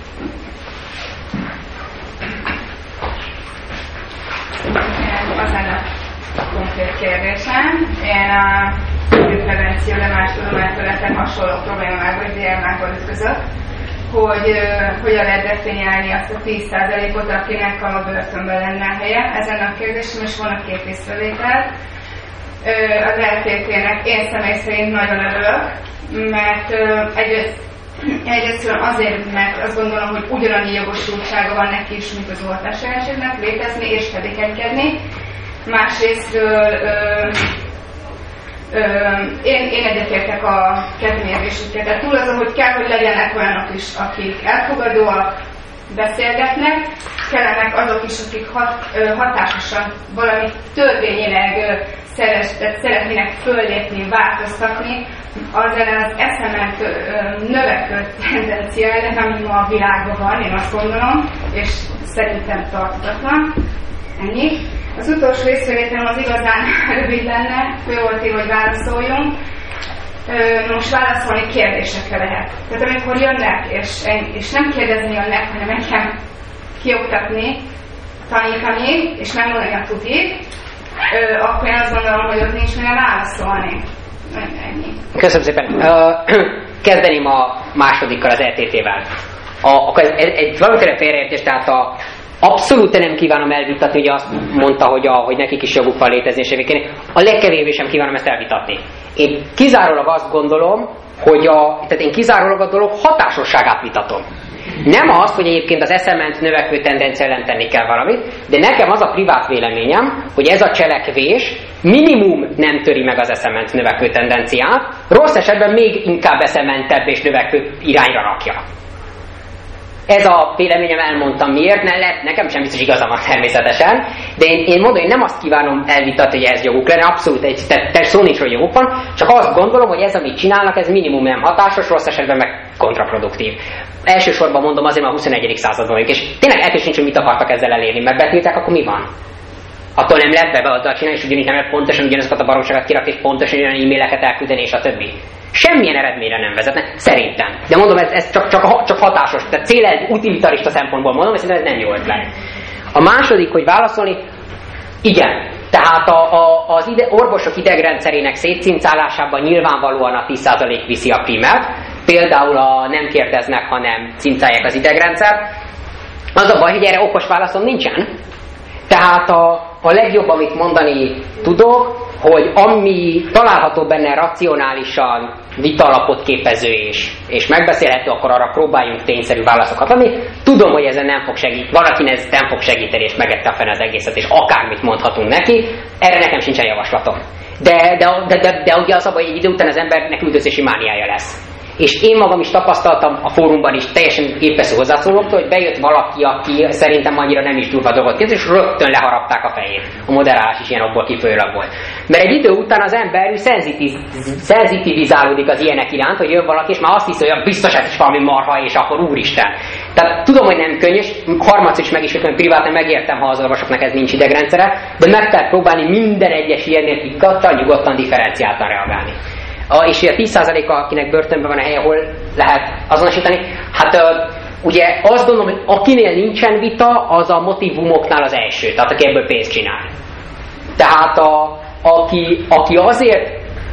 S4: Az lenne a konkrét kérdésem. Én a prevenció, de más tudományterületen hasonló problémákban, vagy dilemmákban ütközök, hogy uh, hogyan lehet definiálni azt a tíz százalékot, akinek a börtönben lenne a helye. Ezen a kérdésem is van a két észrevétel. Uh, az el té té-nek én személy szerint nagyon örülök, mert uh, egyrészt Egyszerűen azért, mert azt gondolom, hogy ugyanannyi jogosultsága van neki is, mint az oltásjelentségnek létezni és tevékenykedni. Másrésztről ö, ö, én, én egyetértek a kezdeményezésükkel. Tehát túl azon, hogy kell, hogy legyenek olyanok is, akik elfogadóak, beszélgetnek, kellenek azok is, akik hat, ö, hatásosan valami törvényileg ö, szeres, tehát szeretnének föllépni, változtatni, az ellen az eszemet növekvő tendencia ellen, ami ma a világban van, én azt gondolom, és szerintem tartatlan. Ennyi. Az utolsó észrevételem az igazán rövid lenne, főolti, hogy válaszoljunk. Most válaszolni kérdésekre lehet. Tehát amikor jönnek, és, és nem kérdezni jönnek, hanem engem kioktatni, tanítani, és nem mondani a tudik, akkor én azt gondolom, hogy ott nincs mire válaszolni. Ennyi.
S2: Köszönöm szépen. Kezdeném a másodikkal, az é té té-vel. Akkor ez egy valamiféle félreértés, tehát a abszolút nem kívánom elvitatni, ugye azt mondta, hogy, a, hogy nekik is joguk van létezni és évékén. A legkevésbé sem kívánom ezt elvitatni. Én kizárólag azt gondolom, hogy a, tehát én kizárólag a dolog hatásosságát vitatom. Nem az, hogy egyébként az eszement növekvő tendencia ellen tenni kell valamit, de nekem az a privát véleményem, hogy ez a cselekvés minimum nem töri meg az eszement növekvő tendenciát, rossz esetben még inkább eszementebb és növekvő irányra rakja. Ez a véleményem, elmondtam miért, ne lett, nekem sem biztos igazam van természetesen, de én, én mondom, én nem azt kívánom elvitatni, hogy ez joguk lenne, abszolút egy, te, te szó nincs, hogy joguk van, csak azt gondolom, hogy ez, amit csinálnak, ez minimum nem hatásos, rossz esetben meg kontraproduktív. Elsősorban mondom azért, mert a huszonegyedik században vagyunk, és tényleg elkés nincs, hogy mit akartak ezzel elérni, mert betilták, akkor mi van? Attól nem lehet bebeaddal csinálni, és ugyanígy nem lehet pontosan ugyanazokat a baromságot kirakni, és pontosan olyan e-maileket elküldeni, és a többi. Semmilyen eredményre nem vezetne, szerintem. De mondom, ez, ez csak, csak, csak hatásos, tehát cél, utilitarista szempontból mondom, és ez nem jó ötlet. A második, hogy válaszolni, igen, tehát a, a, az ide, orvosok idegrendszerének szétcincálásában nyilvánvalóan a tíz százalék viszi a primet, például a nem kérdeznek, hanem cincálják az idegrendszert. Az a baj, hogy erre okos válaszom nincsen. Tehát a, a legjobb, amit mondani tudok, hogy ami található benne racionálisan vitalapot képező és, és megbeszélhető, akkor arra próbáljunk tényszerű válaszokat adni. Tudom, hogy ezen nem fog segíteni, valakin ez nem fog segíteni, és megette a fene az egészet, és akármit mondhatunk neki, erre nekem sincsen javaslatom. De, de, de, de, de ugye az abban, hogy egy idő után az embernek üldözési mániája lesz. És én magam is tapasztaltam a fórumban is teljesen képeszű hozzászólóktól, hogy bejött valaki, aki szerintem annyira nem is durva dolgot képzel, és rögtön leharapták a fejét. A moderálás is ilyen okból kifolyólag volt. Mert egy idő után az ember szenzitivizálódik az ilyenek iránt, hogy jön valaki, és már azt hiszi, hogy biztos ez is valami marha, és akkor úristen. Tehát tudom, hogy nem könnyű, és harmadszor is megismertem, hogy privátan megértem, ha az orvosoknak ez nincs idegrendszere, de meg kell próbálni minden egyes ilyennél kikattal, nyugodtan, differenciáltan reagálni. A, és a tíz százaléka, akinek börtönben van a helye, hol lehet azonosítani? Hát uh, ugye azt gondolom, hogy akinél nincsen vita, az a motivumoknál az első, tehát aki ebből pénzt csinál. Tehát a, aki, aki azért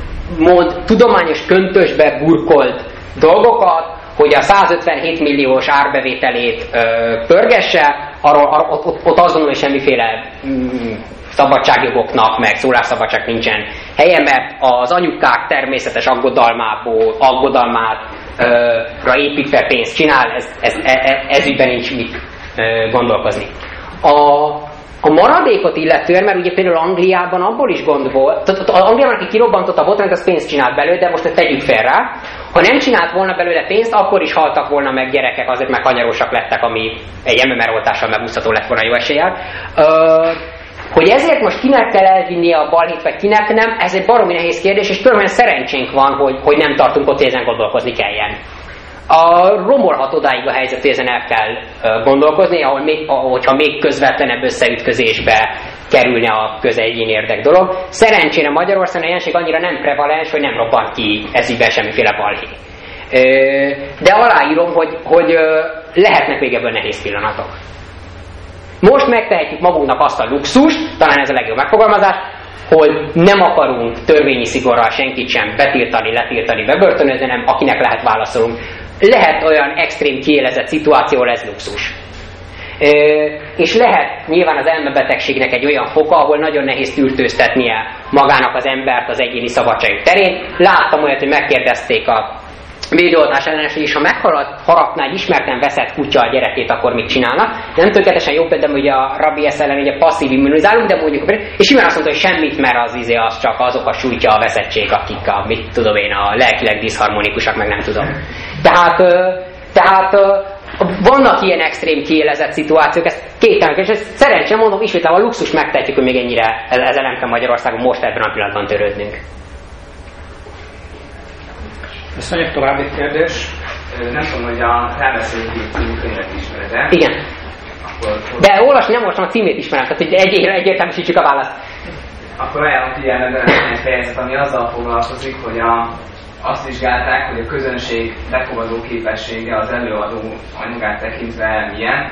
S2: mond tudományos köntösbe burkolt dolgokat, hogy a százötvenhét milliós árbevételét ö, pörgesse, arról, arról ott, ott azt gondolom, hogy semmiféle mm, szabadságjogoknak, meg szólásszabadság nincsen helye, mert az anyukák természetes aggodalmából, aggodalmára építve pénzt csinál, ez, ez, ez, ez ügyben nincs mit gondolkozni. A, a maradékot illetően, mert ugye például Angliában abból is gond volt, tehát Angliában, aki kirobbantotta a botrányt, az pénzt csinált belőle, de most ezt tegyük fel rá. Ha nem csinált volna belőle pénzt, akkor is haltak volna meg gyerekek, azért mert kanyarosak lettek, ami egy em em er oltással megúszható lett volna jó eséllyel. Ö, hogy ezért most kinek kell elvinnie a balhét, vagy kinek nem, ez egy baromi nehéz kérdés, és tulajdonképpen szerencsénk van, hogy, hogy nem tartunk ott, hogy ezen gondolkozni kelljen. A romolhat odáig a helyzet, hogy ezen el kell gondolkozni, ahol még, hogyha még közvetlenebb összeütközésbe kerülne a közegyén érdek dolog. Szerencsére Magyarországon a jelenség annyira nem prevalens, hogy nem robban ki ezügyben semmiféle balhé. De aláírom, hogy, hogy lehetnek még ebből nehéz pillanatok. Most megtehetjük magunknak azt a luxust, talán ez a legjobb megfogalmazás, hogy nem akarunk törvényi szigorral senkit sem betiltani, letiltani, bebörtönözni, hanem akinek lehet válaszolunk. Lehet olyan extrém kiélezett szituáció, ez luxus. Ö, és lehet nyilván az elmebetegségnek egy olyan foka, ahol nagyon nehéz tűrtőztetnie magának az embert az egyéni szabadság terén. Láttam olyat, hogy megkérdezték a védőoltás ellenes, és ha megharapná egy ismerten veszett kutya a gyerekét, akkor mit csinálnak. Nem tökéletesen jó például, hogy a rabiesz ellen ugye passzív immunizálunk, de mondjuk, és imán azt mondta, hogy semmit, mert az izé az csak azok a sújtja a veszettség, akik a, mit tudom én, a lelkileg diszharmonikusak, meg nem tudom. Tehát, tehát vannak ilyen extrém kiélezett szituációk, ez kételen, és ezt szerencsém mondom, ismétlem a luxus megtehetjük, hogy még ennyire ezzel nem kell Magyarországon most ebben a pillanatban törődnünk.
S1: Köszönjük, további kérdés.
S5: Nem tudom, hogy a rábeszélő könyvet ismered-e?
S2: Igen. Akkor, de olvasni nem olvastam, a címét ismerem, tehát hogy egy, egyértelműsítsük a választ.
S5: Akkor ajánlom figyelmedre egy fejezet, ami azzal foglalkozik, hogy a, azt vizsgálták, hogy a közönség befogadó képessége az előadó anyagát tekintve milyen,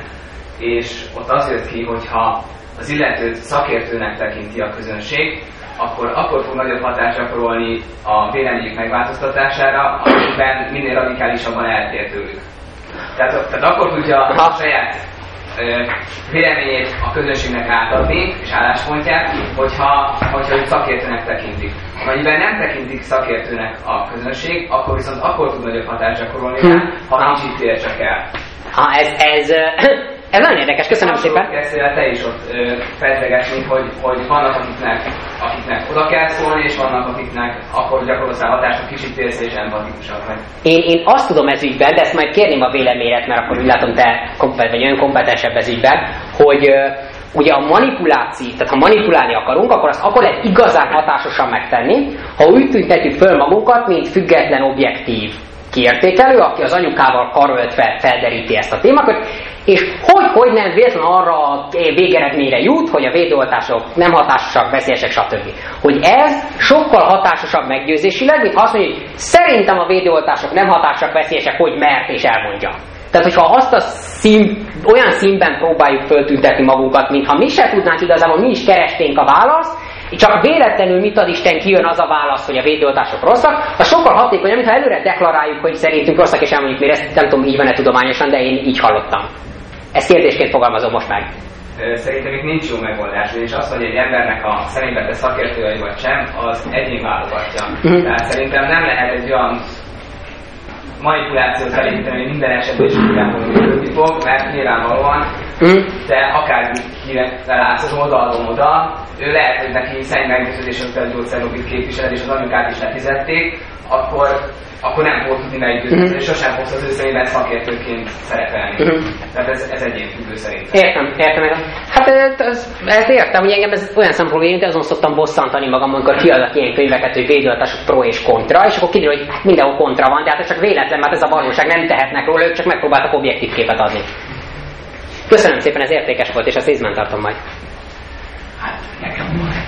S5: és ott az jött ki, hogyha az illetőt szakértőnek tekinti a közönség, akkor, akkor fog nagyobb hatást gyakorolni a véleményük megváltoztatására, amiben minél radikálisabban eltér tőlük. Tehát, tehát akkor tudja a saját ö, véleményét a közönségnek átadni, és álláspontját, hogyha, hogyha őt szakértőnek tekintik. Amennyiben nem tekintik szakértőnek a közönség, akkor viszont akkor tud nagyobb hatást gyakorolni rá, ha nincs itt ér csak el.
S2: Ha ez, ez, ez nagyon érdekes, köszönöm szépen.
S5: Kezdtél te is ott fejtegetni, hogy, hogy vannak akiknek, akiknek oda kell szólni, és vannak akiknek akkor gyakorolsz rá hatást, a kicsit élsz és empatikusak vagy.
S2: Én, én azt tudom ez ügyben, de ezt majd kérném a véleményet, mert akkor úgy látom te kompet, vagy olyan kompetensebb ez ügyben, hogy uh, ugye a manipuláció, tehát ha manipulálni akarunk, akkor azt akkor lehet igazán hatásosan megtenni, ha úgy tüntetjük föl magunkat, mint független objektív kiértékelő, aki az anyukával karöltve felderíti ezt a témakört, és hogy-hogy nem véletlenül arra a végeredményre jut, hogy a védőoltások nem hatásosak, veszélyesek, stb. Hogy ez sokkal hatásosabb meggyőzésileg, mint ha azt mondja, hogy szerintem a védőoltások nem hatásosak, veszélyesek, hogy mert és elmondja. Tehát, hogyha azt a szín, olyan színben próbáljuk föltüntetni magunkat, mintha mi se tudnánk igazából, mi is keresténk a választ, csak véletlenül mit ad Isten, kijön az a válasz, hogy a védőoltások rosszak, az sokkal hatékonyabb, mintha előre deklaráljuk, hogy szerintünk rosszak, és elmondjuk, miért ezt nem tudom, így van-e tudományosan, de én így hallottam. Ezt kérdésként fogalmazom most meg.
S5: Szerintem itt nincs jó megoldás, és azt, hogy egy embernek a személyben te szakértői vagy sem, az egyén válogatja. Mm-hmm. Tehát szerintem nem lehet egy olyan manipulációt felépíteni, hogy minden esetben is működni fog, mert nyilvánvalóan mm. te akármire látsz az oldalon oda, ő lehet, hogy neki szerint meggyőződésökkel gyógyszerlobit képviseled, és az anyukát is lefizették, akkor, akkor nem fog tudni meggyőzni, és sosem fogsz az ő szemében szakértőként szerepelni. Mm. Tehát ez, ez egyén függő szerintem.
S2: Értem, értem, értem. Hát ez, ezt értem, hogy engem ez olyan szempontból érint, azon szoktam bosszantani magam, amikor kiadok ilyen könyveket, hogy védőoltások pro és kontra, és akkor kiderül, hogy mindenhol kontra van, de hát ez csak véletlen, mert ez a valóság, nem tehetnek róla, ők csak megpróbáltak objektív képet adni. Köszönöm szépen, ez értékes volt, és ezt észben tartom majd.
S6: Hát nekem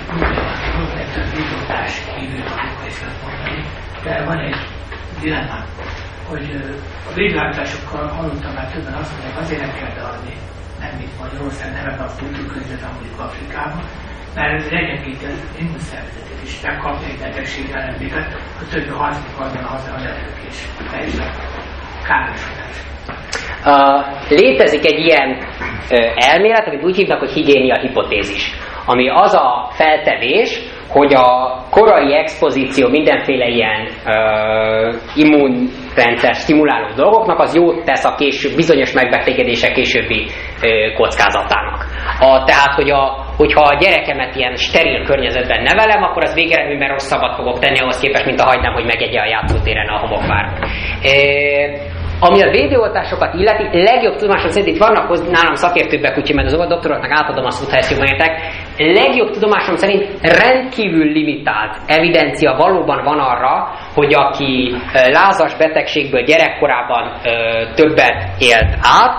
S6: a védőoltás kívül tudok ezt mondani, de van egy dilemmám, hogy a védőoltásokkal hallottam már többen azt mondják, azért nem kell beadni, nem mint Magyarország, nem ebben a kultúrkörnyezetben, mondjuk Afrikában, mert ez legyengíti az immunszervezetet, és megkapni egy betegség jelenlétet, a többi harmadik azzal a hazaanyagok és teljesen károsodás.
S2: Uh, létezik egy ilyen uh, elmélet, amit úgy hívnak, hogy higiénia hipotézis, ami az a feltevés, hogy a korai expozíció mindenféle ilyen uh, immunrendszer stimuláló dolgoknak az jót tesz a később, bizonyos megbetegedések későbbi uh, kockázatának. A, tehát, hogy a, hogyha a gyerekemet ilyen steril környezetben nevelem, akkor az végeredményben rosszabbat fogok tenni ahhoz képest, mint a hagynám, hogy megegye a játszótéren a homokvár. E, Ami a védőoltásokat illeti, legjobb tudomásom szerint, itt vannak nálam szakértőbbek, úgyhogy mert az doktoroknak átadom a szót, ha ezt jobban értek, legjobb tudomásom szerint rendkívül limitált evidencia valóban van arra, hogy aki lázas betegségből gyerekkorában ö, többet élt át,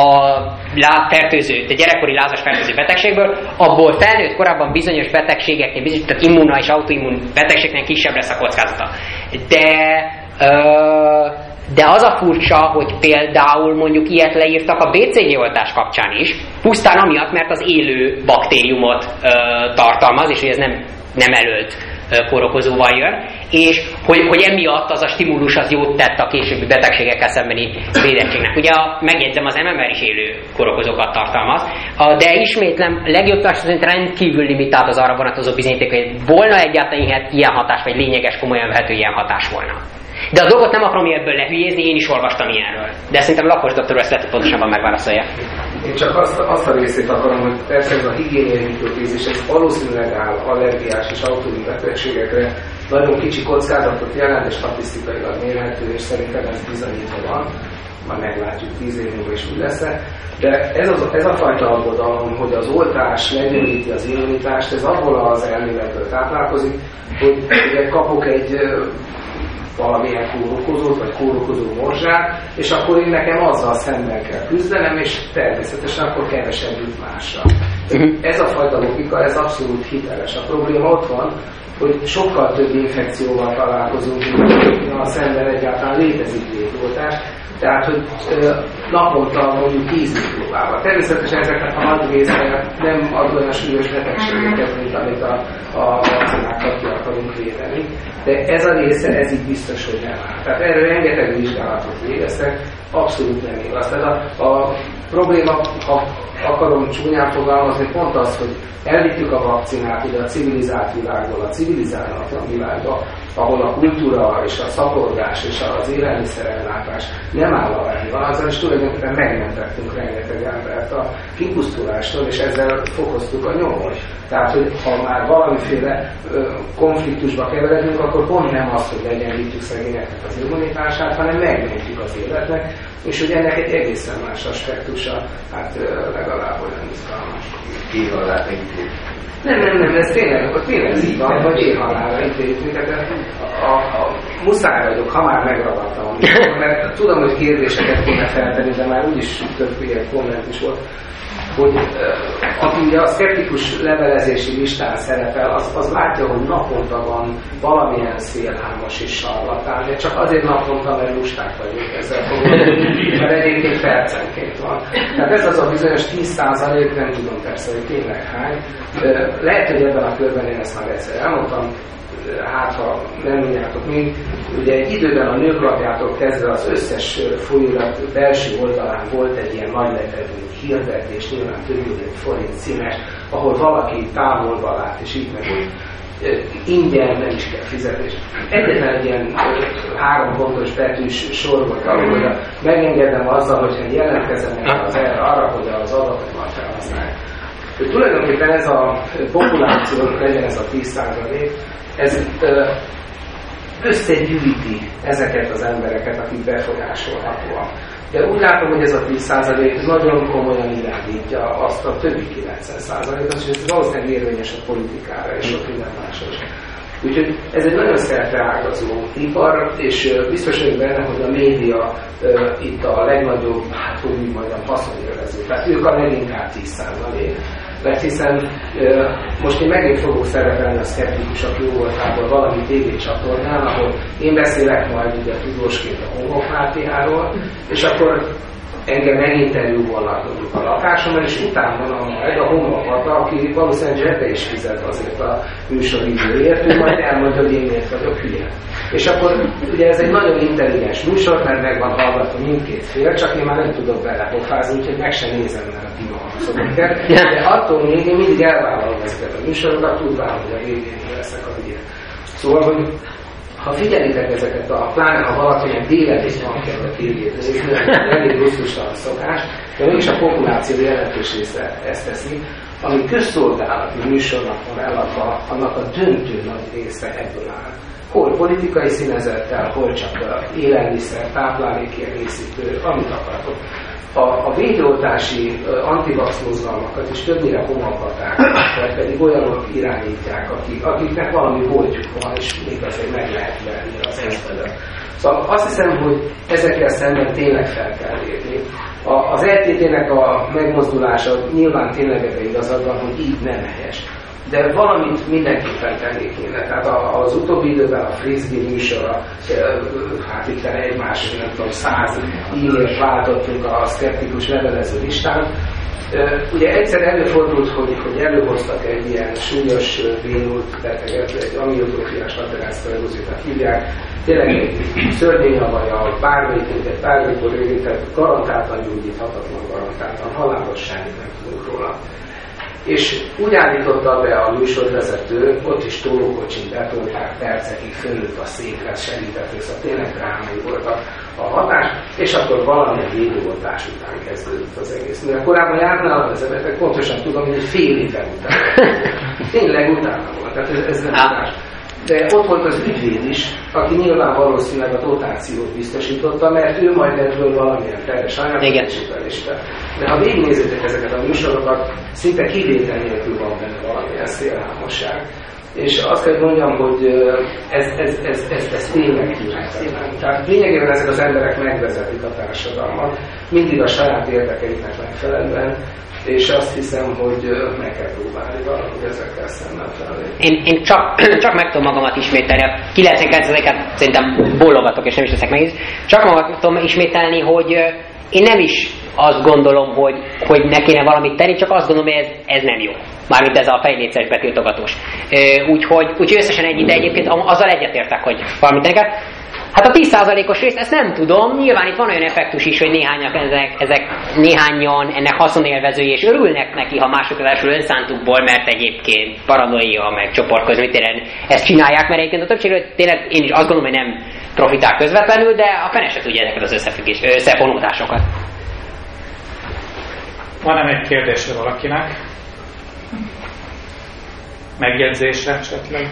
S2: a fertőző, a gyerekkori lázas fertőző betegségből, abból felnőtt korában bizonyos betegségeknél, bizonyos, tehát immunna és autoimmun betegségnél kisebb lesz a kockázata. De ö, De az a furcsa, hogy például mondjuk ilyet leírtak a bé cé gé oltás kapcsán is, pusztán amiatt, mert az élő baktériumot ö, tartalmaz, és hogy ez nem, nem előtt ö, kórokozóval jön, és hogy, hogy emiatt az a stimulus az jót tett a későbbi betegségekkel szembeni védettségnek. Ugye a, megjegyzem, az em em er is élő kórokozókat tartalmaz, a, de ismétlem, legjobb szerint rendkívül limitált az arra vonatkozó bizonyíték, hogy volna egyáltalán ilyen hatás, vagy lényeges, komolyan vehető ilyen hatás volna. De a dolgot nem akarom ebből lehülyézni, én is olvastam ilyenről. De szerintem Lapos doktor ezt lehet, hogy pontosabban megválaszolja.
S7: Én csak azt, azt a részét akarom, hogy persze ez a higiéniai mikrokézis, ez valószínűleg áll allergiás és autoimmun betegségekre nagyon kicsi kockázatot jelent, és statisztikailag mérhető, és szerintem ez bizonyítva van. Majd meglátjuk tíz év múlva is úgy lesz. De ez, az, ez a fajta aggodalom, hogy az oltás legyőríti az immunitást, ez abból az elméletből táplálkozik, hogy ugye kapok egy valamilyen kórokozót, vagy kórokozó morzsát, és akkor én nekem azzal szemben kell küzdenem, és természetesen akkor kevesebb jut másra. Ez a fajta logika, ez abszolút hiteles. A probléma ott van, hogy sokkal több infekcióval találkozunk, mint a szemben egyáltalán létezik védőoltás. Tehát, hogy naponta mondjuk tíz próbával. Természetesen ezeknek a nagy része nem ad olyan súlyos betegségeket, mint amit a, a vakcinákkal ki akarunk védeni. De ez a része, ez így biztos, hogy nem áll. Tehát erről rengeteg vizsgálatot végeztek, abszolút nem igaz. Tehát a, a probléma, ha akarom csúnyán fogalmazni, pont az, hogy elvittük a vakcinát ugye a civilizált világból a civilizálatlan világba, ahol a kultúra és a szaporgás és az élelmiszerellátás nem áll arányban, azzal is tulajdonképpen megmentettünk rengeteg embert a kipusztulástól, és ezzel fokoztuk a nyomot. Tehát, hogy ha már valamiféle ö, konfliktusba keveredünk, akkor pont nem az, hogy legyenlítjük szegényeknek az immunitását, hanem megmentjük az életnek, és hogy ennek egy egészen más aspektusa, hát ö, legalább olyan izgalmas.
S3: Éhalálra
S7: Nem, nem, nem, ez tényleg, tényleg ez így van, hogy éhalálra ítéljük minket, a, a, a, muszáj vagyok, ha már megragadtam, mert tudom, hogy kérdéseket kéne feltenni, de már úgyis több ilyen komment is volt, hogy aki ugye a szkeptikus levelezési listán szerepel, az, az látja, hogy naponta van valamilyen szélhámos és sarlatán, de csak azért naponta, mert lusták vagyunk ezzel foglalkozni, mert egyébként percenként van. Tehát ez az a bizonyos tíz százalék, nem tudom persze, hogy tényleg hány. Lehet, hogy ebben a körben én ezt már egyszer elmondtam, hát ha nem mondjátok még, ugye egy időben a Nőklapjától kezdve az összes folyóirat belső oldalán volt egy ilyen nagyletterű hirdetés, nyilván több millió forint címes, ahol valaki távolba lát, és így meg úgy ingyen nem is kell fizetés. Egyetlen egy ilyen három pontos betűs sor volt, ahol megengedem azzal, hogyha jelentkezenek az erre arra, hogy az adatokat felhasználják. Tulajdonképpen ez a populáció, legyen ez a tíz százalék, ez összegyűjti ezeket az embereket, akik befolyásolhatóak. De úgy látom, hogy ez a tíz százalék nagyon komolyan irányítja azt a többi kilencven százalékot, és ez valószínűleg érvényes a politikára és sok minden másra. Úgyhogy ez egy nagyon szerteágazó ipar, és biztos vagyok benne, hogy a média uh, itt a legnagyobb, hát hogy úgy mondjam, haszonélvező. Tehát ők a leginkább tíz százalék. Mert hiszen uh, most én megint fogok szerepelni a szkeptikusok jó voltából valami tévécsatornán, ahol én beszélek majd ugye tudósként a homokrátiáról, és akkor engem meginterjúvolnak mondjuk a lakásomban, és utána van majd a homlokata, aki valószínűleg zsebbe is fizet azért a műsoridőért, ő majd elmondja, hogy én miért vagyok hülye. És akkor ugye ez egy nagyon intelligens műsor, mert meg van hallgatva mindkét fél, csak én már nem tudok belepofázni, úgyhogy meg sem nézem, mert a Tima hangszorokat. De attól még én mindig elvállalom ezeket a műsorokat, tudván, hogy a végén leszek az ilyen. Szóval, hogy ha figyelitek ezeket a, pláne ha valakinek délelőtt van kell a tévét nézni, elég rosszustalan szokás, de mégis a populáció jelentős része ezt teszi, ami közszolgálati műsornak van eladva, annak a döntő nagy része ebből áll. Hol politikai színezettel, hol csak élelmiszer, táplálékkiegészítő, amit akartok. A, a védőoltási antivax mozgalmakat is többnyire homopaták, vagy pedig olyanok irányítják, akik, akiknek valami voltjuk van, és még azért meg lehet verni az embert. Szóval azt hiszem, hogy ezekkel szemben tényleg fel kell lépni. A, az er té té-nek a megmozdulása nyilván tényleg ebben igazad van, hogy így nem helyes. De valamit mindenképpen tenni kéne. Tehát az utóbbi időben a Frisbee műsora, hát itt egymás, nem tudom, száz e-mailt váltottunk a szkeptikus levelező listán. Ugye egyszer előfordult, hogy, hogy előhoztak egy ilyen súlyos bénult beteget, egy amiotrófiás laterális-szklerózisnak hívják, tényleg egy szörnyényavaja, bármelyik minket, bármikor érintett, garantáltan gyógyíthatatlan, garantáltan, halálosságig nem tudunk róla. És úgy állította be a műsorvezető, ott is tólókocsin betolták, percekig fölült a székre, segített, és a tényleg drámai volt a, a hatás, és akkor valami védőoltás után kezdődött az egész. Mert korábban járt nálam ez a beteg, pontosan tudom, hogy fél éven utána. Tényleg utána volt, tehát ez, ez nem más. De ott volt az ügyvéd is, aki nyilván valószínűleg a dotációt biztosította, mert ő majd ebből valamilyen teres anyagosításra. De ha végignézitek ezeket a műsorokat, szinte kivétel nélkül van benne valamilyen szélhámosság. És azt kell mondjam, hogy ez, ez, ez, ez, ez tényleg tűrhetetlen. Tehát lényegében ezek az emberek megvezetik a társadalmat, mindig a saját érdekeiknek megfelelően, és azt hiszem, hogy meg kell próbálni valahogy ezekkel szemben felelni.
S2: Én, én csak, csak meg tudom magamat ismételni, kilencvenkilenc százalékát szerintem bólogatok, és nem is leszek meg, csak magamat tudom ismételni, hogy én nem is azt gondolom, hogy, hogy ne kéne valamit tenni, csak azt gondolom, hogy ez, ez nem jó. Mármint ez a fejléces betiltogatós. Úgyhogy úgy összesen egy ide egyébként azzal egyetértek, hogy valamit neked. Hát a tíz százalékos részt, ezt nem tudom, nyilván itt van olyan effektus is, hogy néhányak ezek, ezek néhányan ennek haszonélvezői, és örülnek neki, ha mások az első önszántukból, mert egyébként paranoia, meg csoportkozműtéren ezt csinálják, mert egyébként a többségről tényleg én is azt gondolom, hogy nem profitál közvetlenül, de a fene se tudja ezeket az összefüggés, összefonódásokat.
S1: Van-e egy kérdésre valakinek? Megjegyzésre esetleg?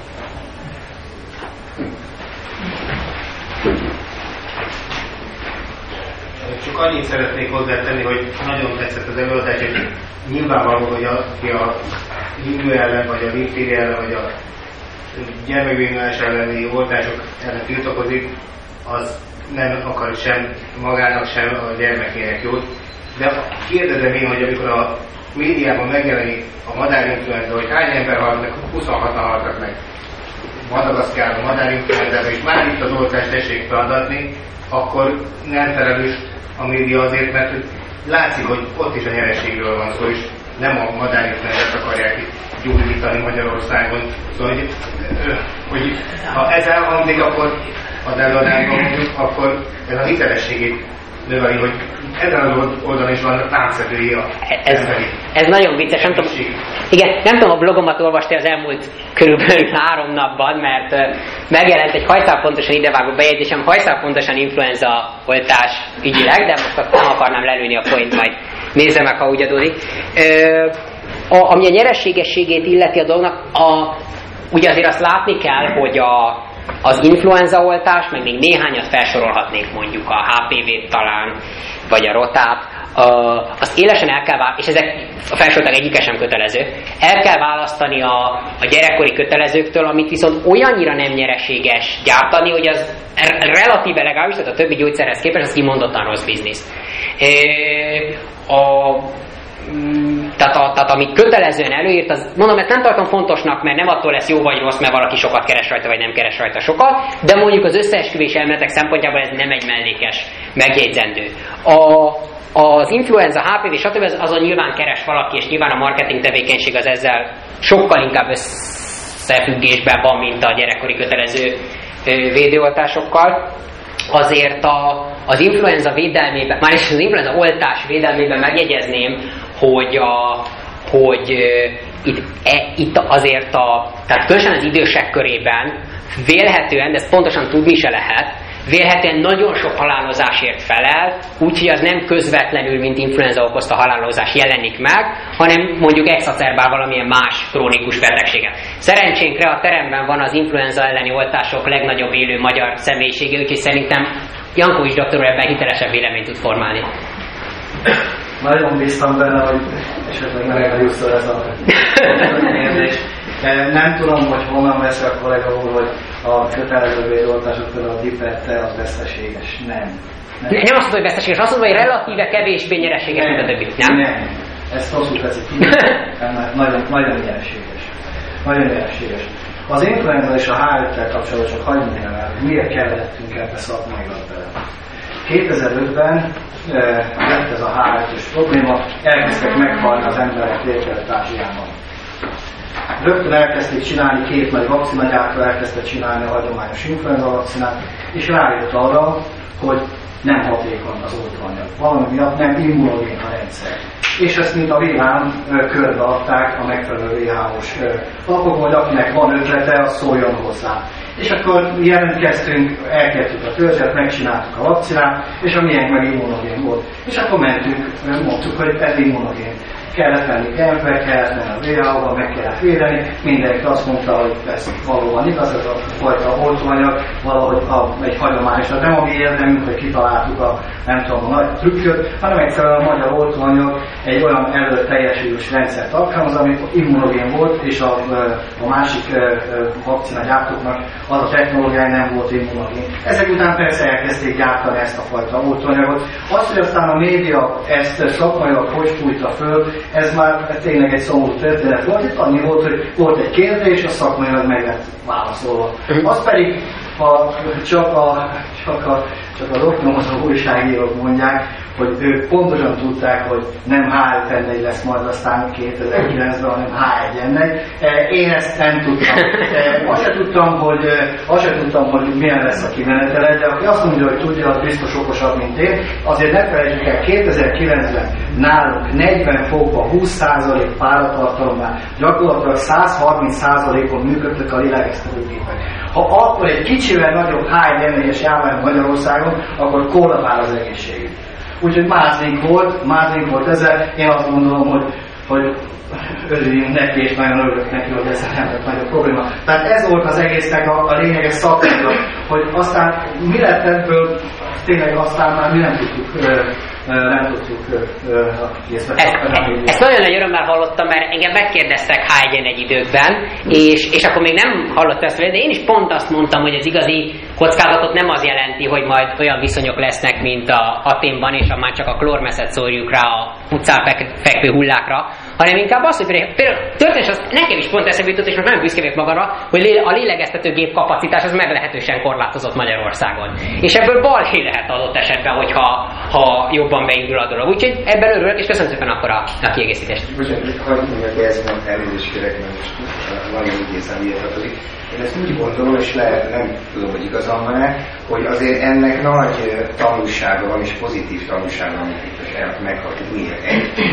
S8: Csak annyit szeretnék hozzátenni, hogy nagyon tetszett az előadás, hogy nyilvánvaló, hogy aki a hívő ellen, vagy a liptéri ellen, vagy a gyermekvédőállás elleni oltások ellen tiltakozik, az nem akar sem magának, sem a gyermekének jót. De kérdezem én, hogy amikor a médiában megjelenik a madárinfluenza, hogy hány ember halt meg, huszonhatan haltak meg Madagaszkárban, madárinfluenzába, és már itt az oltást tessék feladatni, akkor nem felelős a média azért, mert hogy látszik, hogy ott is a nyereségről van szó, és nem a madárinfluenzát akarják itt gyógyítani Magyarországon. Szóval, hogy, hogy ha ez elhangzik, akkor az előadásban mondjuk, akkor ez a hitelességét növeli, hogy ezen az oldalon is vannak láncszedői a
S2: ez, ez nagyon vicces, nem tudom, igen, nem tudom, a blogomat olvasni az elmúlt körülbelül három napban, mert megjelent egy hajszálpontosan idevágó bejegyzésem, hajszálpontosan influenza oltás ügyileg, de most nem akarnám lelőni a point, majd nézze meg, ha úgy adódik. A, ami a nyereségességét illeti a dolognak, a, ugye azért azt látni kell, hogy a az influenzaoltás, meg még néhányat felsorolhatnék, mondjuk a há pé vét talán, vagy a rotát, az élesen el kell választani, és ezek a felsoroltak egyike sem kötelező, el kell választani a, a gyerekkori kötelezőktől, amit viszont olyannyira nem nyereséges gyártani, hogy az relatíve legalábbis, tehát a többi gyógyszerhez képest, az kimondottan rossz biznisz. A Tehát, a, tehát amit kötelezően előírt, az, mondom, ezt nem tartom fontosnak, mert nem attól lesz jó vagy rossz, mert valaki sokat keres rajta, vagy nem keres rajta sokat, de mondjuk az összeesküvés elméletek szempontjából ez nem egy mellékes megjegyzendő. A, az influenza, há pé vé, stb. Azon nyilván keres valaki, és nyilván a marketing tevékenység az ezzel sokkal inkább összefüggésben van, mint a gyerekkori kötelező védőoltásokkal. Azért a, az influenza védelmében, már is az influenza oltás védelmében megjegyezném, hogy, a, hogy itt, e, itt azért a, tehát különösen az idősek körében vélhetően, de ezt pontosan tudni se lehet, vélhetően nagyon sok halálozásért felel, úgyhogy az nem közvetlenül, mint influenza okozta halálozás jelenik meg, hanem mondjuk exacerbál valamilyen más krónikus betegséget. Szerencsénkre a teremben van az influenza elleni oltások legnagyobb élő magyar személyisége, úgyhogy szerintem Jankovics doktor úr ebben hitelesebb véleményt tud formálni.
S9: Nagyon bíztam benne, hogy esetleg megelőször ez a kérdés. Nem tudom, hogy honnan veszi a kollega úr, hogy a kötelező védőoltások például a dipette az veszteséges. Nem. Nem,
S2: nem azt mondom, hogy veszteséges, azt mondom, hogy relatíve kevésbé nyereséges, mint a többi. Nem?
S9: Nem. Ezt rosszul teszik ki, mert nagyon, nagyon nyereséges. Nagyon nyereséges. Az influenza és a há öttel kapcsolatban csak hagyni kell el, hogy miért kellettünk ebbe szakmailag bele. kétezer-ötben lett ez a há ötös probléma, elkezdtek meghalni az emberek Dél-Kelet-Ázsiában. Rögtön elkezdték csinálni, két nagy vakcinagyártó elkezdte csinálni a hagyományos influenza vakcinát, és rájött arra, hogy nem hatékony az oltóanyag. Valami miatt nem immunogén a rendszer. És ezt mint a vé há körbeadták a megfelelő vé há os lapokon, hogy akinek van ötlete, az szóljon hozzá. És akkor jelentkeztünk, elkezdtük a törzset, megcsináltuk a vakcinát, és a miénk meg immunogén volt. És akkor mentünk, mondtuk, hogy ez immunogén. Kellett menni Genfbe, kellett menni a vé há ó-ba, meg kellett védeni. Mindenki azt mondta, hogy ez valóban igaz, ez a fajta oltóanyag, valahogy a, egy hagyományos, nem a mi érdemünk, hogy kitaláltuk a nem tudom, a nagy trükköt, hanem egyszerűen a magyar oltóanyag egy olyan előteljesülős rendszert alkalmaz, amikor immunogén volt, és a, a másik vakcinagyártóknak az a technológiája nem volt immunogén. Ezek után persze elkezdték gyártani ezt a fajta oltóanyagot. Azt, hogy aztán a média ezt szakmailag hogy fújta föl, ez már tényleg egy szomorú történet volt. Itt annyi volt, hogy volt egy kérdés, a szakmailag meg lett válaszolva. Az pedig, ha csak a, csak a, csak a roknomozó újságírók mondják, hogy ők pontosan tudták, hogy nem há öt en egy lesz majd aztán kétezer-kilencben, hanem há egy en egy. Én ezt nem tudtam. Azt sem tudtam, hogy, azt sem tudtam, hogy milyen lesz a kimenetele, de aki azt mondja, hogy tudja, az biztos okosabb, mint én. Azért ne felejtsük el, kétezer-kilencben nálunk negyven fokban húsz százalék páratartalommal gyakorlatilag száz harminc százalékon működtek a lélegeztetőgépek. Ha akkor egy kicsivel nagyobb há egy en egyes járvány Magyarországon, akkor korlapál az egészségük. Úgyhogy mázlink volt, mázlink volt ezzel. Én azt gondolom, hogy, hogy örüljünk neki, és nagyon örülök neki, hogy ezzel nem lett nagyobb probléma. Tehát ez volt az egésznek a, a lényeges szakmája, hogy aztán mi lett ebből, tényleg aztán már mi nem tudtuk, nem tudtuk
S2: ezt, ezt nagyon nagy örömmel hallottam, mert engem megkérdeztek há egy en egy időkben, és, és akkor még nem hallottam ezt, de én is pont azt mondtam, hogy az igazi kockázatot nem az jelenti, hogy majd olyan viszonyok lesznek, mint a Athénban, és már csak a klórmeszet szórjuk rá a utcán fekvő hullákra, hanem inkább az, hogy például történet, az nekem is pont eszembe jutott, és most nem büszke vagyok magamra, hogy a lélegeztetőgép kapacitás az meglehetősen korlátozott Magyarországon. És ebből balhé lehet adott esetben, hogyha ha jobban beindul a dolog. Úgyhogy ebben örülök, és köszönöm szépen akkor a, a kiegészítést.
S3: Bocsánat, hagyj mondjak, de ez nem elnézést kérek, mert most nagyon úgy érzem, miért tartozik. Én ezt úgy gondolom, és lehet, nem tudom, hogy igazam van-e, hogy azért ennek nagy tanulsága van, és pozitív tanulsága, amit itt meghatjuk miért.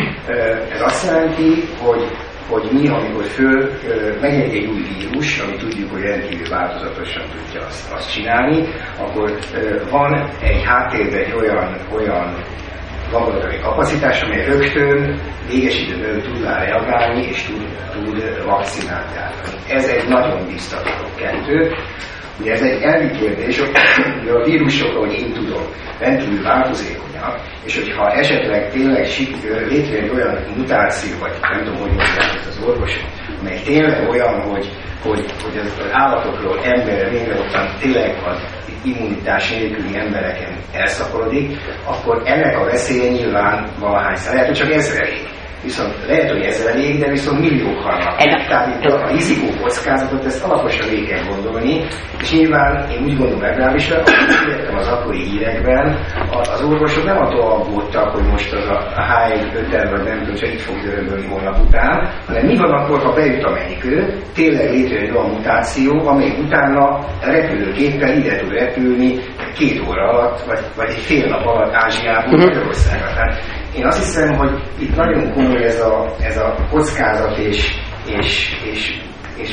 S3: Ez azt jelenti, hogy, hogy mi, amikor föl megjelenik egy új vírus, ami tudjuk, hogy rendkívül változatosan tudja azt, azt csinálni, akkor van egy háttérben egy olyan, olyan laboratóriumi kapacitás, amely rögtön véges időn tud rá reagálni, és tud, tud vakcinát gyártani. Ez egy nagyon biztató kettő. Ugye ez egy elvi kérdés, hogy a vírusok, ahogy én tudom, rendkívül változékonyak, és hogyha esetleg tényleg létrejön egy olyan mutáció, vagy nem tudom, hogy mondják ezt az orvosok, amely tényleg olyan, hogy, hogy, hogy az állatokról emberre végre ottan tényleg az immunitás nélküli embereken elszaporodik, akkor ennek a veszélye nyilván valahányszor. Lehet, hogy csak ezrelék. Viszont lehet, hogy ez elég, de viszont milliók halnak. Tehát itt a rizikó kockázatot, ezt alaposan végig kell gondolni, és nyilván én úgy gondolom legalábbis, ahogy értem az akkori hírekben, az orvosok nem attól aggódtak, hogy most az a há egy öt en vagy nem tudom, csak itt fog dörömbölni holnap után, hanem mi van akkor, ha beüt a mennyikő, tényleg létrejön egy olyan mutáció, amely utána repülőgéppel ide tud repülni két óra alatt, vagy, vagy egy fél nap alatt Ázsiából uh-huh. Magyarországra. Tehát én azt hiszem, hogy itt nagyon komoly ez a, ez a kockázat és, és, és, és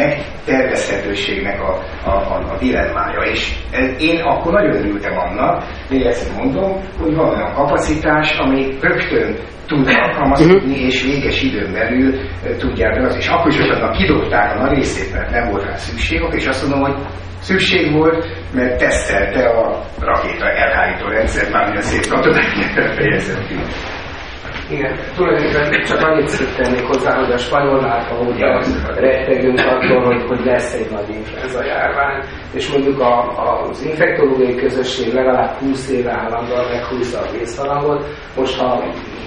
S3: megtervezhetőségnek a, a, a, a dilemmája. És ez, én akkor nagyon örültem annak, még egyszer mondom, hogy van olyan kapacitás, ami rögtön tud alkalmazkodni, és véges időn belül tudják be az. És akkor is, hogy annak kidobták a nagy részét, mert nem volt rá szükség, és azt mondom, hogy szükség volt, mert tesztelte a rakéta elhárító rendszert, már minden szép katonák fejezett ki.
S7: Igen, tulajdonképpen csak annyit tennék hozzá, hogy a spanyolnál, ahogy rettegünk attól, hogy, hogy lesz egy nagy influenza járvány, és mondjuk a, az infektológiai közösség legalább húsz éve állandóan meghúzza a vészharangot. Most, ha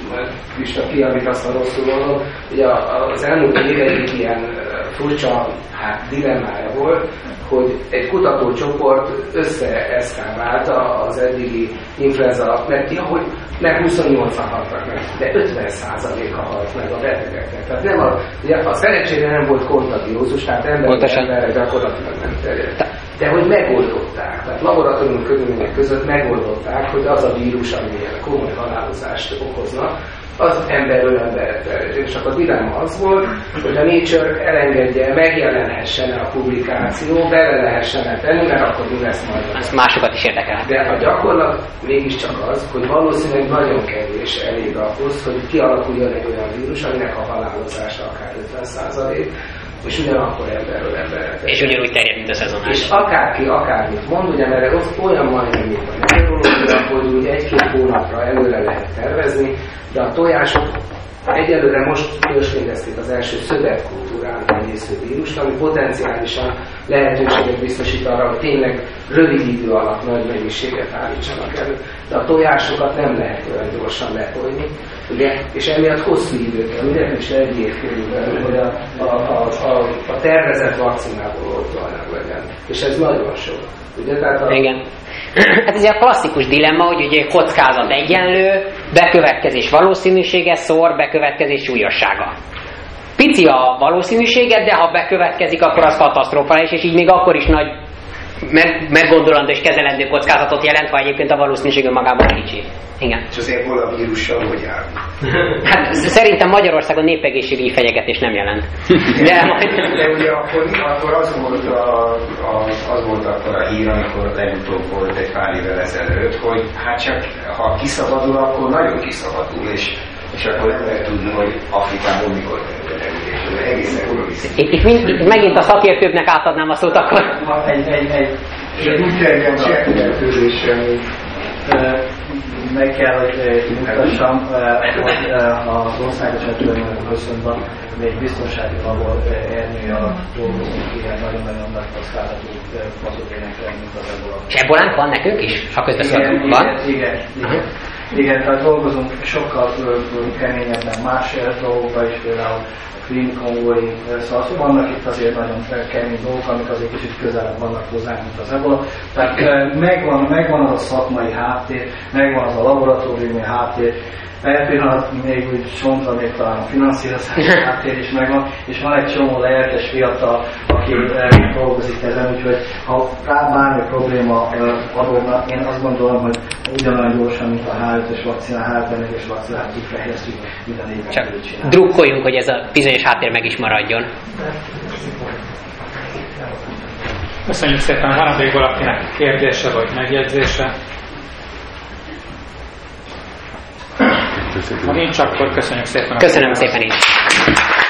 S7: Pista kiavít azt a rosszul mondom, hogy az elmúlt évekig ilyen furcsa hát, dilemmája volt, hogy egy kutatócsoport összeeszkálálta az eddigi influenza, mert ja, hogy meg huszonnyolcan haltak meg, de ötven százaléka halt meg a betegeknek. Tehát nem a, ugye, a szerencsére nem volt kontagiózus, tehát emberi emberre gyakorlatilag nem terjedt. De hogy megoldották, tehát laboratóriumi körülmények között megoldották, hogy az a vírus, ami ilyen komoly halálozást okozna, az emberről emberre terjed. És akkor a dilemma az volt, hogy a Nature elengedje, megjelenhessen a publikáció, bele lehessen tenni, mert akkor mi lesz majd.
S2: Ezt másokat is érdekel.
S7: De a gyakorlat mégiscsak az, hogy valószínűleg nagyon kevés elég ahhoz, hogy kialakuljon egy olyan vírus, aminek a halálozása akár ötven százalék, és ugyanakkor emberről emberre terjed.
S2: És ugyanúgy terjed, mint a szezonális.
S7: És akárki akármit mond, ugye, mert az olyan majdnem, mint a neurológia, hogy úgy egy-két hónapra előre lehet tervezni, de a tojások egyelőre most fölsvégezték az első szövetkultúrán emésző vírust, ami potenciálisan lehetőséget biztosít arra, hogy tényleg rövid idő alatt nagy mennyiséget állítsanak elő. De a tojásokat nem lehet olyan gyorsan letolni, ugye? És emiatt hosszú idő kell, ugye? És egy év körülbelül, hogy a, a, a, a, a tervezett vakcinából oltóanyag legyen. És ez nagyon sok. Ugye? Tehát a,
S2: igen. Hát ez egy klasszikus dilemma, hogy ugye kockázat egyenlő, bekövetkezés valószínűsége szor bekövetkezés súlyossága. Pici a valószínűsége, de ha bekövetkezik, akkor az katasztrofális, és így még akkor is nagy meg, meggondolandó és kezelendő kockázatot jelent, ha egyébként a valószínűség önmagában kicsi. Igen.
S3: És az ebola vírussal hogy áll?
S2: Hát szerintem Magyarországon népegészségügyi fenyegetés nem jelent. De, majd...
S3: De ugye akkor, akkor az, volt a, a, az volt akkor a hír, amikor legutóbb volt egy pár évvel ezelőtt, hogy hát csak ha kiszabadul, akkor nagyon kiszabadul, és, és akkor nem lehet tudni, hogy Afrikában mikor terül, egészen urológiai.
S2: Itt, itt, itt megint a szakértőknek átadnám a szót akkor.
S9: Egy, egy, egy, egy úgy terjen cselekményezéssel meg kell, hogy mutassam, hogy az országos esetben köszönben egy biztonsági labor ernyője alatt dolgozunk ilyen nagyon-nagyon nagy kockázatú patogénekre, mint az ebola.
S2: És ebolánk van nekünk is? Ha közbeszólunk,
S9: igen,
S2: van?
S9: Igen, igen. igen. Igen, tehát dolgozunk sokkal keményebben más dolgokban is, például klinikon új, szóval vannak itt azért nagyon kemény dolgok, amik azért kicsit közelebb vannak hozzánk, mint az ebola. Tehát megvan, megvan az a szakmai háttér, megvan az a laboratóriumi háttér, per pillanat még úgy sontva még talán a finanszírozási háttér is megvan, és van egy csomó lelkes fiatal, aki dolgozik ezen, úgyhogy ha rá bármi probléma adódna, én azt gondolom, hogy ugyanolyan gyorsan, mint a há ötös vakcina, há ötvenes vakcinát így fejlesztjük minden évben.
S2: Csak drukkoljunk, hogy ez a bizonyos háttér meg is maradjon.
S1: Köszönjük szépen, van még valakinek kérdése vagy megjegyzése? Ha nincs, akkor köszönjük szépen.
S2: Köszönöm szépen is.